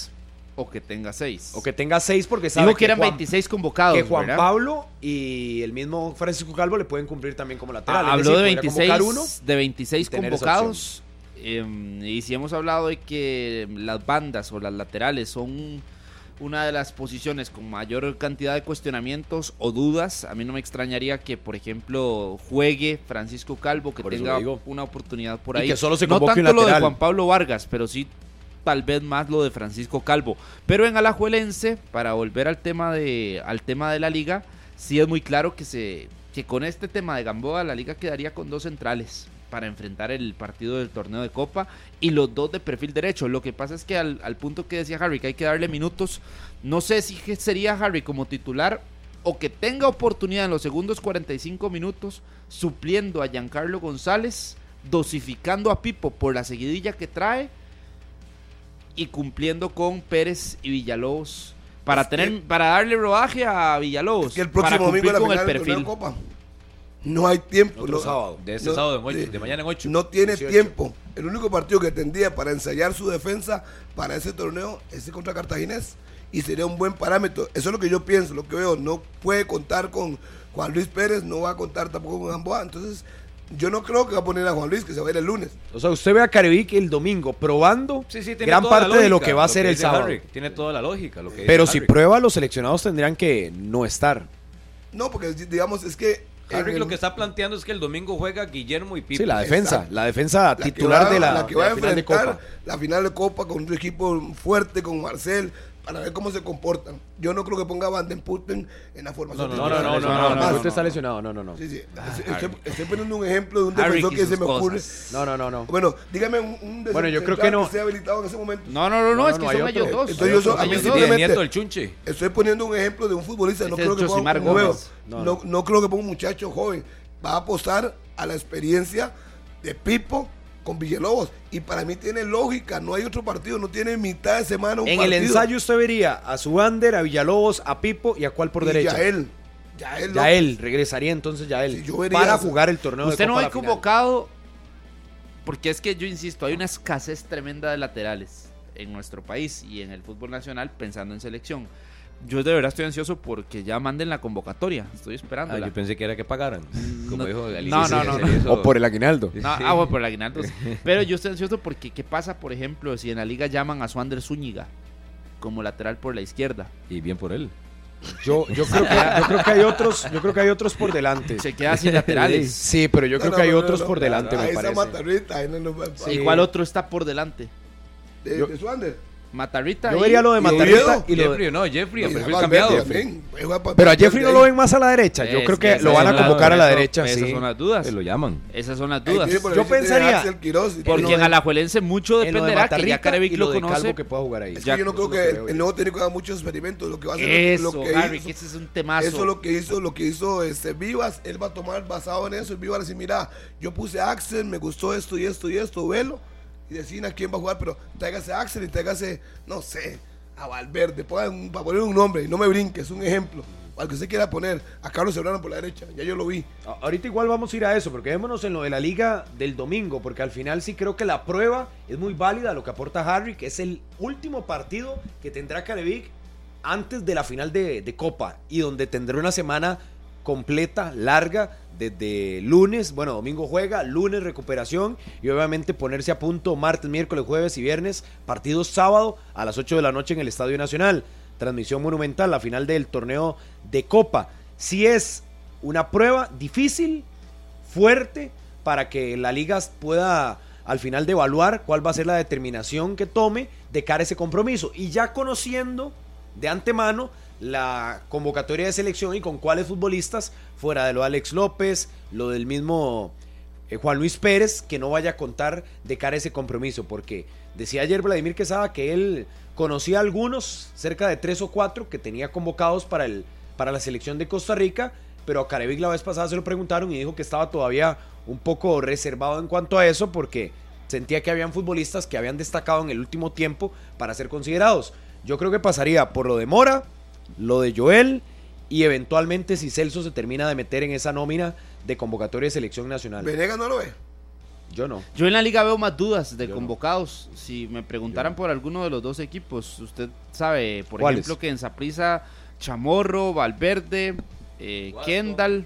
O que tenga seis. O que tenga seis porque sabe Digo que eran Juan, veintiséis convocados, que Juan ¿verdad? Pablo y el mismo Francisco Calvo le pueden cumplir también como lateral. Ah, Es habló decir, de podría convocar uno veintiséis, de veintiséis y tener esa convocados. Eh, y si hemos hablado de que las bandas o las laterales son una de las posiciones con mayor cantidad de cuestionamientos o dudas, a mí no me extrañaría que, por ejemplo, juegue Francisco Calvo, que Por eso tenga digo. una oportunidad por Y ahí. que solo se no convoque tanto un lo de lateral. Juan Pablo Vargas, pero sí tal vez más lo de Francisco Calvo. Pero en Alajuelense, para volver al tema de al tema de la liga, sí es muy claro que se que con este tema de Gamboa la liga quedaría con dos centrales para enfrentar el partido del torneo de Copa y los dos de perfil derecho. Lo que pasa es que al, al punto que decía Harry, que hay que darle minutos, no sé si sería Harry como titular o que tenga oportunidad en los segundos cuarenta y cinco minutos supliendo a Giancarlo González, dosificando a Pipo por la seguidilla que trae y cumpliendo con Pérez y Villalobos para Es tener que- para darle rodaje a Villalobos, Es que el para próximo domingo cumplir la con final el del torneo perfil. de Copa. No hay tiempo. Otro no, sábado. De este no, sábado en ocho, de- de mañana en ocho. No tiene dieciocho. tiempo. El único partido que tendría para ensayar su defensa para ese torneo es el contra Cartaginés. Y sería un buen parámetro. Eso es lo que yo pienso, lo que veo. No puede contar con Juan Luis Pérez, no va a contar tampoco con Gamboa. Entonces, yo no creo que va a poner a Juan Luis, que se va a ir el lunes. O sea, usted ve a Carevic el domingo probando Sí, sí, tiene gran toda la parte de lo lógica, que va a ser el dice sábado. Harry. Tiene toda la lógica. Lo que Pero dice si Harry. prueba, los seleccionados tendrían que no estar. No, porque digamos, es que... Harry en el- lo que está planteando es que el domingo juega Guillermo y Pipo. Sí, la defensa. Exacto. La defensa la que titular va- de la, la que de va la a final de enfrentar Copa. la final de Copa con un equipo fuerte, con Marcel, para ver cómo se comportan. Yo no creo que ponga a Van den Putten en la formación. No, no, no, no, no, no, no, no, no, no, usted está no. lesionado. No, no, no. Sí, sí. Ah, estoy, Harry. estoy poniendo un ejemplo de un Harry defensor y que se sus me ocurre. cosas. No, no, no, no. Bueno, dígame un, un Bueno, yo creo central que no. esté habilitado en ese momento. No, no, no, no, No, es no, que hay son otro. ellos dos. Entonces yo soy- a mí Ellos sí dos. me- Bien, simplemente- nieto del chunche. Estoy poniendo un ejemplo de un futbolista. No Ese creo es que ponga Josimar como veo. Gómez. No, No, no creo que ponga un muchacho joven. Va a apostar a la experiencia de Pipo con Villalobos. Y para mí tiene lógica. No hay otro partido. No tiene mitad de semana un En partido. el ensayo usted vería a Suander, a Villalobos, a Pipo y a cuál por Y derecha. Ya él. Ya él. Ya él, regresaría entonces ya él Sí, yo vería para eso. jugar el torneo Usted de no Copa ha a la final. convocado, porque es que yo insisto, hay una escasez tremenda de laterales en nuestro país y en el fútbol nacional pensando en selección. Yo de verdad estoy ansioso porque ya manden la convocatoria, estoy Ah, esperándola. yo pensé que era que pagaran. Como No. dijo Alicia. No, no, no, se no. hizo- O por el aguinaldo. No, ah, bueno, por el aguinaldo. sí. Pero yo estoy ansioso porque ¿qué pasa, por ejemplo, si en la liga llaman a Swander Zúñiga como lateral por la izquierda? Y bien por él. Yo, yo creo que, yo creo que hay otros, yo creo que hay otros por delante. Se queda sin laterales. Sí, pero yo No, creo no, que hay no, otros no, por no. delante, me Ahí está parece. Matarrita. Ahí no nos va a- Sí. ¿Y cuál otro está por delante? De, Yo- de Suander. Matarrita. Yo y- vería lo de y Matarrita Oviedo. y lo de- Jeffrey, no, Jeffrey, a Y perfil Valverde cambiado. también. Ahí va pa- Pero a Valverde Jeffrey no ahí. lo ven más a la derecha. Yo Es creo que que esas lo van a son las- convocar a la eso- derecha, Esas sí. son las dudas. Se lo llaman. Esas son las Ahí dudas. tiene por Yo ahí, tiene pensaría- Axel Quiroz y Porque tiene- en Alajuelense mucho En lo de dependerá que Matarrita ya Carevic y lo lo de conoce. Calvo que pueda jugar ahí. Es que Ya, yo no eso creo es lo que que veo el yo. nuevo técnico haga muchos experimentos. Lo que va a hacer Eso, lo que Harry, hizo, que ese es un temazo. eso es lo que hizo, lo que hizo este Vivas, él va a tomar basado en eso, y Vivas va a decir, mira, yo puse a Axel, me gustó esto y esto y esto, velo, y deciden a quién va a jugar, pero tráigase a Axel y tráigase, no sé, a Valverde, pongan un- para poner un nombre, y no me brinques, un ejemplo, al que usted quiera poner, a Carlos Serrano por la derecha, ya yo lo vi. A- Ahorita igual vamos a ir a eso, porque quedémonos en lo de la liga del domingo, porque al final sí creo que la prueba es muy válida, lo que aporta Harry, que es el último partido que tendrá Carevic antes de la final de, de Copa, y donde tendrá una semana completa, larga, desde lunes, bueno, domingo juega, lunes recuperación, y obviamente ponerse a punto martes, miércoles, jueves y viernes, partidos sábado a las ocho de la noche en el Estadio Nacional, transmisión monumental, la final del torneo de Copa. Si es una prueba difícil, fuerte, para que la liga pueda al final de evaluar cuál va a ser la determinación que tome de cara a ese compromiso, y ya conociendo de antemano la convocatoria de selección y con cuáles futbolistas, fuera de lo de Alex López, lo del mismo eh, Juan Luis Pérez, que no vaya a contar de cara a ese compromiso, porque decía ayer Vladimir Quesada que él conocía a algunos, cerca de tres o cuatro, que tenía convocados para, el, para la selección de Costa Rica, pero a Carevic la vez pasada se lo preguntaron y dijo que estaba todavía un poco reservado en cuanto a eso, porque sentía que habían futbolistas que habían destacado en el último tiempo para ser considerados. Yo creo que pasaría por lo de Mora, lo de Joel, y eventualmente si Celso se termina de meter en esa nómina de convocatoria de selección nacional. Venegas no lo ve. Yo no. Yo en la liga veo más dudas de Yo convocados. No. Si me preguntaran Yo por alguno de los dos equipos, usted sabe, por ¿Cuáles? ejemplo, que en Saprissa, Chamorro, Valverde, eh, Kendall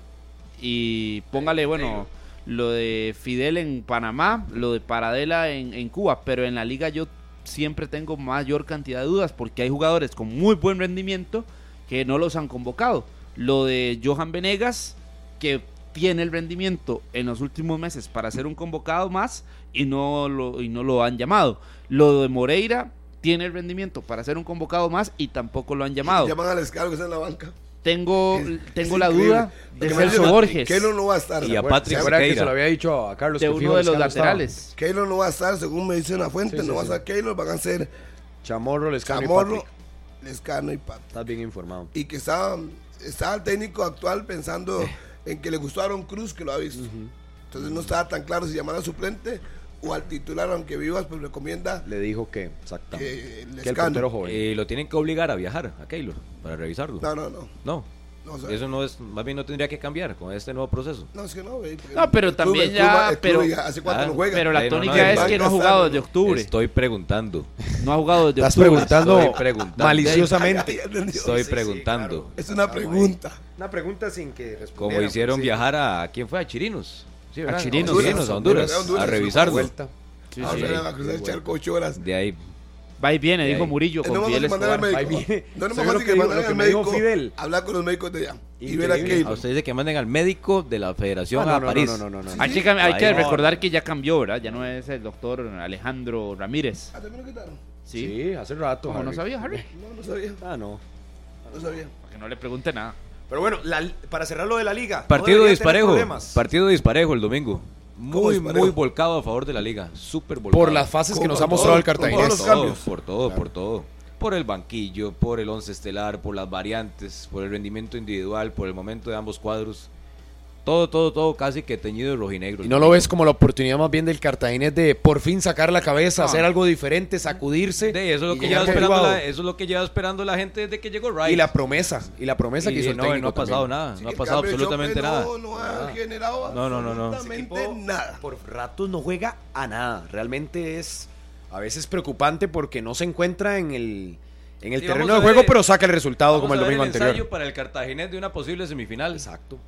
y póngale, bueno, lo de Fidel en Panamá, lo de Paradela en, en Cuba, pero en la liga yo siempre tengo mayor cantidad de dudas porque hay jugadores con muy buen rendimiento que no los han convocado. Lo de Johan Venegas, que tiene el rendimiento en los últimos meses para ser un convocado más y no lo, y no lo han llamado. Lo de Moreira tiene el rendimiento para ser un convocado más y tampoco lo han llamado. Llaman al Escalo que está en la banca. Tengo, Es- tengo es la increíble. duda de Porque Celso Keylor- Borges, Keylor no va a estar. Y ¿se a acuerdan? Patrick ¿Se ¿Se acuerdan que Sequeira. se lo había dicho a Carlos? de que uno fijo de los Lescano estaba? laterales. Keylor no va a estar, según me dice una fuente, Sí, sí, no va a sí. estar Keylor, van a ser Chamorro, Lescano y Chamorro, Patrick. Lescano y Pat. Estás bien informado. Y que está, está el técnico actual pensando en que le gustó a Aaron Cruz, que lo ha visto. Entonces no estaba tan claro si llamar al suplente o al titular, aunque Vivas pues recomienda Le dijo que, exactamente. que Que el Lescano. portero joven. Eh, lo tienen que obligar a viajar a Keylor para revisarlo. No, no, no. No, No, o sea, eso no es, más bien no tendría que cambiar con este nuevo proceso. no, es que no, güey, porque No, pero el club- también el club- ya- el club pero- ya ¿hace cuánto Ah, no juega? Pero la Eh, no, no, tónica no, es que no ha no, jugado no, desde octubre. Estoy preguntando. No ha jugado desde Estás octubre. preguntando Estoy preguntando. maliciosamente. Ya entendió. Estoy Sí, sí, preguntando. claro. Es una pregunta. Una pregunta sin que respondiera. Como hicieron sí. viajar a... ¿Quién fue? A Chirinos. Sí, ¿verdad? A Chirinos, a Honduras, sí. a Honduras, A Honduras, a sí, revisarlo. Vuelta. Sí, Ahora sí. se le va a cruzar el charco ocho horas. De ahí. Va y viene, De dijo ahí. Murillo, Eh, No con vamos Fidel a mandar al Escobar. médico. Ahí viene. No nos ¿Sabe vamos lo a que que dijo- mandar lo que al me dijo médico. Fidel? Hablar con los médicos de allá. Y ver a Increíble. Keylor. A usted dice que manden al médico de la federación Ah, no, a no, París. no, no, no, no, no. Hay que, cam- hay que Ahí. recordar que ya cambió, ¿verdad? Ya no es el doctor Alejandro Ramírez. Ah, ¿también lo quitaron? Sí. Sí, hace rato. ¿Cómo no Harry. sabía, Harry? No, no sabía. Ah, no. No sabía. Para que no le pregunte nada. Pero bueno, la- para cerrar lo de la liga. no Partido debería tener disparejo. problemas. Partido disparejo el domingo. ¿Cómo Muy, disparejo? muy volcado a favor de la liga. Súper volcado. Por las fases que Con nos ha todo, mostrado el con cartaginés. todos Por los todo, cambios. por todo, por todo. Por el banquillo, por el once estelar, por las variantes, por el rendimiento individual, por el momento de ambos cuadros. Todo, todo, todo casi que teñido de rojinegro. Y no lo ves como la oportunidad más bien del cartaginés de por fin sacar la cabeza, No. hacer algo diferente, sacudirse. De eso, es lo y que llegar lleva esperando motivado. la, eso es lo que lleva esperando la gente desde que llegó Wright. Y la promesa, y la promesa que Y hizo el no, y técnico no ha pasado también. nada, Sí, no ha el pasado cambio de absolutamente Chope nada. No, no ha Nada. generado No, no, no, no. absolutamente nada. Por ratos no juega a nada. Realmente es a veces preocupante porque no se encuentra en el, en el Sí, terreno vamos de a juego, ver- pero saca el resultado Vamos como el a ver domingo el anterior. ensayo para el Cartaginés de una posible semifinal. Exacto.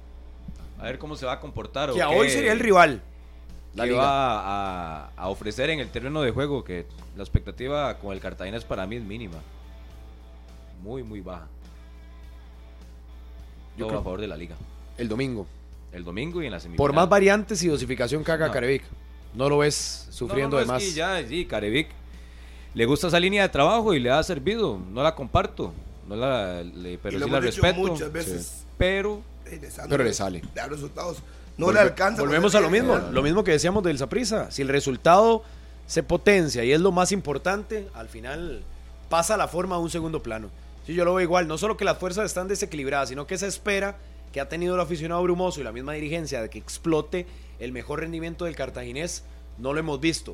A ver cómo se va a comportar. o Que a qué- hoy sería el rival. La que liga. va a, a ofrecer en el terreno de juego, que la expectativa con el Cartaginés para mí es mínima. Muy, muy baja. Yo Todo creo- a favor de la liga. El domingo. El domingo y en la semifinal. Por más variantes y dosificación que haga No. Carevic. No lo ves sufriendo No, de no, no, más. es que ya, sí, Carevic le gusta esa línea de trabajo y le ha servido. No la comparto, no la, le- pero Y lo sí la hemos dicho respeto. muchas veces. Pero Eh, le sale, Pero le sale. Da resultados. No Volve- le alcanza. Volvemos porque a lo mismo, tiene- lo mismo que decíamos del Saprissa. Si el resultado se potencia y es lo más importante, al final pasa la forma a un segundo plano. Sí, yo lo veo igual, no solo que las fuerzas están desequilibradas, sino que se espera que ha tenido el aficionado brumoso y la misma dirigencia de que explote el mejor rendimiento del cartaginés, no lo hemos visto.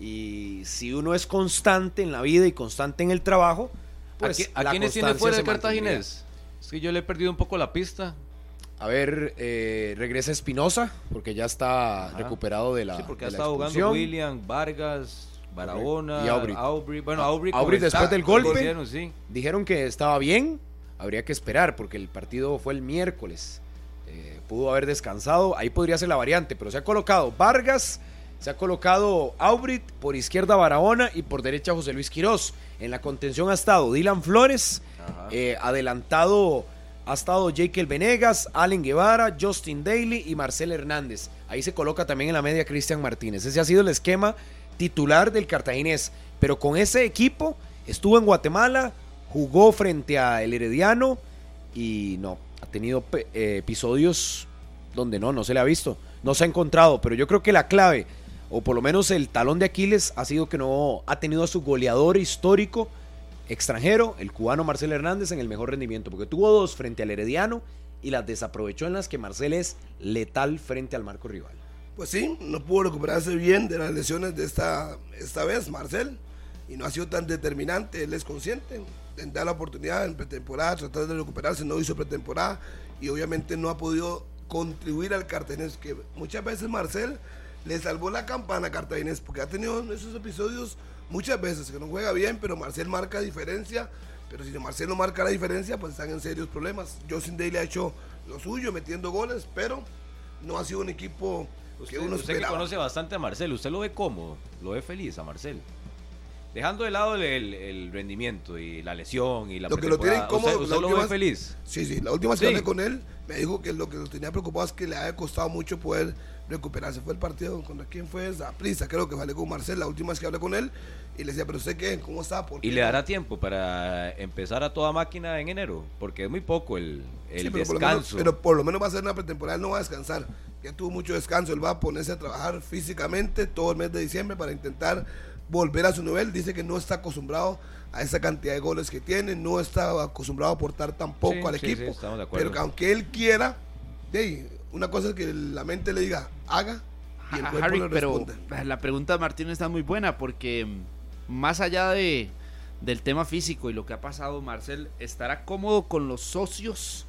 Y si uno es constante en la vida y constante en el trabajo, pues ¿a, qué- a la quiénes tiene constancia fuera se el mantendría. Cartaginés? Es que yo le he perdido un poco la pista. A ver, eh, regresa Espinosa, porque ya está Ajá. recuperado de la Sí, porque de ha la estado jugando expulsión. William, Vargas, Barahona, Y Aubry. Aubry. Bueno, Ah, Aubry, Aubry con- después está- del golpe. hicieron, sí. Dijeron que estaba bien, habría que esperar porque el partido fue el miércoles. Eh, pudo haber descansado, ahí podría ser la variante, pero se ha colocado Vargas, se ha colocado Aubry, por izquierda Barahona y por derecha José Luis Quirós. En la contención ha estado Dylan Flores, Ajá. eh, adelantado ha estado Jekyll Venegas, Allen Guevara, Justin Daly y Marcel Hernández. Ahí se coloca también en la media Cristian Martínez. Ese ha sido el esquema titular del cartaginés, pero con ese equipo estuvo en Guatemala, jugó frente a el Herediano y no, ha tenido pe- eh, episodios donde no, no se le ha visto, no se ha encontrado, pero yo creo que la clave, o por lo menos el talón de Aquiles, ha sido que no ha tenido a su goleador histórico extranjero, el cubano Marcel Hernández, en el mejor rendimiento, porque tuvo dos frente al Herediano y las desaprovechó en las que Marcel es letal frente al marco rival. Pues sí, no pudo recuperarse bien de las lesiones de esta, esta vez, Marcel, y no ha sido tan determinante, él es consciente, de dar la oportunidad en pretemporada, tratar de recuperarse, no hizo pretemporada, y obviamente no ha podido contribuir al cartaginés, que muchas veces Marcel le salvó la campana a Cartaginés, porque ha tenido esos episodios muchas veces que no juega bien, pero Marcel marca diferencia. Pero si Marcel no marca la diferencia, pues están en serios problemas. Justin Daly ha hecho lo suyo, metiendo goles, pero no ha sido un equipo usted, que uno usted esperaba. que conoce bastante a Marcel, ¿usted lo ve cómodo? ¿Lo ve feliz a Marcel? Dejando de lado el, el rendimiento y la lesión y la lo que lo tiene incómodo, ¿usted, usted lo última, ve feliz? Sí, sí, la última vez que sí. hablé con él, me dijo que lo que lo tenía preocupado es que le había costado mucho poder recuperarse. Fue el partido contra quién fue, Saprissa, creo que hablé con Marcel, la última vez que hablé con él, y le decía, pero usted qué, ¿cómo está? ¿Por qué ¿Y le no? dará tiempo para empezar a toda máquina en enero? Porque es muy poco el, el sí, pero descanso. Por lo menos, pero por lo menos va a ser una pretemporada, no va a descansar. Ya tuvo mucho descanso, él va a ponerse a trabajar físicamente todo el mes de diciembre para intentar volver a su nivel. Dice que no está acostumbrado a esa cantidad de goles que tiene, no está acostumbrado a aportar tampoco Sí, al sí, equipo, sí, estamos de acuerdo. pero que aunque él quiera, hey, una cosa es que la mente le diga, haga, y el cuerpo Harry, le pero responde. la pregunta de Martín está muy buena porque más allá de del tema físico y lo que ha pasado, Marcel, ¿estará cómodo con los socios?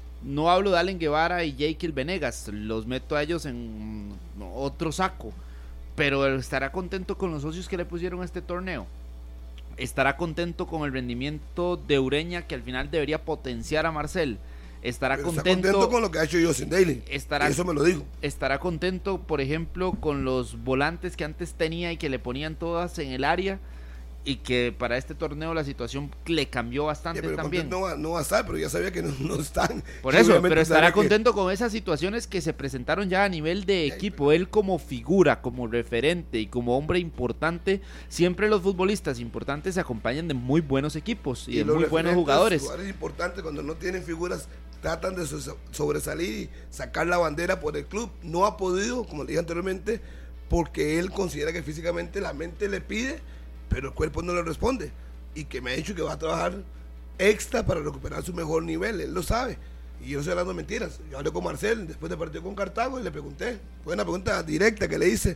No hablo de Allen Guevara y Jekyll Venegas, los meto a ellos en otro saco, pero ¿estará contento con los socios que le pusieron a este torneo? ¿Estará contento con el rendimiento de Ureña, que al final debería potenciar a Marcel? ¿Estará Pero contento, está contento con lo que ha hecho Justin Daly, estará, y eso me lo dijo. ¿Estará contento, por ejemplo, con los volantes que antes tenía y que le ponían todas en el área? Y que para este torneo la situación le cambió bastante Sí, pero también. no va, no va a estar, pero ya sabía que no, no están. Por Y eso, obviamente pero estará sabía que- contento con esas situaciones que se presentaron ya a nivel de equipo. Él como figura, como referente y como hombre importante, siempre los futbolistas importantes se acompañan de muy buenos equipos y, de los muy buenos referentes, jugadores. Jugadores importantes cuando no tienen figuras tratan de so- sobresalir y sacar la bandera por el club. No ha podido, como le dije anteriormente, porque él considera que físicamente la mente le pide, pero el cuerpo no le responde. Y que me ha dicho que va a trabajar extra para recuperar su mejor nivel. Él lo sabe. Y yo no estoy hablando mentiras. Yo hablé con Marcel después del partido con Cartago y le pregunté. Fue una pregunta directa que le hice.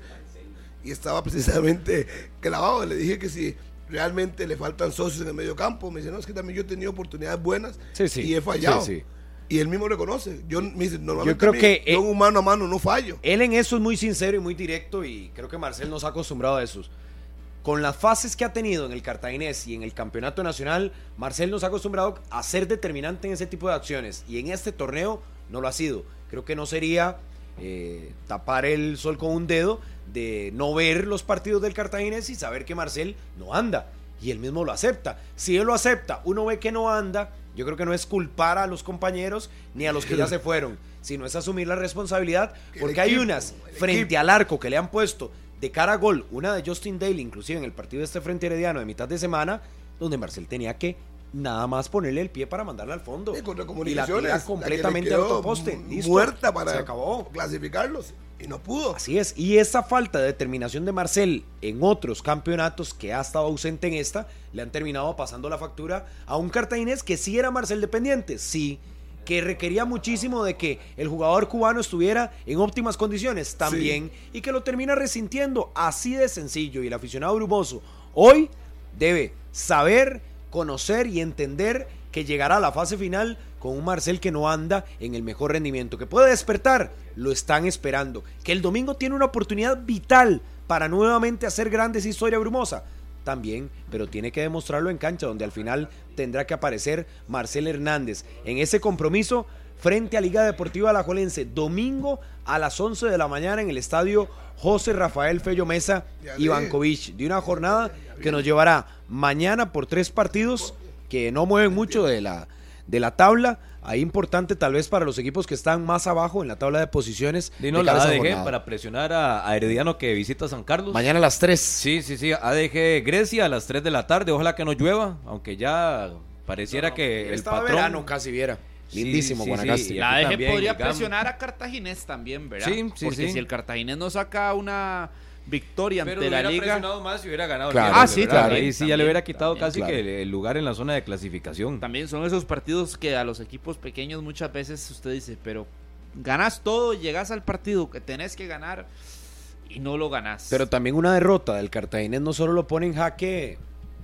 Y estaba precisamente clavado. Le dije que si realmente le faltan socios en el medio campo. Me dice, no, es que también yo he tenido oportunidades buenas Sí, sí. y he fallado. Sí, sí. Y él mismo reconoce. Yo, me dice, normalmente Yo creo a mí, que, yo eh, un mano a mano no fallo. Él en eso es muy sincero y muy directo y creo que Marcel nos ha acostumbrado a eso. Con las fases que ha tenido en el Cartaginés y en el Campeonato Nacional, Marcel nos ha acostumbrado a ser determinante en ese tipo de acciones y en este torneo no lo ha sido. Creo que no sería eh, tapar el sol con un dedo de no ver los partidos del Cartaginés y saber que Marcel no anda y él mismo lo acepta. Si él lo acepta, uno ve que no anda, yo creo que no es culpar a los compañeros ni a los que ya se fueron, sino es asumir la responsabilidad, porque hay equipo, unas el frente equipo. al arco que le han puesto de cara a gol, una de Justin Daly, inclusive en el partido de este frente Herediano de mitad de semana, donde Marcel tenía que nada más ponerle el pie para mandarla al fondo. Sí, contra Y la Comunicaciones, tira la que completamente le al quedó autoposte. mu- Listo. muerta para Se acabó. clasificarlos y no pudo. Así es, y esa falta de determinación de Marcel en otros campeonatos que ha estado ausente en esta, le han terminado pasando la factura a un Cartaginés que sí era Marcel dependiente, sí, que requería muchísimo de que el jugador cubano estuviera en óptimas condiciones también, y que lo termina resintiendo, así de sencillo. Y el aficionado brumoso hoy debe saber, conocer y entender que llegará a la fase final con un Marcel que no anda en el mejor rendimiento, que puede despertar, lo están esperando, que el domingo tiene una oportunidad vital para nuevamente hacer grandes historia brumosa, también, pero tiene que demostrarlo en cancha, donde al final tendrá que aparecer Marcel Hernández en ese compromiso frente a Liga Deportiva Alajuelense, domingo a las once de la mañana en el estadio José Rafael Fello Mesa Ivankovic, de una jornada que nos llevará mañana por tres partidos que no mueven mucho de la, de la tabla, ahí importante tal vez para los equipos que están más abajo en la tabla de posiciones. Dinos de la cara a A esa D G jornada. para presionar a, a Herediano que visita San Carlos. Mañana a las tres. Sí, sí, sí, A D G Grecia a las tres de la tarde, ojalá que no llueva, aunque ya pareciera No, que el estaba patrón... verano casi viera. Sí, Lindísimo sí, Guanacaste. sí, y La aquí A D G también, podría el G A M. presionar a Cartaginés también, ¿verdad? Sí, sí, Porque sí. si el Cartaginés no saca una victoria Pero ante la hubiera liga, presionado más si hubiera ganado el Claro. viernes, Ah, sí, ¿verdad? también, Ahí sí ya también, le hubiera quitado también, casi claro. que el, el lugar en la zona de clasificación. también son esos partidos que a los equipos pequeños muchas veces usted dice, pero ganas todo, llegas al partido que tenés que ganar y no lo ganás. Pero también una derrota del Cartaginés no solo lo pone en jaque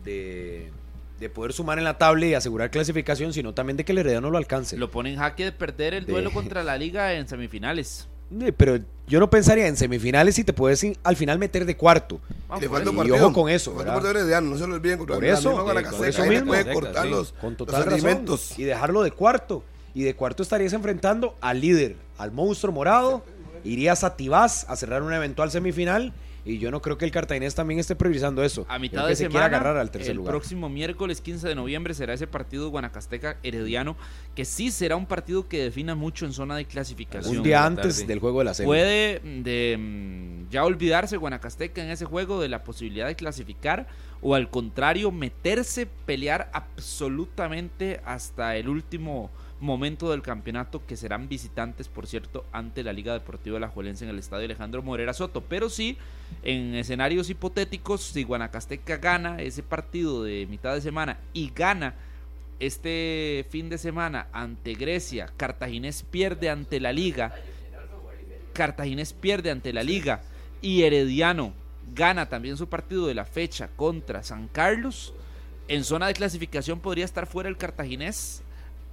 de, de poder sumar en la tabla y asegurar clasificación, sino también de que el Herediano lo alcance. lo pone en jaque de perder el De- duelo contra la liga en semifinales. Pero yo no pensaría en semifinales si te puedes ir, al final meter de cuarto. Ah, y, pues, y ojo con eso, ¿verdad? Partido, no se lo olviden contra por eso, la eh, por eso mismo, puede cortar sí. los, con total los alimentos. Razón, y dejarlo de cuarto. Y de cuarto estarías enfrentando al líder, al monstruo morado. Irías a Tibás a cerrar una eventual semifinal. Y yo no creo que el cartaginés también esté priorizando eso. A mitad creo de que semana, se quiera agarrar al tercer el lugar. próximo miércoles quince de noviembre será ese partido Guanacasteca Herediano, que sí será un partido que defina mucho en zona de clasificación. Un día antes del juego de la serie. Puede de mm, ya olvidarse Guanacasteca en ese juego de la posibilidad de clasificar, o al contrario meterse, pelear absolutamente hasta el último momento del campeonato, que serán visitantes, por cierto, ante la Liga Deportiva Alajuelense en el estadio Alejandro Morera Soto. Pero sí, en escenarios hipotéticos, si Guanacasteca gana ese partido de mitad de semana y gana este fin de semana ante Grecia, Cartaginés pierde ante la Liga, Cartaginés pierde ante la Liga y Herediano gana también su partido de la fecha contra San Carlos, en zona de clasificación podría estar fuera el Cartaginés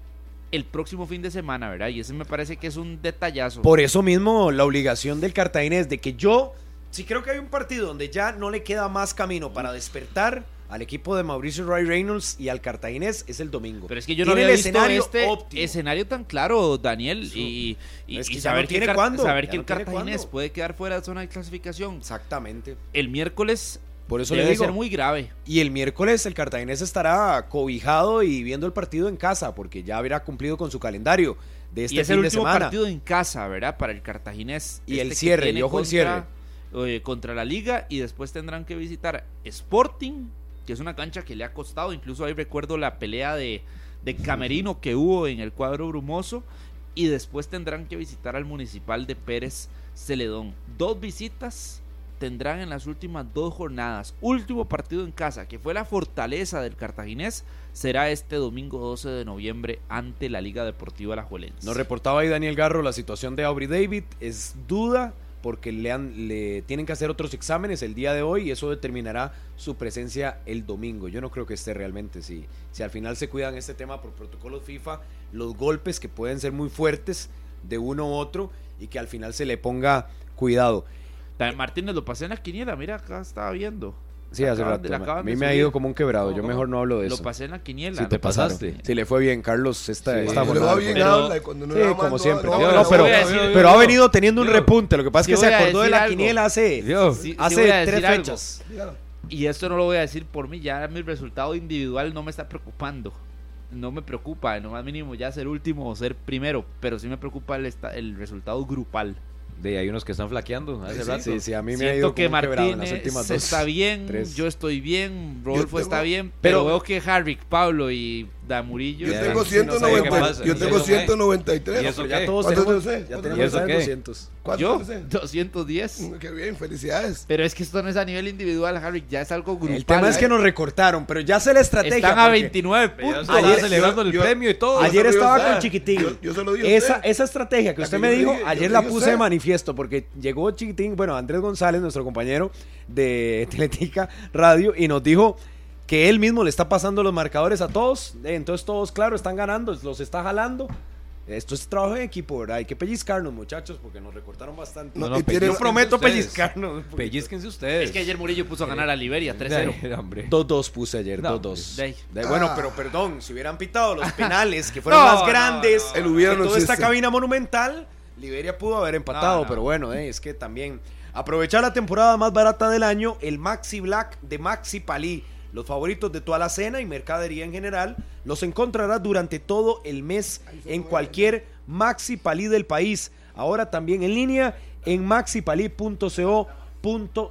el próximo fin de semana, ¿verdad? Y ese me parece que es un detallazo. Por eso mismo la obligación del cartaginés de que yo, sí creo que hay un partido donde ya no le queda más camino para despertar al equipo de Mauricio Ray Reynolds y al cartaginés, es el domingo. Pero es que yo no tiene había el visto escenario este óptimo. escenario tan claro, Daniel, Sí. y, y, Es que y ya saber no que tiene el, car- cuándo, saber ya que no el tiene cartaginés cuándo. puede quedar fuera de zona de clasificación. Exactamente. El miércoles Por eso debe le digo. ser muy grave. Y el miércoles el cartaginés estará cobijado y viendo el partido en casa, porque ya habrá cumplido con su calendario de este Y es fin el de último semana. partido en casa, ¿verdad? Para el cartaginés. Y el que cierre, tiene y ojo el contra, eh, contra la Liga, y después tendrán que visitar Sporting, que es una cancha que le ha costado. Incluso ahí recuerdo la pelea de, de camerino que hubo en el cuadro brumoso. Y después tendrán que visitar al Municipal de Pérez Celedón. Dos visitas tendrán en las últimas dos jornadas. Último partido en casa, que fue la fortaleza del cartaginés, será este domingo doce de noviembre ante la Liga Deportiva Alajuelense. Nos reportaba ahí Daniel Garro la situación de Aubrey David. Es duda porque le, han, le tienen que hacer otros exámenes el día de hoy y eso determinará su presencia el domingo. Yo no creo que esté realmente, si, si al final se cuidan este tema por protocolos FIFA, los golpes que pueden ser muy fuertes de uno u otro y que al final se le ponga cuidado. Martínez, lo pasé en la quiniela, mira, acá estaba viendo. Sí, hace Acaban rato. de- le acaban A mí de me ha subir. ido como un quebrado. ¿Cómo, Yo cómo? mejor no hablo de Lo eso. pasé en la quiniela. Sí, te Lo pasaste. Si le fue bien, Carlos, esta, Sí, esta Le jornada va bien fue- a Pero- habla y cuando no Sí, le va como mal, siempre. no, Yo- no, no, no, pero, voy a decir- pero yo- ha venido teniendo un yo- repunte. Lo que pasa sí es que voy se a acordó de decir la algo. quiniela hace, Yo. Sí, sí hace voy a decir tres algo. fechas. dígalo. Y esto no lo voy a decir por mí, ya mi resultado individual no me está preocupando. No me preocupa, en lo más mínimo ya ser último o ser primero, pero sí me preocupa el, esta- el resultado grupal. De hay unos que están flaqueando hace Sí, rato. Sí, sí, a mí me ha ido Siento como que un quebrado en las Martínez últimas dos. está bien, tres. yo estoy bien, Rodolfo Yo está tengo- bien, pero, pero- veo que Harvick, Pablo y Damurillo... Yo Ya, tengo sí, ciento no sabía qué noventa, pasa. yo ¿Y tengo eso qué? ciento noventa y tres. ¿Y eso Ya qué? todos ¿Cuántos tenemos, tiene usted? ya ¿Cuántos tenemos tiene usted? doscientos. ¿Cuánto Yo, tiene usted? doscientos diez. Mm, Qué bien, felicidades. Pero es que esto no es a nivel individual, Harvick, ya es algo grupal. El tema es que nos recortaron, pero ya sé la estrategia. Están a porque veintinueve Ya puntos. se estaba Ayer- celebrando el yo- premio y todo. Ayer Yo se lo estaba digo a con usted. Chiquitín. Yo- yo se lo digo a esa, usted. esa estrategia que La usted que me yo dijo, dije, yo ayer le la dije a puse usted. de manifiesto porque llegó Chiquitín, bueno, Andrés González, nuestro compañero de Teletica Radio, y nos dijo que él mismo le está pasando los marcadores a todos. eh, Entonces todos, claro, están ganando, los está jalando. Esto es trabajo en equipo, ¿verdad? Hay que pellizcarnos, muchachos, porque nos recortaron bastante. No, No, y tiene- Yo prometo ustedes. pellizcarnos. Pellizquense ustedes. Es que ayer Murillo puso a ganar a Liberia tres cero. Ay, hombre. dos dos puse ayer, No, dos dos. de ahí. De- Bueno, Ah. pero perdón, si hubieran pitado los penales, que fueron No, más grandes, no, no, El hubiera de no toda esta existe. cabina monumental, Liberia pudo haber empatado, No, no. pero bueno, eh, es que también aprovechar la temporada más barata del año, el Maxi Black de Maxi Palí. Los favoritos de toda la cena y mercadería en general los encontrarás durante todo el mes en cualquier Maxi Palí del país. Ahora también en línea en maxipalí punto co punto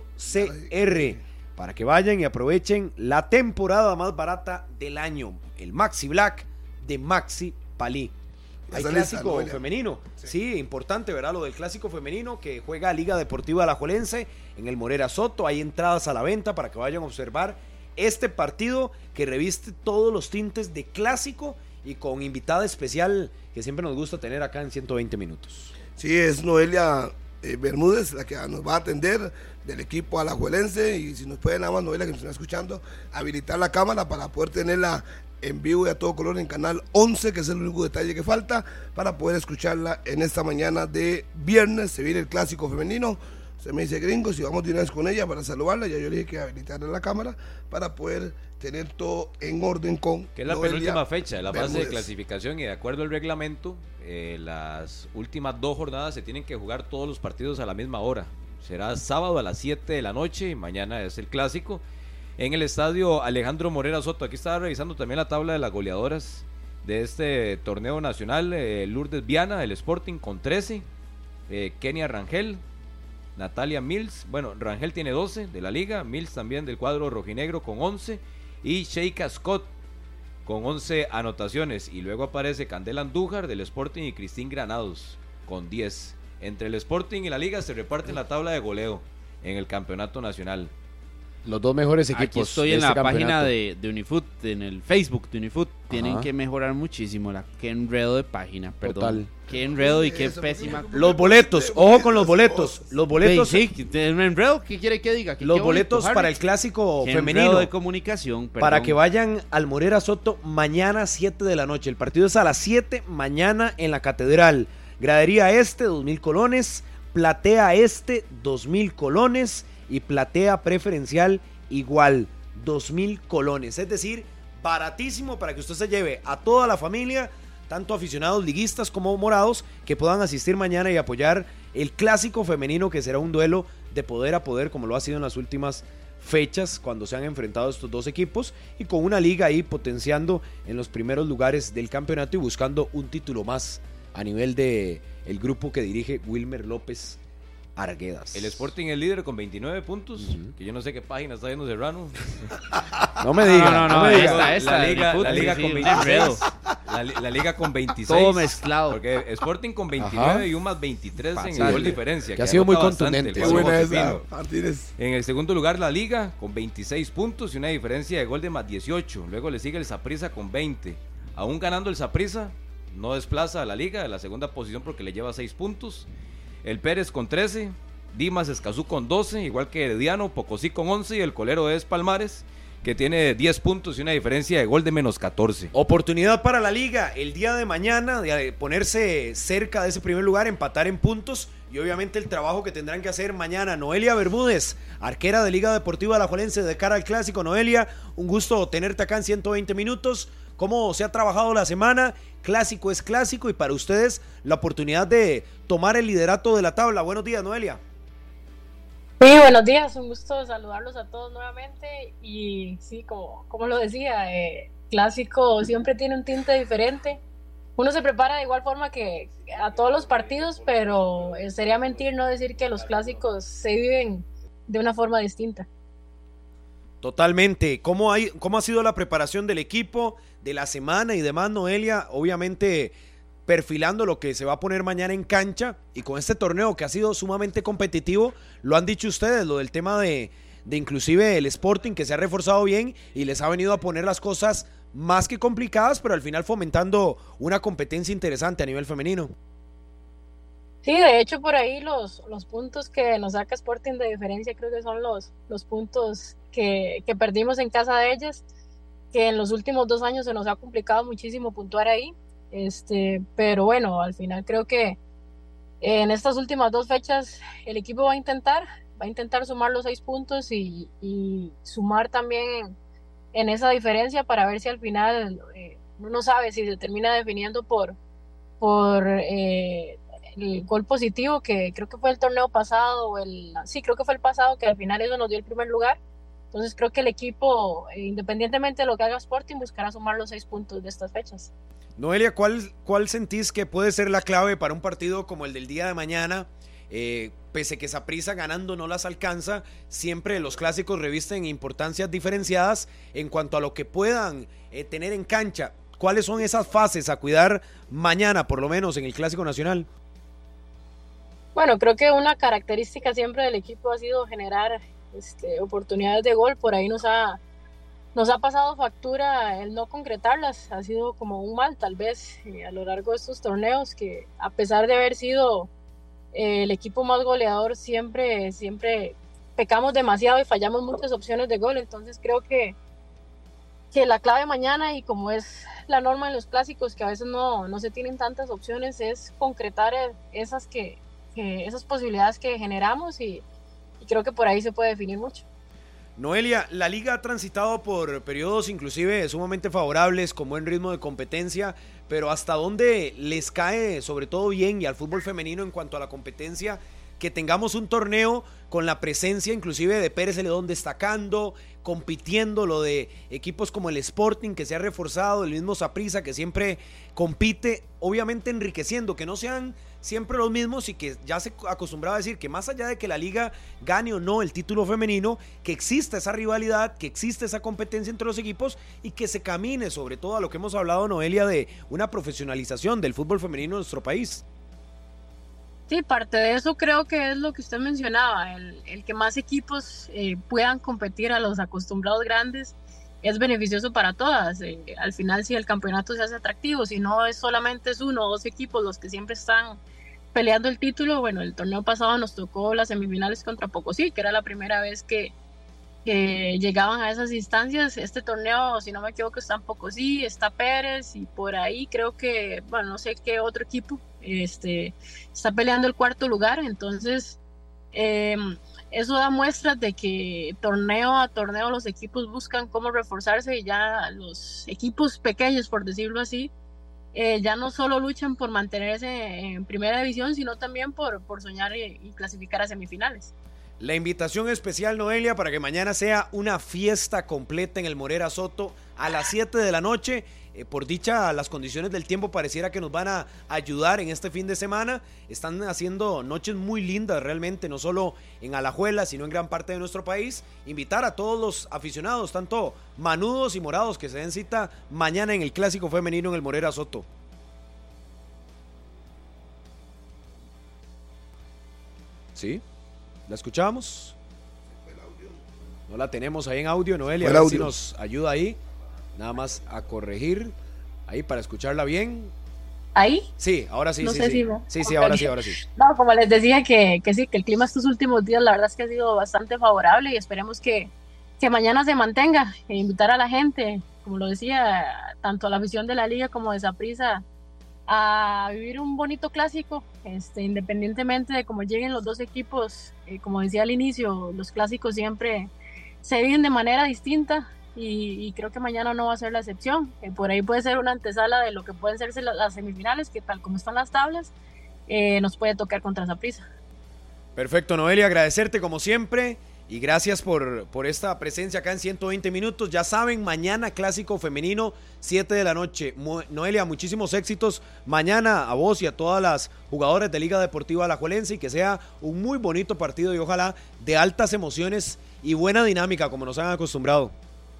cr para que vayan y aprovechen la temporada más barata del año. El Maxi Black de Maxi Palí. Hay Esa clásico lista, Noelia. femenino. Sí. importante, ¿verdad? Lo del clásico femenino que juega Liga Deportiva Alajuelense en el Morera Soto. Hay entradas a la venta para que vayan a observar este partido que reviste todos los tintes de clásico y con invitada especial que siempre nos gusta tener acá en ciento veinte minutos. Sí, es Noelia eh, Bermúdez la que nos va a atender del equipo alajuelense, y si nos puede nada más, Noelia, que nos está escuchando, habilitar la cámara para poder tenerla en vivo y a todo color en Canal once, que es el único detalle que falta para poder escucharla en esta mañana de viernes. Se viene el clásico femenino. Se me dice gringo, si vamos de una vez con ella para saludarla, ya yo le dije que habilitarle la cámara para poder tener todo en orden con que es la Noelia penúltima fecha, la fase de Bermúdez. clasificación, y de acuerdo al reglamento, eh, las últimas dos jornadas se tienen que jugar todos los partidos a la misma hora. Será sábado a las siete de la noche y mañana es el clásico en el estadio Alejandro Morera Soto. Aquí estaba revisando también la tabla de las goleadoras de este torneo nacional. eh, Lourdes Viana del Sporting con trece, eh, Kenia Rangel, Natalia Mills, bueno, Rangel tiene doce de la liga, Mills también del cuadro rojinegro con once, y Sheika Scott con once anotaciones, y luego aparece Candela Andújar del Sporting y Cristín Granados con diez. Entre el Sporting y la liga se reparte la tabla de goleo en el campeonato nacional. Los dos mejores equipos. Aquí estoy de en este la página campeonato. de, de Unifoot, en el Facebook de Unifoot. Tienen Ajá. que mejorar muchísimo. La, qué enredo de página, perdón. Total. Qué enredo y qué Eso, pésima. Los boletos, ojo con los boletos. Los boletos, Sí, sí, ¿un enredo? ¿Qué quiere que diga? ¿Que los qué bonito, boletos Harry? para el clásico Qué femenino. enredo de comunicación, perdón. Para que vayan al Morera Soto mañana siete de la noche. El partido es a las siete mañana en la Catedral. Gradería Este, dos mil colones. Platea Este, dos mil colones. Y platea preferencial igual, dos mil colones. Es decir, baratísimo para que usted se lleve a toda la familia, tanto aficionados liguistas como morados, que puedan asistir mañana y apoyar el clásico femenino, que será un duelo de poder a poder, como lo ha sido en las últimas fechas cuando se han enfrentado estos dos equipos, y con una liga ahí potenciando en los primeros lugares del campeonato y buscando un título más a nivel de el grupo que dirige Wilmer López Arguedas. El Sporting es líder con veintinueve puntos, Ujú. que yo no sé qué página está viendo Serrano. No me diga, No, no, no, me diga. esta, esta, la de liga, Unifoot, la liga sí, con sí, un veintiséis. enredo. La, li- la liga con veintiséis. Todo mezclado. Porque Sporting con veintinueve Ajá. y un más veintitrés en Pasable. gol diferencia. Que ha sido muy anota bastante contundente. el Qué cuadro buena josefino. esa, Martínez. En el segundo lugar la liga con veintiséis puntos y una diferencia de gol de más dieciocho. Luego le sigue el Saprissa con veinte. Aún ganando el Saprissa, no desplaza a la liga de la segunda posición porque le lleva seis puntos. El Pérez con trece, Dimas Escazú con doce, igual que Herediano, Pocosí con once y el colero es Palmares, que tiene diez puntos y una diferencia de gol de menos catorce. Oportunidad para la liga el día de mañana de ponerse cerca de ese primer lugar, empatar en puntos, y obviamente el trabajo que tendrán que hacer mañana. Noelia Bermúdez, arquera de Liga Deportiva Alajuelense, de cara al clásico. Noelia, un gusto tenerte acá en ciento veinte minutos. ¿Cómo se ha trabajado la semana? Clásico es clásico y para ustedes la oportunidad de tomar el liderato de la tabla. Buenos días, Noelia. Sí, buenos días, un gusto saludarlos a todos nuevamente. Y sí, como, como lo decía, eh, clásico siempre tiene un tinte diferente. Uno se prepara de igual forma que a todos los partidos, pero eh, sería mentir no decir que los clásicos se viven de una forma distinta. Totalmente. ¿Cómo, hay, ¿Cómo ha sido la preparación del equipo, de la semana y demás, Noelia? Obviamente perfilando lo que se va a poner mañana en cancha, y con este torneo que ha sido sumamente competitivo, lo han dicho ustedes, lo del tema de, de inclusive el Sporting, que se ha reforzado bien y les ha venido a poner las cosas más que complicadas, pero al final fomentando una competencia interesante a nivel femenino. Sí, de hecho por ahí los, los puntos que nos saca Sporting de diferencia creo que son los, los puntos que, que perdimos en casa de ellas, que en los últimos dos años se nos ha complicado muchísimo puntuar ahí. Este, pero bueno, al final creo que en estas últimas dos fechas el equipo va a intentar, va a intentar sumar los seis puntos y, y sumar también en, en esa diferencia para ver si al final eh, uno sabe si se termina definiendo por, por eh, el gol positivo, que creo que fue el torneo pasado, o el, sí, creo que fue el pasado, que al final eso nos dio el primer lugar. Entonces creo que el equipo, eh, independientemente de lo que haga Sporting, buscará sumar los seis puntos de estas fechas. Noelia, ¿cuál, ¿cuál sentís que puede ser la clave para un partido como el del día de mañana? Eh, pese que Saprissa ganando no las alcanza, siempre los clásicos revisten importancias diferenciadas en cuanto a lo que puedan eh, tener en cancha. ¿Cuáles son esas fases a cuidar mañana, por lo menos en el Clásico Nacional? Bueno, creo que una característica siempre del equipo ha sido generar este, oportunidades de gol. Por ahí nos ha, nos ha pasado factura el no concretarlas. Ha sido como un mal, tal vez, eh, a lo largo de estos torneos, que a pesar de haber sido eh, el equipo más goleador, siempre, siempre pecamos demasiado y fallamos muchas opciones de gol. Entonces creo que, que la clave mañana, y como es la norma en los clásicos, que a veces no, no se tienen tantas opciones, es concretar esas, que, que, esas posibilidades que generamos, y, y creo que por ahí se puede definir mucho. Noelia, la liga ha transitado por periodos inclusive sumamente favorables, con buen ritmo de competencia, pero ¿hasta dónde les cae sobre todo bien y al fútbol femenino en cuanto a la competencia que tengamos un torneo con la presencia inclusive de Pérez Celedón destacando, compitiendo, lo de equipos como el Sporting que se ha reforzado, el mismo Saprissa que siempre compite, obviamente enriqueciendo, que no sean siempre los mismos y que ya se acostumbraba a decir que más allá de que la liga gane o no el título femenino, que exista esa rivalidad, que exista esa competencia entre los equipos y que se camine sobre todo a lo que hemos hablado, Noelia, de una profesionalización del fútbol femenino en nuestro país. Sí, parte de eso creo que es lo que usted mencionaba, el, el que más equipos eh, puedan competir a los acostumbrados grandes es beneficioso para todas. Eh, al final, si el campeonato se hace atractivo, si no es solamente es uno o dos equipos los que siempre están peleando el título, bueno, el torneo pasado nos tocó las semifinales contra Pocosí, que era la primera vez que, que llegaban a esas instancias. Este torneo, si no me equivoco, está en Pocosí, está Pérez, y por ahí creo que, bueno, no sé qué otro equipo este, está peleando el cuarto lugar. Entonces eh, eso da muestras de que torneo a torneo los equipos buscan cómo reforzarse, y ya los equipos pequeños, por decirlo así, eh, ya no solo luchan por mantenerse en primera división, sino también por, por soñar y, y clasificar a semifinales. La invitación especial, Noelia, para que mañana sea una fiesta completa en el Morera Soto a las siete de la noche. Eh, por dicha, las condiciones del tiempo pareciera que nos van a ayudar en este fin de semana. Están haciendo noches muy lindas realmente, no solo en Alajuela, sino en gran parte de nuestro país. Invitar a todos los aficionados, tanto manudos y morados, que se den cita mañana en el Clásico Femenino en el Morera Soto. ¿Sí? ¿La escuchamos? No la tenemos ahí en audio, Noelia, a ver si nos ayuda ahí, nada más a corregir, ahí para escucharla bien. ¿Ahí? Sí, ahora sí, no sí, sé sí. Si sí, sí, ahora sí, ahora sí. No, como les decía que, que sí, que el clima estos últimos días la verdad es que ha sido bastante favorable, y esperemos que, que mañana se mantenga, e invitar a la gente, como lo decía, tanto a la afición de la liga como de Saprissa, a vivir un bonito clásico, este, independientemente de cómo lleguen los dos equipos. Eh, como decía al inicio, los clásicos siempre se viven de manera distinta, y, y creo que mañana no va a ser la excepción. Eh, por ahí puede ser una antesala de lo que pueden ser las semifinales, que tal como están las tablas, eh, nos puede tocar contra Saprissa. Perfecto, Noelia, agradecerte como siempre. Y gracias por, por esta presencia acá en ciento veinte minutos. Ya saben, mañana Clásico Femenino, siete de la noche. Mo- Noelia, muchísimos éxitos mañana a vos y a todas las jugadoras de Liga Deportiva Alajuelense, y que sea un muy bonito partido y ojalá de altas emociones y buena dinámica como nos han acostumbrado.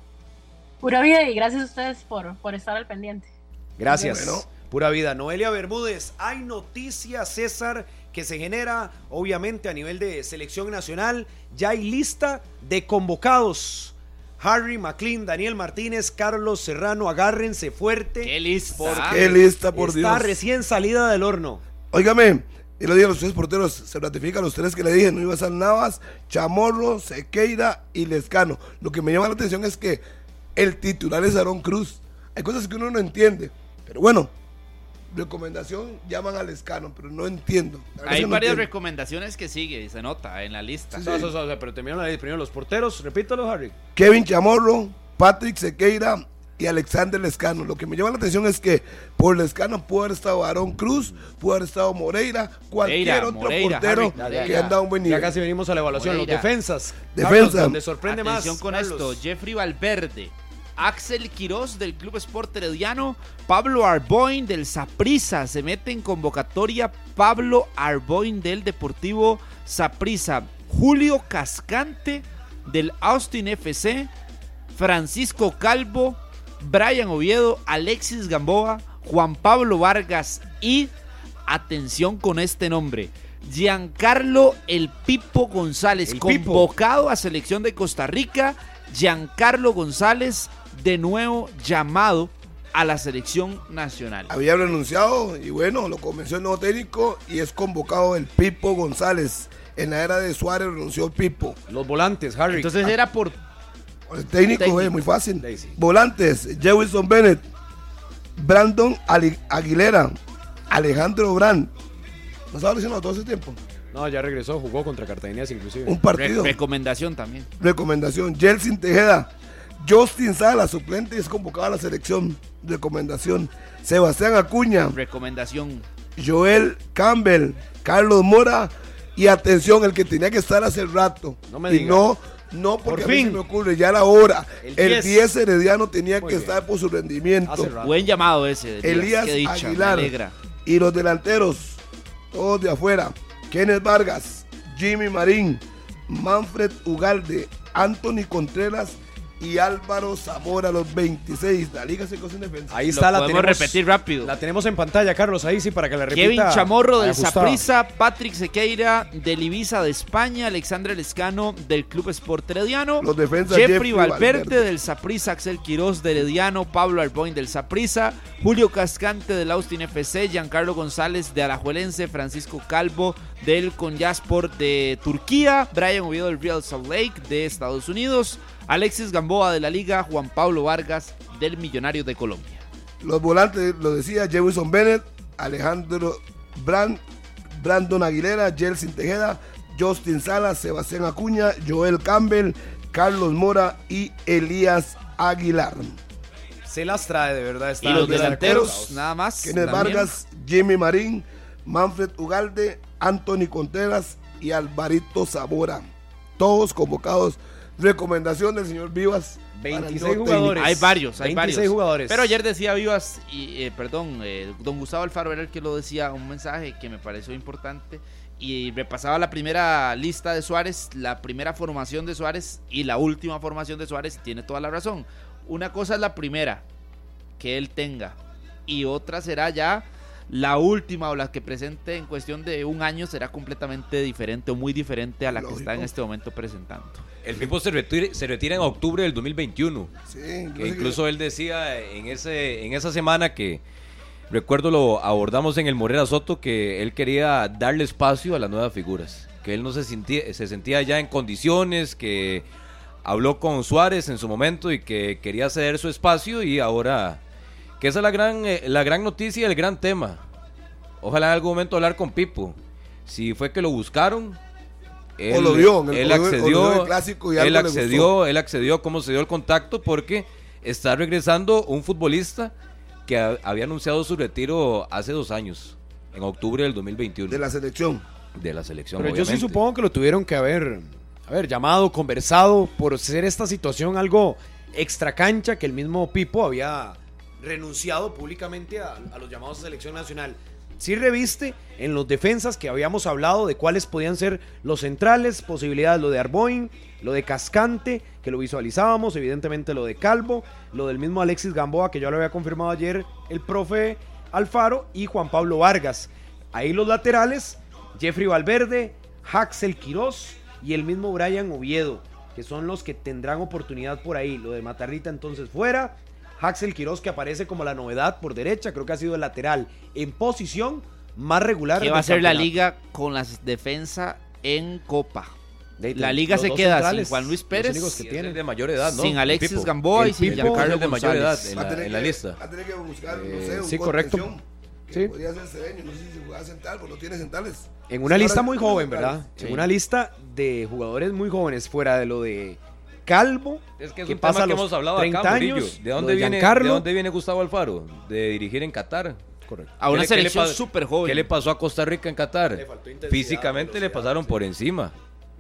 Pura vida, y gracias a ustedes por, por estar al pendiente. Gracias. Bueno. Pura vida. Noelia Bermúdez, hay noticias, César, que se genera obviamente a nivel de selección nacional. Ya hay lista de convocados. Harry McLean, Daniel Martínez, Carlos Serrano, agárrense fuerte. ¡Qué lista! Porque ¡Qué lista, por está Dios! recién salida del horno. Óigame, y lo dije a los tres porteros, se ratifican los tres que le dije, no iba a ser Navas, Chamorro, Sequeira y Lescano. Lo que me llama la atención es que el titular es Aarón Cruz. Hay cosas que uno no entiende, pero bueno, recomendación, llaman a Lescano, pero no entiendo. Hay no varias entiendo. recomendaciones que sigue, se nota en la lista. Sí, So, so, so, so, pero terminaron ahí primero los porteros. Repítalo, Harry. Kevin Chamorro, Patrick Sequeira y Alexander Lescano. Lo que me llama la atención es que por Lescano pudo haber estado Aarón Cruz, pudo haber estado Moreira, cualquier Moreira, otro Moreira, portero Harry, ya, que ya. anda a un buen nivel. Ya casi venimos a la evaluación. Moreira. Los defensas. Defensa. Carlos, donde sorprende Atención más. con Carlos. esto: Jeffrey Valverde, Axel Quiroz del Club Sport Herediano, Pablo Arboin del Saprissa. Se mete en convocatoria Pablo Arboin del Deportivo Saprissa, Julio Cascante del Austin F C, Francisco Calvo, Brian Oviedo, Alexis Gamboa, Juan Pablo Vargas y, atención con este nombre, Giancarlo El Pipo González, El Pipo. convocado a selección de Costa Rica. Giancarlo González de nuevo llamado a la selección nacional. Había renunciado y bueno, lo convenció el nuevo técnico y es convocado el Pipo González. En la era de Suárez renunció el Pipo. Los volantes, Harry. Entonces era por El técnico, Técnico. eh, muy fácil. Daisy. Volantes, Jefferson Bennett, Brandon Ali- Aguilera, Alejandro Brand. ¿No estaba lesionado todo ese tiempo? No, ya regresó, jugó contra Cartaginés inclusive. Un partido. Re- recomendación también. Recomendación, Jelsin Tejeda, Justin Sala, suplente y es convocado a la selección. Recomendación, Sebastián Acuña, Recomendación. Joel Campbell, Carlos Mora y atención, el que tenía que estar hace rato. No me y diga. no, no porque Por a mí fin. se me ocurre, ya era hora. El El diez. diez Herediano tenía Muy que bien. estar por su rendimiento. Hace rato. Buen llamado ese. de Elías. Elías Qué dicha, me Aguilar alegra. y los delanteros, todos de afuera, Kenneth Vargas, Jimmy Marín, Manfred Ugalde, Anthony Contreras y Álvaro Zamora, los veintiséis. La liga se quedó sin defensa. Ahí Lo está, la podemos tenemos, repetir rápido. La tenemos en pantalla, Carlos, ahí sí, para que la repita. Kevin Chamorro del ajustada. Saprissa, Patrick Sequeira del Ibiza de España, Alexandre Lescano del Club Sport Herediano, Los defensas, Jeffrey, Jeffrey Valverde, Valverde. del Saprissa, Axel Quiroz del Herediano, Pablo Arboin del Saprissa, Julio Cascante del Austin F C, Giancarlo González de Alajuelense, Francisco Calvo del Konyaspor de Turquía, Brian Oviedo del Real Salt Lake de Estados Unidos, Alexis Gamboa de la Liga, Juan Pablo Vargas del Millonarios de Colombia. Los volantes, lo decía, Jefferson Bennett, Alejandro Brand, Brandon Aguilera, Jelsin Tejeda, Justin Salas, Sebastián Acuña, Joel Campbell, Carlos Mora y Elías Aguilar. Se las trae, de verdad. Está Y los bien delanteros, acostados. nada más. Kenneth también. Vargas, Jimmy Marín, Manfred Ugalde, Anthony Contreras y Alvarito Zamora. Todos convocados. Recomendación del señor Vivas. para el veintiséis nuevo jugadores. Hay varios, hay veintiséis varios. jugadores. Pero ayer decía Vivas, y eh, perdón, eh, don Gustavo Alfaro era el que lo decía, un mensaje que me pareció importante. Y repasaba la primera lista de Suárez, la primera formación de Suárez y la última formación de Suárez. Tiene toda la razón. Una cosa es la primera que él tenga, y otra será ya la última o la que presente en cuestión de un año será completamente diferente o muy diferente a la Lógico. que está en este momento presentando. El Pipo se retira, se retira en octubre del dos mil veintiuno. Sí, Que incluso él decía en ese en esa semana que, recuerdo lo abordamos en el Morera Soto, que él quería darle espacio a las nuevas figuras, que él no se sentía, se sentía ya en condiciones, que habló con Suárez en su momento y que quería ceder su espacio, y ahora, que esa es la gran, eh, la gran noticia y el gran tema. Ojalá en algún momento hablar con Pipo, si fue que lo buscaron. Él, O lo vio en el- él o lo- o lo accedió, vio en el clásico y él algo le accedió, él accedió, cómo se dio el contacto, porque está regresando un futbolista que a- había anunciado su retiro hace dos años, en octubre del dos mil veintiuno, de la selección. de la selección. Pero yo sí obviamente. supongo que lo tuvieron que haber, haber llamado, conversado, por ser esta situación algo extra cancha, que el mismo Pipo había renunciado públicamente a, a los llamados a selección nacional. Sí reviste en los defensas que habíamos hablado de cuáles podían ser los centrales, posibilidades, lo de Arboin, lo de Cascante, que lo visualizábamos, evidentemente lo de Calvo, lo del mismo Alexis Gamboa, que ya lo había confirmado ayer el profe Alfaro, y Juan Pablo Vargas. Ahí los laterales, Jeffrey Valverde, Axel Quiroz y el mismo Brian Oviedo, que son los que tendrán oportunidad por ahí. Lo de Matarrita entonces fuera, Axel Quiroz, que aparece como la novedad por derecha, creo que ha sido el lateral en posición más regular. ¿Qué va del a ser la campeonato. liga con la defensa en Copa? De- La de- liga los se dos queda centrales, sin Juan Luis los Pérez, únicos que Y es tienen. el de mayor edad, ¿no? sin Alexis Pipo. Gamboa y El sin Pipo Pipo es Giancarlo el de mayor edad González. en Va a la, tener en la que- lista. Va a tener que buscar, no Eh, sé, un sí, correcto. contención. Sí. Podría ser Cedeño, no sé si jugaba central, porque no tiene centrales. En una Sí, lista ahora muy tiene joven, centrales. ¿verdad? Sí. En una lista de jugadores muy jóvenes, fuera de lo de Calvo, Es que es que un pasa tema que los hemos hablado acá, treinta Murillo. años, ¿De lo dónde, de viene, Giancarlo. ¿De dónde viene Gustavo Alfaro? De dirigir en Qatar. Correcto. A una ¿Qué le- qué le selección pa- súper joven. ¿Qué le pasó a Costa Rica en Qatar? Le faltó intensidad, Físicamente le velocidad, pasaron sí. por encima.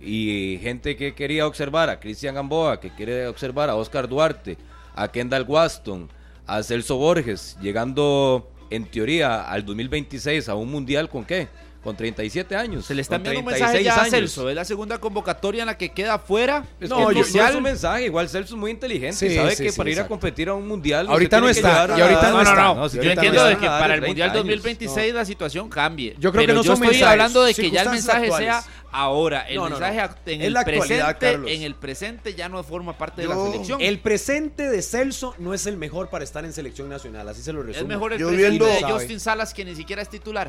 Y gente que quería observar a Cristian Gamboa, que quiere observar a Oscar Duarte, a Kendall Waston, a Celso Borges, llegando en teoría al dos mil veintiséis a un mundial ¿con qué? Con treinta y siete años. Se le está con enviando un treinta y mensaje seis ya a años. Celso. Es la segunda convocatoria en la que queda fuera. Es No, que yo- no oficial. es un mensaje, igual Celso es muy inteligente, Sí, sabe sí, que sí, para ir a exacto. competir a un mundial Ahorita usted no tiene que está, llevar y ahorita a- no está. no, no, Yo si Yo tiene entiendo que de llevar que a para el darle Mundial treinta dos mil años. veintiséis la situación cambie. Yo creo que Pero no yo son estoy mensajes, hablando de que ya el circunstancias mensaje actuales. sea ahora. El No, no, no. mensaje act- en Es el la actualidad, presente, Carlos. en el presente ya no forma parte de Yo- la selección. El presente de Celso no es el mejor para estar en selección nacional, así se lo resumo. Es mejor el Yo presente viendo- de Sabe. Justin Salas, que ni siquiera es titular.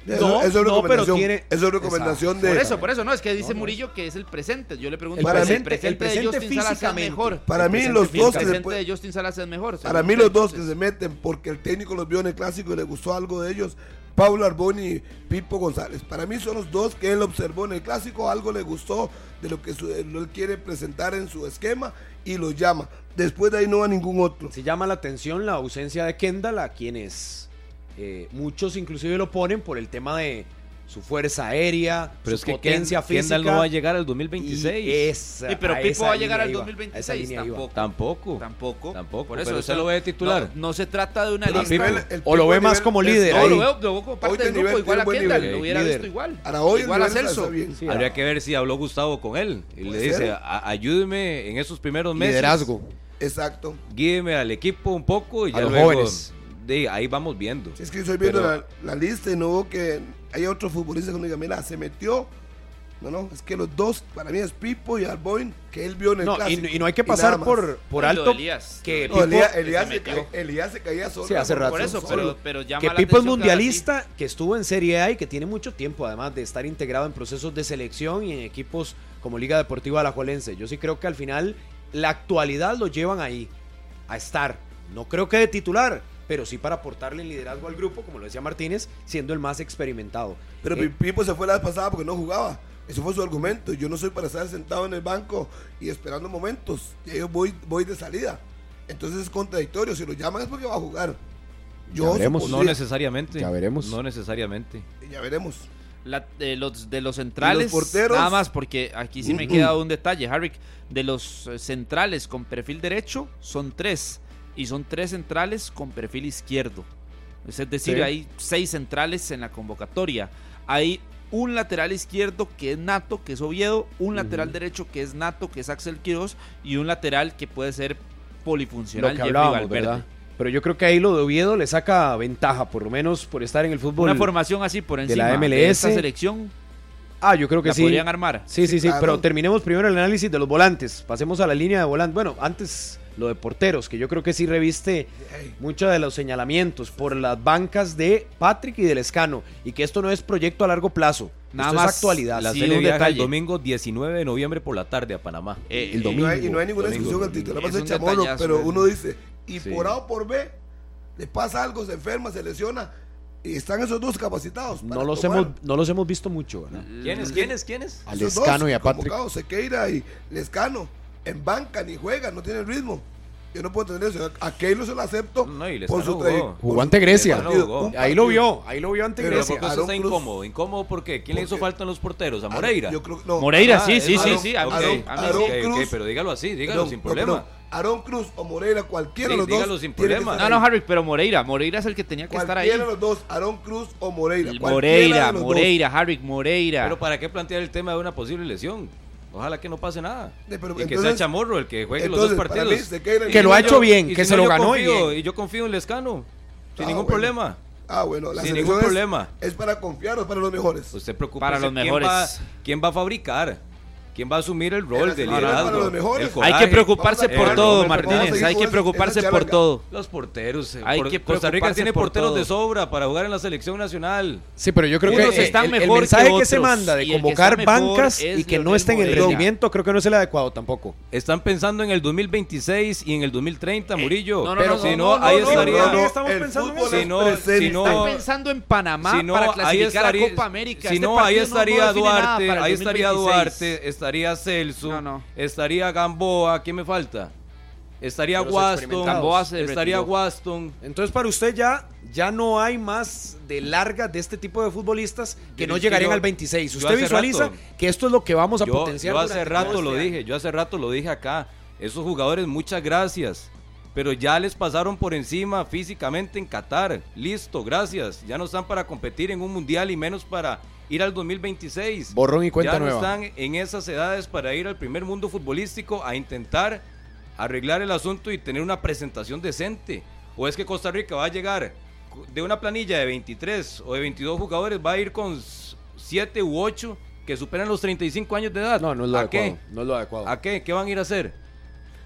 No, eso es no, pero recomendación, tiene- eso es recomendación Por de... eso, por eso, no, es que dice Murillo que es el presente. Yo le pregunto, El ¿el presente- presente, el presente de Justin Salas es físicamente. mejor? Para El mí presente los dos El que se presente pueden... de Justin Salas es mejor. Para según mí usted, los dos que entonces. se meten porque el técnico los vio en el clásico y le gustó algo de ellos, Paulo Arbón y Pipo González. Para mí son los dos que él observó en el clásico, algo le gustó de lo que su- él quiere presentar en su esquema y los llama. Después de ahí no va ningún otro. Se llama la atención la ausencia de Kendall, a quienes eh, muchos inclusive lo ponen por el tema de su fuerza aérea, Pero su es que potencia Ken- física. Kendall no va a llegar al dos mil veintiséis. Y esa- Sí, pero a Pipo esa va a llegar línea al iba, dos mil a esa veintiséis, línea iba. tampoco. Tampoco. Tampoco. Tampoco. Por eso, Pero o usted sea, lo ve de titular. No, no se trata de una Pero lista. nivel- No, el o lo Pipo ve a más nivel- como es- líder no, ahí. lo veo, lo veo como Hoy parte de del grupo, nivel igual a tiene buen Kendall. nivel. Lo hubiera Líder. visto igual. Para hoy el Igual a nivel está Celso. bien. Sí, Habría que ver si habló Gustavo con él. Y le Puede dice, ser. "A- ayúdeme en esos primeros meses. Liderazgo. Exacto. Guíeme al equipo un poco y A ya los luego, jóvenes. de ahí vamos viendo. Si es que estoy viendo Pero- la, la lista y no veo que hay otro futbolista que uno diga, mira, se metió. No, no, es que los dos, para mí es Pipo y Arboin, que él vio en el No, y, clásico. y no hay que nada pasar más. por, por Y lo alto de Elías, que No, Pipo, Elías, Elías se se, metió. ca- Elías se caía solo. Sí, hace hermano, rato. Por eso, solo. pero, pero llama que la Pipo es atención que ahora mundialista, que estuvo en Serie A y que tiene mucho tiempo, además de estar integrado en procesos de selección y en equipos como Liga Deportiva Alajuelense. Yo sí creo que al final la actualidad lo llevan ahí, a estar. No creo que de titular, pero sí para aportarle liderazgo al grupo, como lo decía Martínez, siendo el más experimentado. Pero Eh, Pipo se fue la vez pasada porque no jugaba. Eso fue su argumento. Yo no soy para estar sentado en el banco y esperando momentos. Y yo voy, voy de salida. Entonces es contradictorio. Si lo llaman es porque va a jugar. Yo Ya veremos. No supondría. necesariamente. Ya veremos. No necesariamente. Ya veremos. La- de, los, de los centrales, ¿Y los porteros? nada más, porque aquí sí me queda un detalle, Harry. De los eh, centrales con perfil derecho, son tres. Y son tres centrales con perfil izquierdo. Es decir, Sí. hay seis centrales en la convocatoria. Hay un lateral izquierdo que es Nato, que es Oviedo, un lateral derecho que es Nato, que es Axel Quiroz, y un lateral que puede ser polifuncional, lo que Jeffrey hablábamos, Valverde. ¿verdad? Pero yo creo que ahí lo de Oviedo le saca ventaja, por lo menos por estar en el fútbol. Una formación así por de encima la de, M L S. esta selección, Ah, yo creo que la sí. podrían armar. Sí, sí, sí, claro. pero terminemos primero el análisis de los volantes. Pasemos a la línea de volantes. Bueno, antes lo de porteros, que yo creo que sí reviste muchos de los señalamientos por las bancas de Patrick y del Escano, y que esto no es proyecto a largo plazo. Nada esto más es actualidad. La Sí, serie un viaja el detalle. domingo diecinueve de noviembre por la tarde a Panamá. Eh, El eh, Y no, hay, y domingo, no hay ninguna domingo, discusión. El domingo. titular va a Es ser un Chamorro. detallazo, Pero eso. uno dice, y Sí. por A o por B, le pasa algo, se enferma, se lesiona. Y están esos dos capacitados. para No los, tomar. hemos, no los hemos visto mucho, ¿verdad? ¿Quiénes? ¿Quiénes? ¿Quiénes? Al Esos Escano dos y a Patrick. convocados, Sequeira y Lescano. En banca ni juegan, no tienen ritmo. Yo no puedo entender eso. A Keylor se lo acepto No, y por Lescano su jugó. trayectoria. Jugó ante Grecia. Lescano jugó. Ahí lo vio, ahí lo vio ante Pero Grecia. ¿Por qué Aaron usted está Cruz- incómodo? ¿Incómodo por qué? ¿Quién le hizo Porque- falta en los porteros? ¿A Moreira? Yo creo, no. Moreira, Ah, sí, sí, es sí, Aaron- sí, a mí ok, sí, a mí Aaron sí. ok, ok, Cruz- pero dígalo así, dígalo Perdón, sin no, problema. perdón. Aaron Cruz o Moreira, cualquiera Sí, de los dos. dígalo sin tiene que problema. estar No, no, ahí. Harry, pero Moreira, Moreira es el que tenía que estar ahí. Cualquiera de los dos, Aaron Cruz o Moreira. cualquiera Moreira, de los dos. Moreira, Harry, Moreira. Pero ¿para qué plantear el tema de una posible lesión? Ojalá que no pase nada. Sí, pero y que entonces- sea Chamorro el que juegue entonces, los dos para partidos. mí, Sequeira y Que lo ha yo- hecho bien, Y que si se no, lo yo ganó y confío, bien. y yo confío en Lescano. Sin Ah, ningún bueno. problema. Ah, bueno, la Sin selección ningún es- problema. Es para confiar o es para los mejores. Usted preocupa Para los quién mejores. va, quién va a fabricar. ¿Quién va a asumir el rol Era de para liderazgo? los mejores. el Hay coraje? Hay que preocuparse Vamos a por quedar- todo, vamos a Martínez. seguir Hay con que esa- preocuparse esa por charanga. todo. Los porteros. eh, Hay por- que Costa Rica preocuparse tiene por porteros todo. de sobra para jugar en la selección nacional. Sí, pero yo creo Unos que están el, el mejor mensaje que que, se otros, manda de y el que convocar está mejor bancas es y que no Leonel estén en Moreira. rendimiento, creo que no es el adecuado tampoco. Están pensando en el dos mil veintiséis y en el dos mil treinta, Murillo. no, no, pero no, si no, no, no, ahí no, estaría. no, no, estamos el pensando en fútbol eso. Si es no, presente. si no- Están pensando en Panamá Si no, para ahí clasificar estaría, a Copa América. si Este no, ahí partido no- no estaría define nada Duarte, para el ahí estaría dos mil veintiséis. Duarte, estaría Celso, No, no. estaría Gamboa, ¿quién me falta? Estaría Pero los Waston, experimentados. Gamboa se estaría retiró. Waston. Entonces, para usted ya, ya no hay más de larga de este tipo de futbolistas que Yo no les llegarían digo- al veintiséis. yo Usted hace visualiza rato- que esto es lo que vamos a Yo, potenciar. yo hace durante rato todo lo este dije, año. yo hace rato lo dije acá. Esos jugadores, muchas gracias. Pero ya les pasaron por encima físicamente en Qatar. Listo, gracias. Ya no están para competir en un mundial y menos para ir al dos mil veintiséis. Borrón y cuenta ya no nueva. están en esas edades para ir al primer mundo futbolístico a intentar arreglar el asunto y tener una presentación decente. ¿O es que Costa Rica va a llegar de una planilla de veintitrés o de veintidós jugadores, va a ir con siete u ocho que superan los treinta y cinco años de edad? No, no es lo ¿A adecuado. qué? No es lo adecuado. ¿A qué? ¿Qué van a ir a hacer?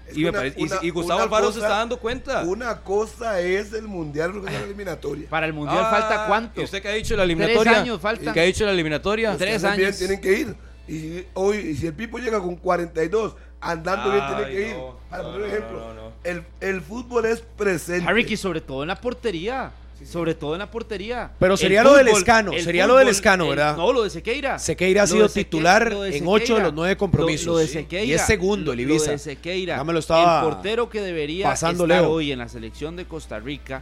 Y, me una, parece, y- una, y Gustavo Alfaro se está dando cuenta. Una cosa es el mundial, otra cosa es la eliminatoria. Para el mundial Ah, falta cuánto. ¿Y usted qué ha dicho de la eliminatoria? Tres años faltan. ¿Qué ha dicho de la eliminatoria? Tres Ustedes bien años. tienen que ir. Y si, hoy, y si el Pipo llega con cuarenta y dos, andando bien, tiene Ay, que ir. no. Para No, poner un no, ejemplo, no, no. El, el fútbol es presente. Harry, y sobre todo en la portería. Sobre todo en la portería. Pero El sería lo del fútbol- Escano, el sería lo del fútbol- Escano, el- ¿verdad? No, lo de Sequeira. Sequeira ha Lo sido de Seque- titular lo de en ocho de Sequeira. los nueve compromisos. Lo, lo de Sí. Sequeira. Y es segundo el Lo- Ibiza. Lo de Sequeira. Ya me lo estaba el portero que debería pasando estar Leo. hoy en la selección de Costa Rica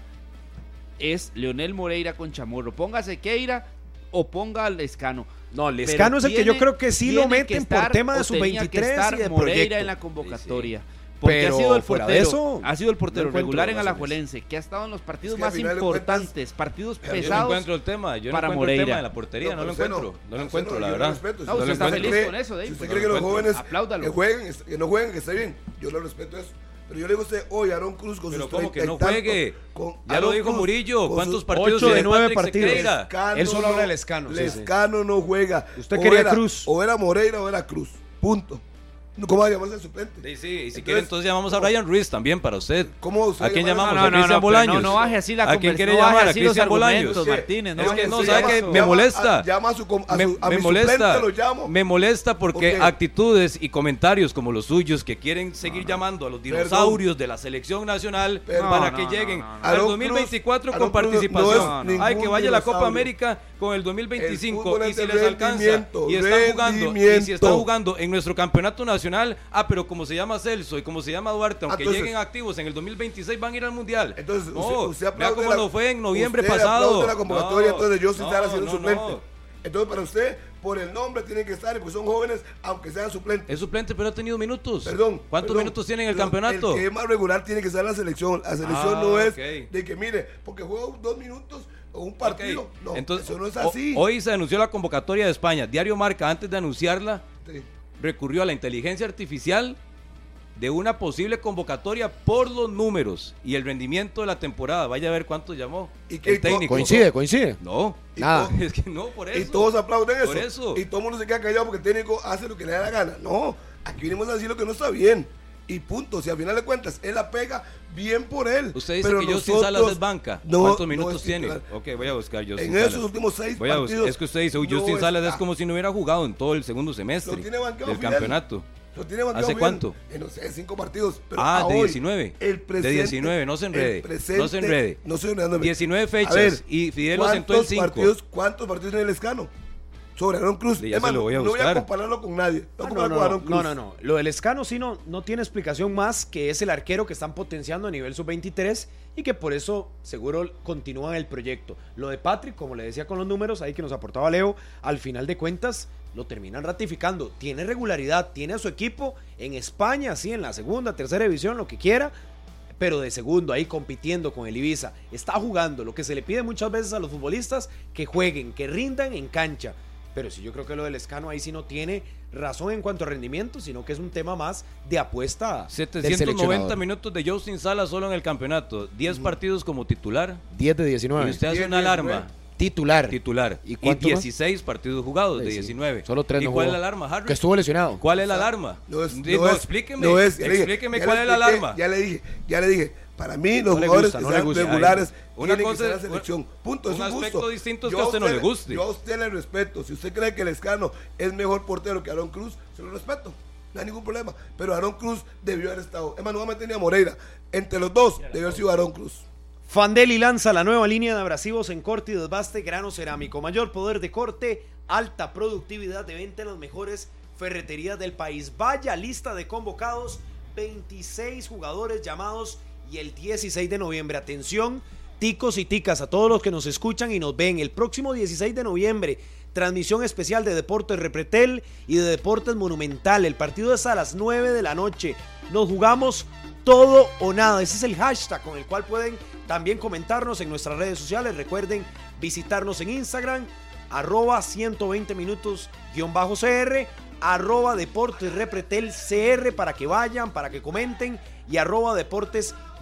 es Leonel Moreira con Chamorro. Ponga a Sequeira o ponga al Escano. No, el Pero Escano es el que tiene- yo creo que sí lo tiene que meten estar, por tema de o sub tenía que veintitrés estar y de Moreira proyecto. en la convocatoria. Sí, Porque Pero ha sido el fuera de portero, eso, ha sido el portero no encuentro regular en razones. Alajuelense, que ha estado en los partidos Es que al más final de cuentas, importantes, partidos yo no Yo no pesados. encuentro el tema, yo no para encuentro el Moreira. tema de la portería, no, lo usted encuentro, no, lo usted encuentro, la yo lo verdad. respeto. Si No, usted usted está cree- feliz con eso, Dave. Si usted No cree que lo los encuentro. jóvenes Apláudalo. que jueguen, que no jueguen, que esté bien, yo lo respeto eso. Pero yo le digo a usted, hoy Aaron Cruz con Pero sus ¿cómo que treinta y no tantos, juegue? con Ya lo Aaron dijo Cruz, Murillo, con ¿cuántos sus partidos ocho de tiene nueve Patrick partidos. Sequeira? Lescano Él solo no- habla del Escano, sí, sí. Lescano no juega. Usted O quería era- Cruz. O era Moreira o era Cruz. Punto. ¿Cómo va a llamarse el suplente? Sí, sí, y si Entonces, quiere entonces llamamos a Brian Ruiz también para usted. ¿Cómo usted ¿A quién llama- llamamos? No, ¿A no, no, Cristian no, Bolaños? no, no baje así la ¿A quién conversación, quiere no baje llamar? ¿A así los Cristian Bolaños? argumentos, Sí. Martínez, no Es baje que no, así. ¿sabe llama- qué? llama Me a- molesta. Llama a su, com- a me, su, a me mi molesta, suplente, lo llamo. me molesta porque ¿Por qué? actitudes y comentarios como los suyos que quieren seguir llamando a los dinosaurios de la selección nacional Perdón. para No, que no, lleguen no, no, no. al Aaron dos mil veinticuatro Cruz- con Aaron Cruz no participación. es Ay, que ningún vaya la Copa dinosaurio. América con el dos mil veinticinco El fútbol y es si de les alcanza rendimiento, y están jugando y si están rendimiento. jugando en nuestro campeonato nacional, ah, pero como se llama Celso y como se llama Duarte, aunque Entonces- lleguen activos en el dos mil veintiséis van a ir al mundial. Entonces, no, usted, usted vea aplaude cómo la- nos fue en noviembre usted pasado. aplaude la convocatoria, No, entonces yo sin no, estar haciendo no, suplente. no. Entonces, para usted, por el nombre tienen que estar, porque son jóvenes, aunque sean suplentes. Es suplente, pero ha tenido minutos. Perdón. ¿Cuántos perdón, minutos tiene en el pero campeonato? El que es más regular tiene que ser la selección. La selección Ah, no es ok. de que, mire, porque juega dos minutos o un partido. Ok. No, Entonces, eso no es ho- así. Hoy se anunció la convocatoria de España. Diario Marca, antes de anunciarla, Sí. recurrió a la inteligencia artificial de una posible convocatoria por los números y el rendimiento de la temporada. Vaya a ver cuántos llamó ¿Y qué- el técnico. Coincide, coincide. No, Y Nada. todo- es que no, por eso. Y todos aplauden eso. Por eso. Y todo el mundo se queda callado porque el técnico hace lo que le da la gana. No, aquí venimos a decir lo que no está bien. Y punto. Si al final de cuentas él la pega, bien por él. Usted dice Pero que Justin nosotros- Salas es banca. No, ¿Cuántos no minutos es tiene? titular. Ok, voy a buscar Justin En Salas. esos últimos seis Voy a bus- partidos. es que usted dice, uy, no Justin Salas es está. como si no hubiera jugado en todo el segundo semestre Lo tiene banqueado del Fidel. campeonato. Lo tiene banqueado ¿Hace bien. cuánto? En, no sé, cinco partidos. Pero Ah, a de hoy, diecinueve. El presente, De diecinueve, no se enrede, el presente- no se enrede. No se enrede. diecinueve A fechas ver, y Fidel lo sentó en ¿cuántos cinco. partidos, ¿Cuántos partidos tiene el Escano? Sobre Aaron Cruz. Sí, ya Es más, se lo voy a no voy a buscar. compararlo con nadie. No, Ah, voy a no, comparar no, con no, Aaron Cruz. no, no, no. Lo del Escano sí no, no tiene explicación más que es el arquero que están potenciando a nivel sub veintitrés y que por eso seguro continúan el proyecto. Lo de Patrick, como le decía con los números ahí que nos aportaba Leo, al final de cuentas lo terminan ratificando. Tiene regularidad, tiene a su equipo en España, sí, en la segunda, tercera división, lo que quiera, pero de segundo ahí compitiendo con el Ibiza. Está jugando lo que se le pide muchas veces a los futbolistas, que jueguen, que rindan en cancha. Pero sí, yo creo que lo del Escano ahí sí no tiene razón en cuanto a rendimiento, sino que es un tema más de apuesta del setecientos seleccionador. noventa minutos de Justin Salas solo en el campeonato. diez partidos como titular. diez de Y diecinueve. usted hace diez, una alarma. diecinueve. Titular. Titular. ¿Y Y, cuánto más? dieciséis partidos jugados de Sí, sí. diecinueve. Solo tres ¿Y no cuál jugó. es la alarma, Harry? Que estuvo lesionado. ¿Cuál es la alarma? No es, Di- no no, es- explíqueme. no es, ya le dije, explíqueme ya cuál le es la expliqué, alarma. Ya le dije, ya le dije. Para mí, los No le jugadores gusta, que no le sean gusta. regulares Ay, una tienen cosa que ser la es- selección. Punto, es un un aspecto gusto. distinto es Yo que a usted no le le- guste. Yo a usted le respeto. Si usted cree que el Escano es mejor portero que Aaron Cruz, se lo respeto. No hay ningún problema. Pero Aaron Cruz debió haber estado. Es más, nuevamente tenía Moreira. Entre los dos, debió haber sido Aaron Cruz. Fandeli lanza la nueva línea de abrasivos en corte y desbaste, grano cerámico, mayor poder de corte, alta productividad de venta en las mejores ferreterías del país. Vaya lista de convocados, veintiséis jugadores llamados y el dieciséis de noviembre. Atención, ticos y ticas, a todos los que nos escuchan y nos ven. El próximo dieciséis de noviembre, transmisión especial de Deportes Repretel y de Deportes Monumental. El partido es a las nueve de la noche. Nos jugamos todo o nada. Ese es el hashtag con el cual pueden también comentarnos en nuestras redes sociales. Recuerden visitarnos en Instagram, arroba ciento veinte minutos guión bajo cr, arroba Deportes Repretel cr para que vayan, para que comenten, y arroba Deportes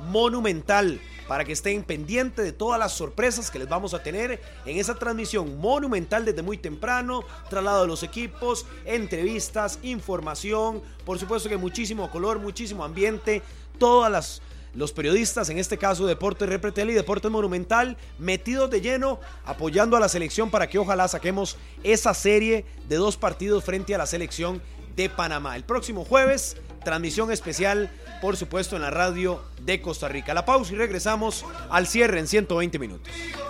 Monumental, para que estén pendientes de todas las sorpresas que les vamos a tener en esa transmisión monumental desde muy temprano, traslado de los equipos, entrevistas, información, por supuesto que muchísimo color, muchísimo ambiente, todas las... los periodistas, en este caso Deportes Repretel y Deportes Monumental, metidos de lleno, apoyando a la selección para que ojalá saquemos esa serie de dos partidos frente a la selección de Panamá. El próximo jueves, transmisión especial, por supuesto, en la radio de Costa Rica. La pausa y regresamos al cierre en ciento veinte minutos.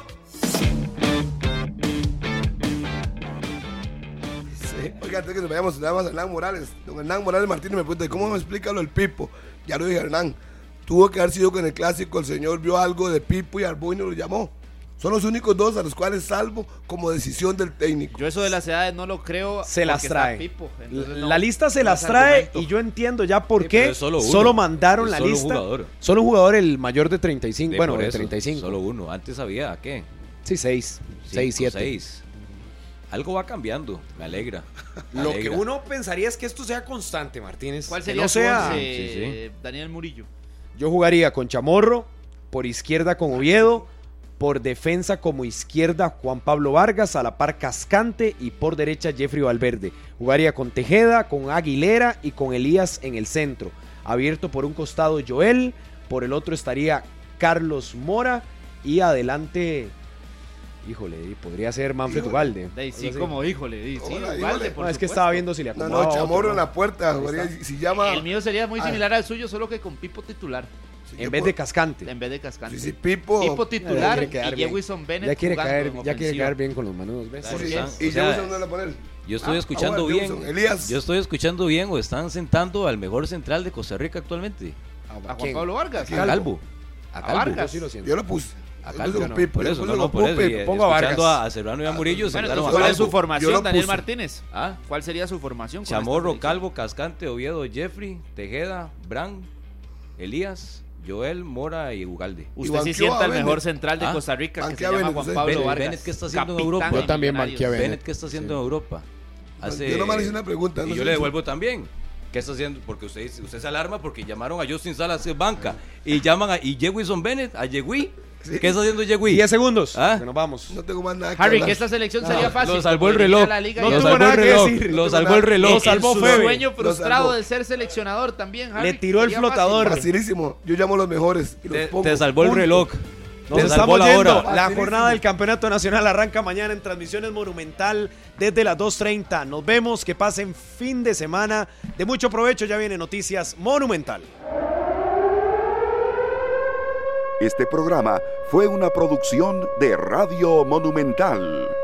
Sí. Oiga, antes que nos vayamos, le damos a Hernán Morales. Don Hernán Morales Martínez me pregunta, ¿cómo me explica lo del Pipo? Ya lo dije, Hernán. Tuvo que haber sido que en el clásico el señor vio algo de Pipo y Arbuino lo llamó. Son los únicos dos a los cuales salvo como decisión del técnico. Yo eso de las edades no lo creo. Se las trae. Pipo, la, no, la lista se no las trae argumento. Y yo entiendo ya por sí, qué solo, solo mandaron es la solo lista. Jugador. Solo un jugador, el mayor de treinta y cinco. De bueno, de eso, treinta y cinco. Solo uno. Antes había, ¿qué? Sí, seis. Seis, siete. Seis. Algo va cambiando, me alegra. Me Lo alegra. que uno pensaría es que esto sea constante, Martínez. ¿Cuál sería que no sea? once, sí, sí. Daniel Murillo? Yo jugaría con Chamorro, por izquierda con Oviedo, por defensa como izquierda Juan Pablo Vargas, a la par Cascante y por derecha Jeffrey Valverde. Jugaría con Tejeda, con Aguilera y con Elías en el centro. Abierto por un costado Joel, por el otro estaría Carlos Mora y adelante... Híjole, podría ser Manfred Ugalde. Sí, como híjole. Sí, Hola, Ugalde, híjole. por no, es que supuesto. estaba viendo si le No, acomodaba no, Chamorro otro, en la puerta. Jugaría, si llama... El mío sería muy similar ah. al suyo, solo que con Pipo titular. En vez de Cascante. En vez de Cascante. Sí, sí, Pipo. Pipo titular ya y Jewison Bennett ya quiere jugando caer, en ya quiere ofensiva. caer bien con los manudos, ¿ves? Sí, sí. O ¿Y sea, Jewison dónde la poner? Yo estoy Ah, escuchando ah, bueno, bien. Jewison, Elías. Yo estoy escuchando bien o están sentando al mejor central de Costa Rica actualmente. ¿A Juan Pablo Vargas? A Calvo. A Calvo. Vargas. Yo sí lo siento. Yo lo puse. A Calvo, no, por eso, no, no, por eso. Y, pongo a escuchando Vargas. a, a Serrano y a Murillo, Bueno, sentaron entonces, a ¿cuál es Calvo. su formación, Yo lo Daniel puse. Martínez? ¿Ah? ¿Cuál sería su formación? con Chamorro, esta Calvo, Cascante, Oviedo, Jeffrey, Tejeda, Bran, Elías, Joel, Mora y Ugalde. Usted Iván sí Kioa, sienta el Bennett. mejor central de ¿Ah? Costa Rica que se Banquea llama Bennett, Juan usted. Pablo Bennett, Vargas. Bennett, ¿qué está haciendo en Capitán Europa? de Yo también Millonarios. banqueé a Bennett. Bennett, ¿qué está haciendo en Europa? Hace... Yo nomás le hice una pregunta. Y no yo sé le si- devuelvo también. ¿Qué está haciendo? Porque usted, usted se alarma porque llamaron a Justin Salas de banca y llaman a y Jewison Bennett, a Yegui. Sí. ¿Qué está haciendo Yegui? diez segundos. ¿Ah? Que nos vamos. No tengo más nada que Harry, hablar. que esta selección sería fácil. Lo salvó el porque reloj. la Liga No ya- Lo tuvo salvó nada el que reloj. decir. Lo No salvó tuvo el nada- reloj. Lo salvó su Febe. sueño Lo frustrado salvó. de ser seleccionador también, Harry. Le tiró el Sería fácil. flotador. Facilísimo. Yo llamo a los mejores y los Te, pongo. te salvó el Punto. reloj. Nos Te estamos salvó la yendo. hora. La Facilísimo. jornada del Campeonato Nacional arranca mañana en transmisiones Monumental desde las dos treinta. Nos vemos, que pasen fin de semana de mucho provecho. Ya viene Noticias Monumental. Este programa fue una producción de Radio Monumental.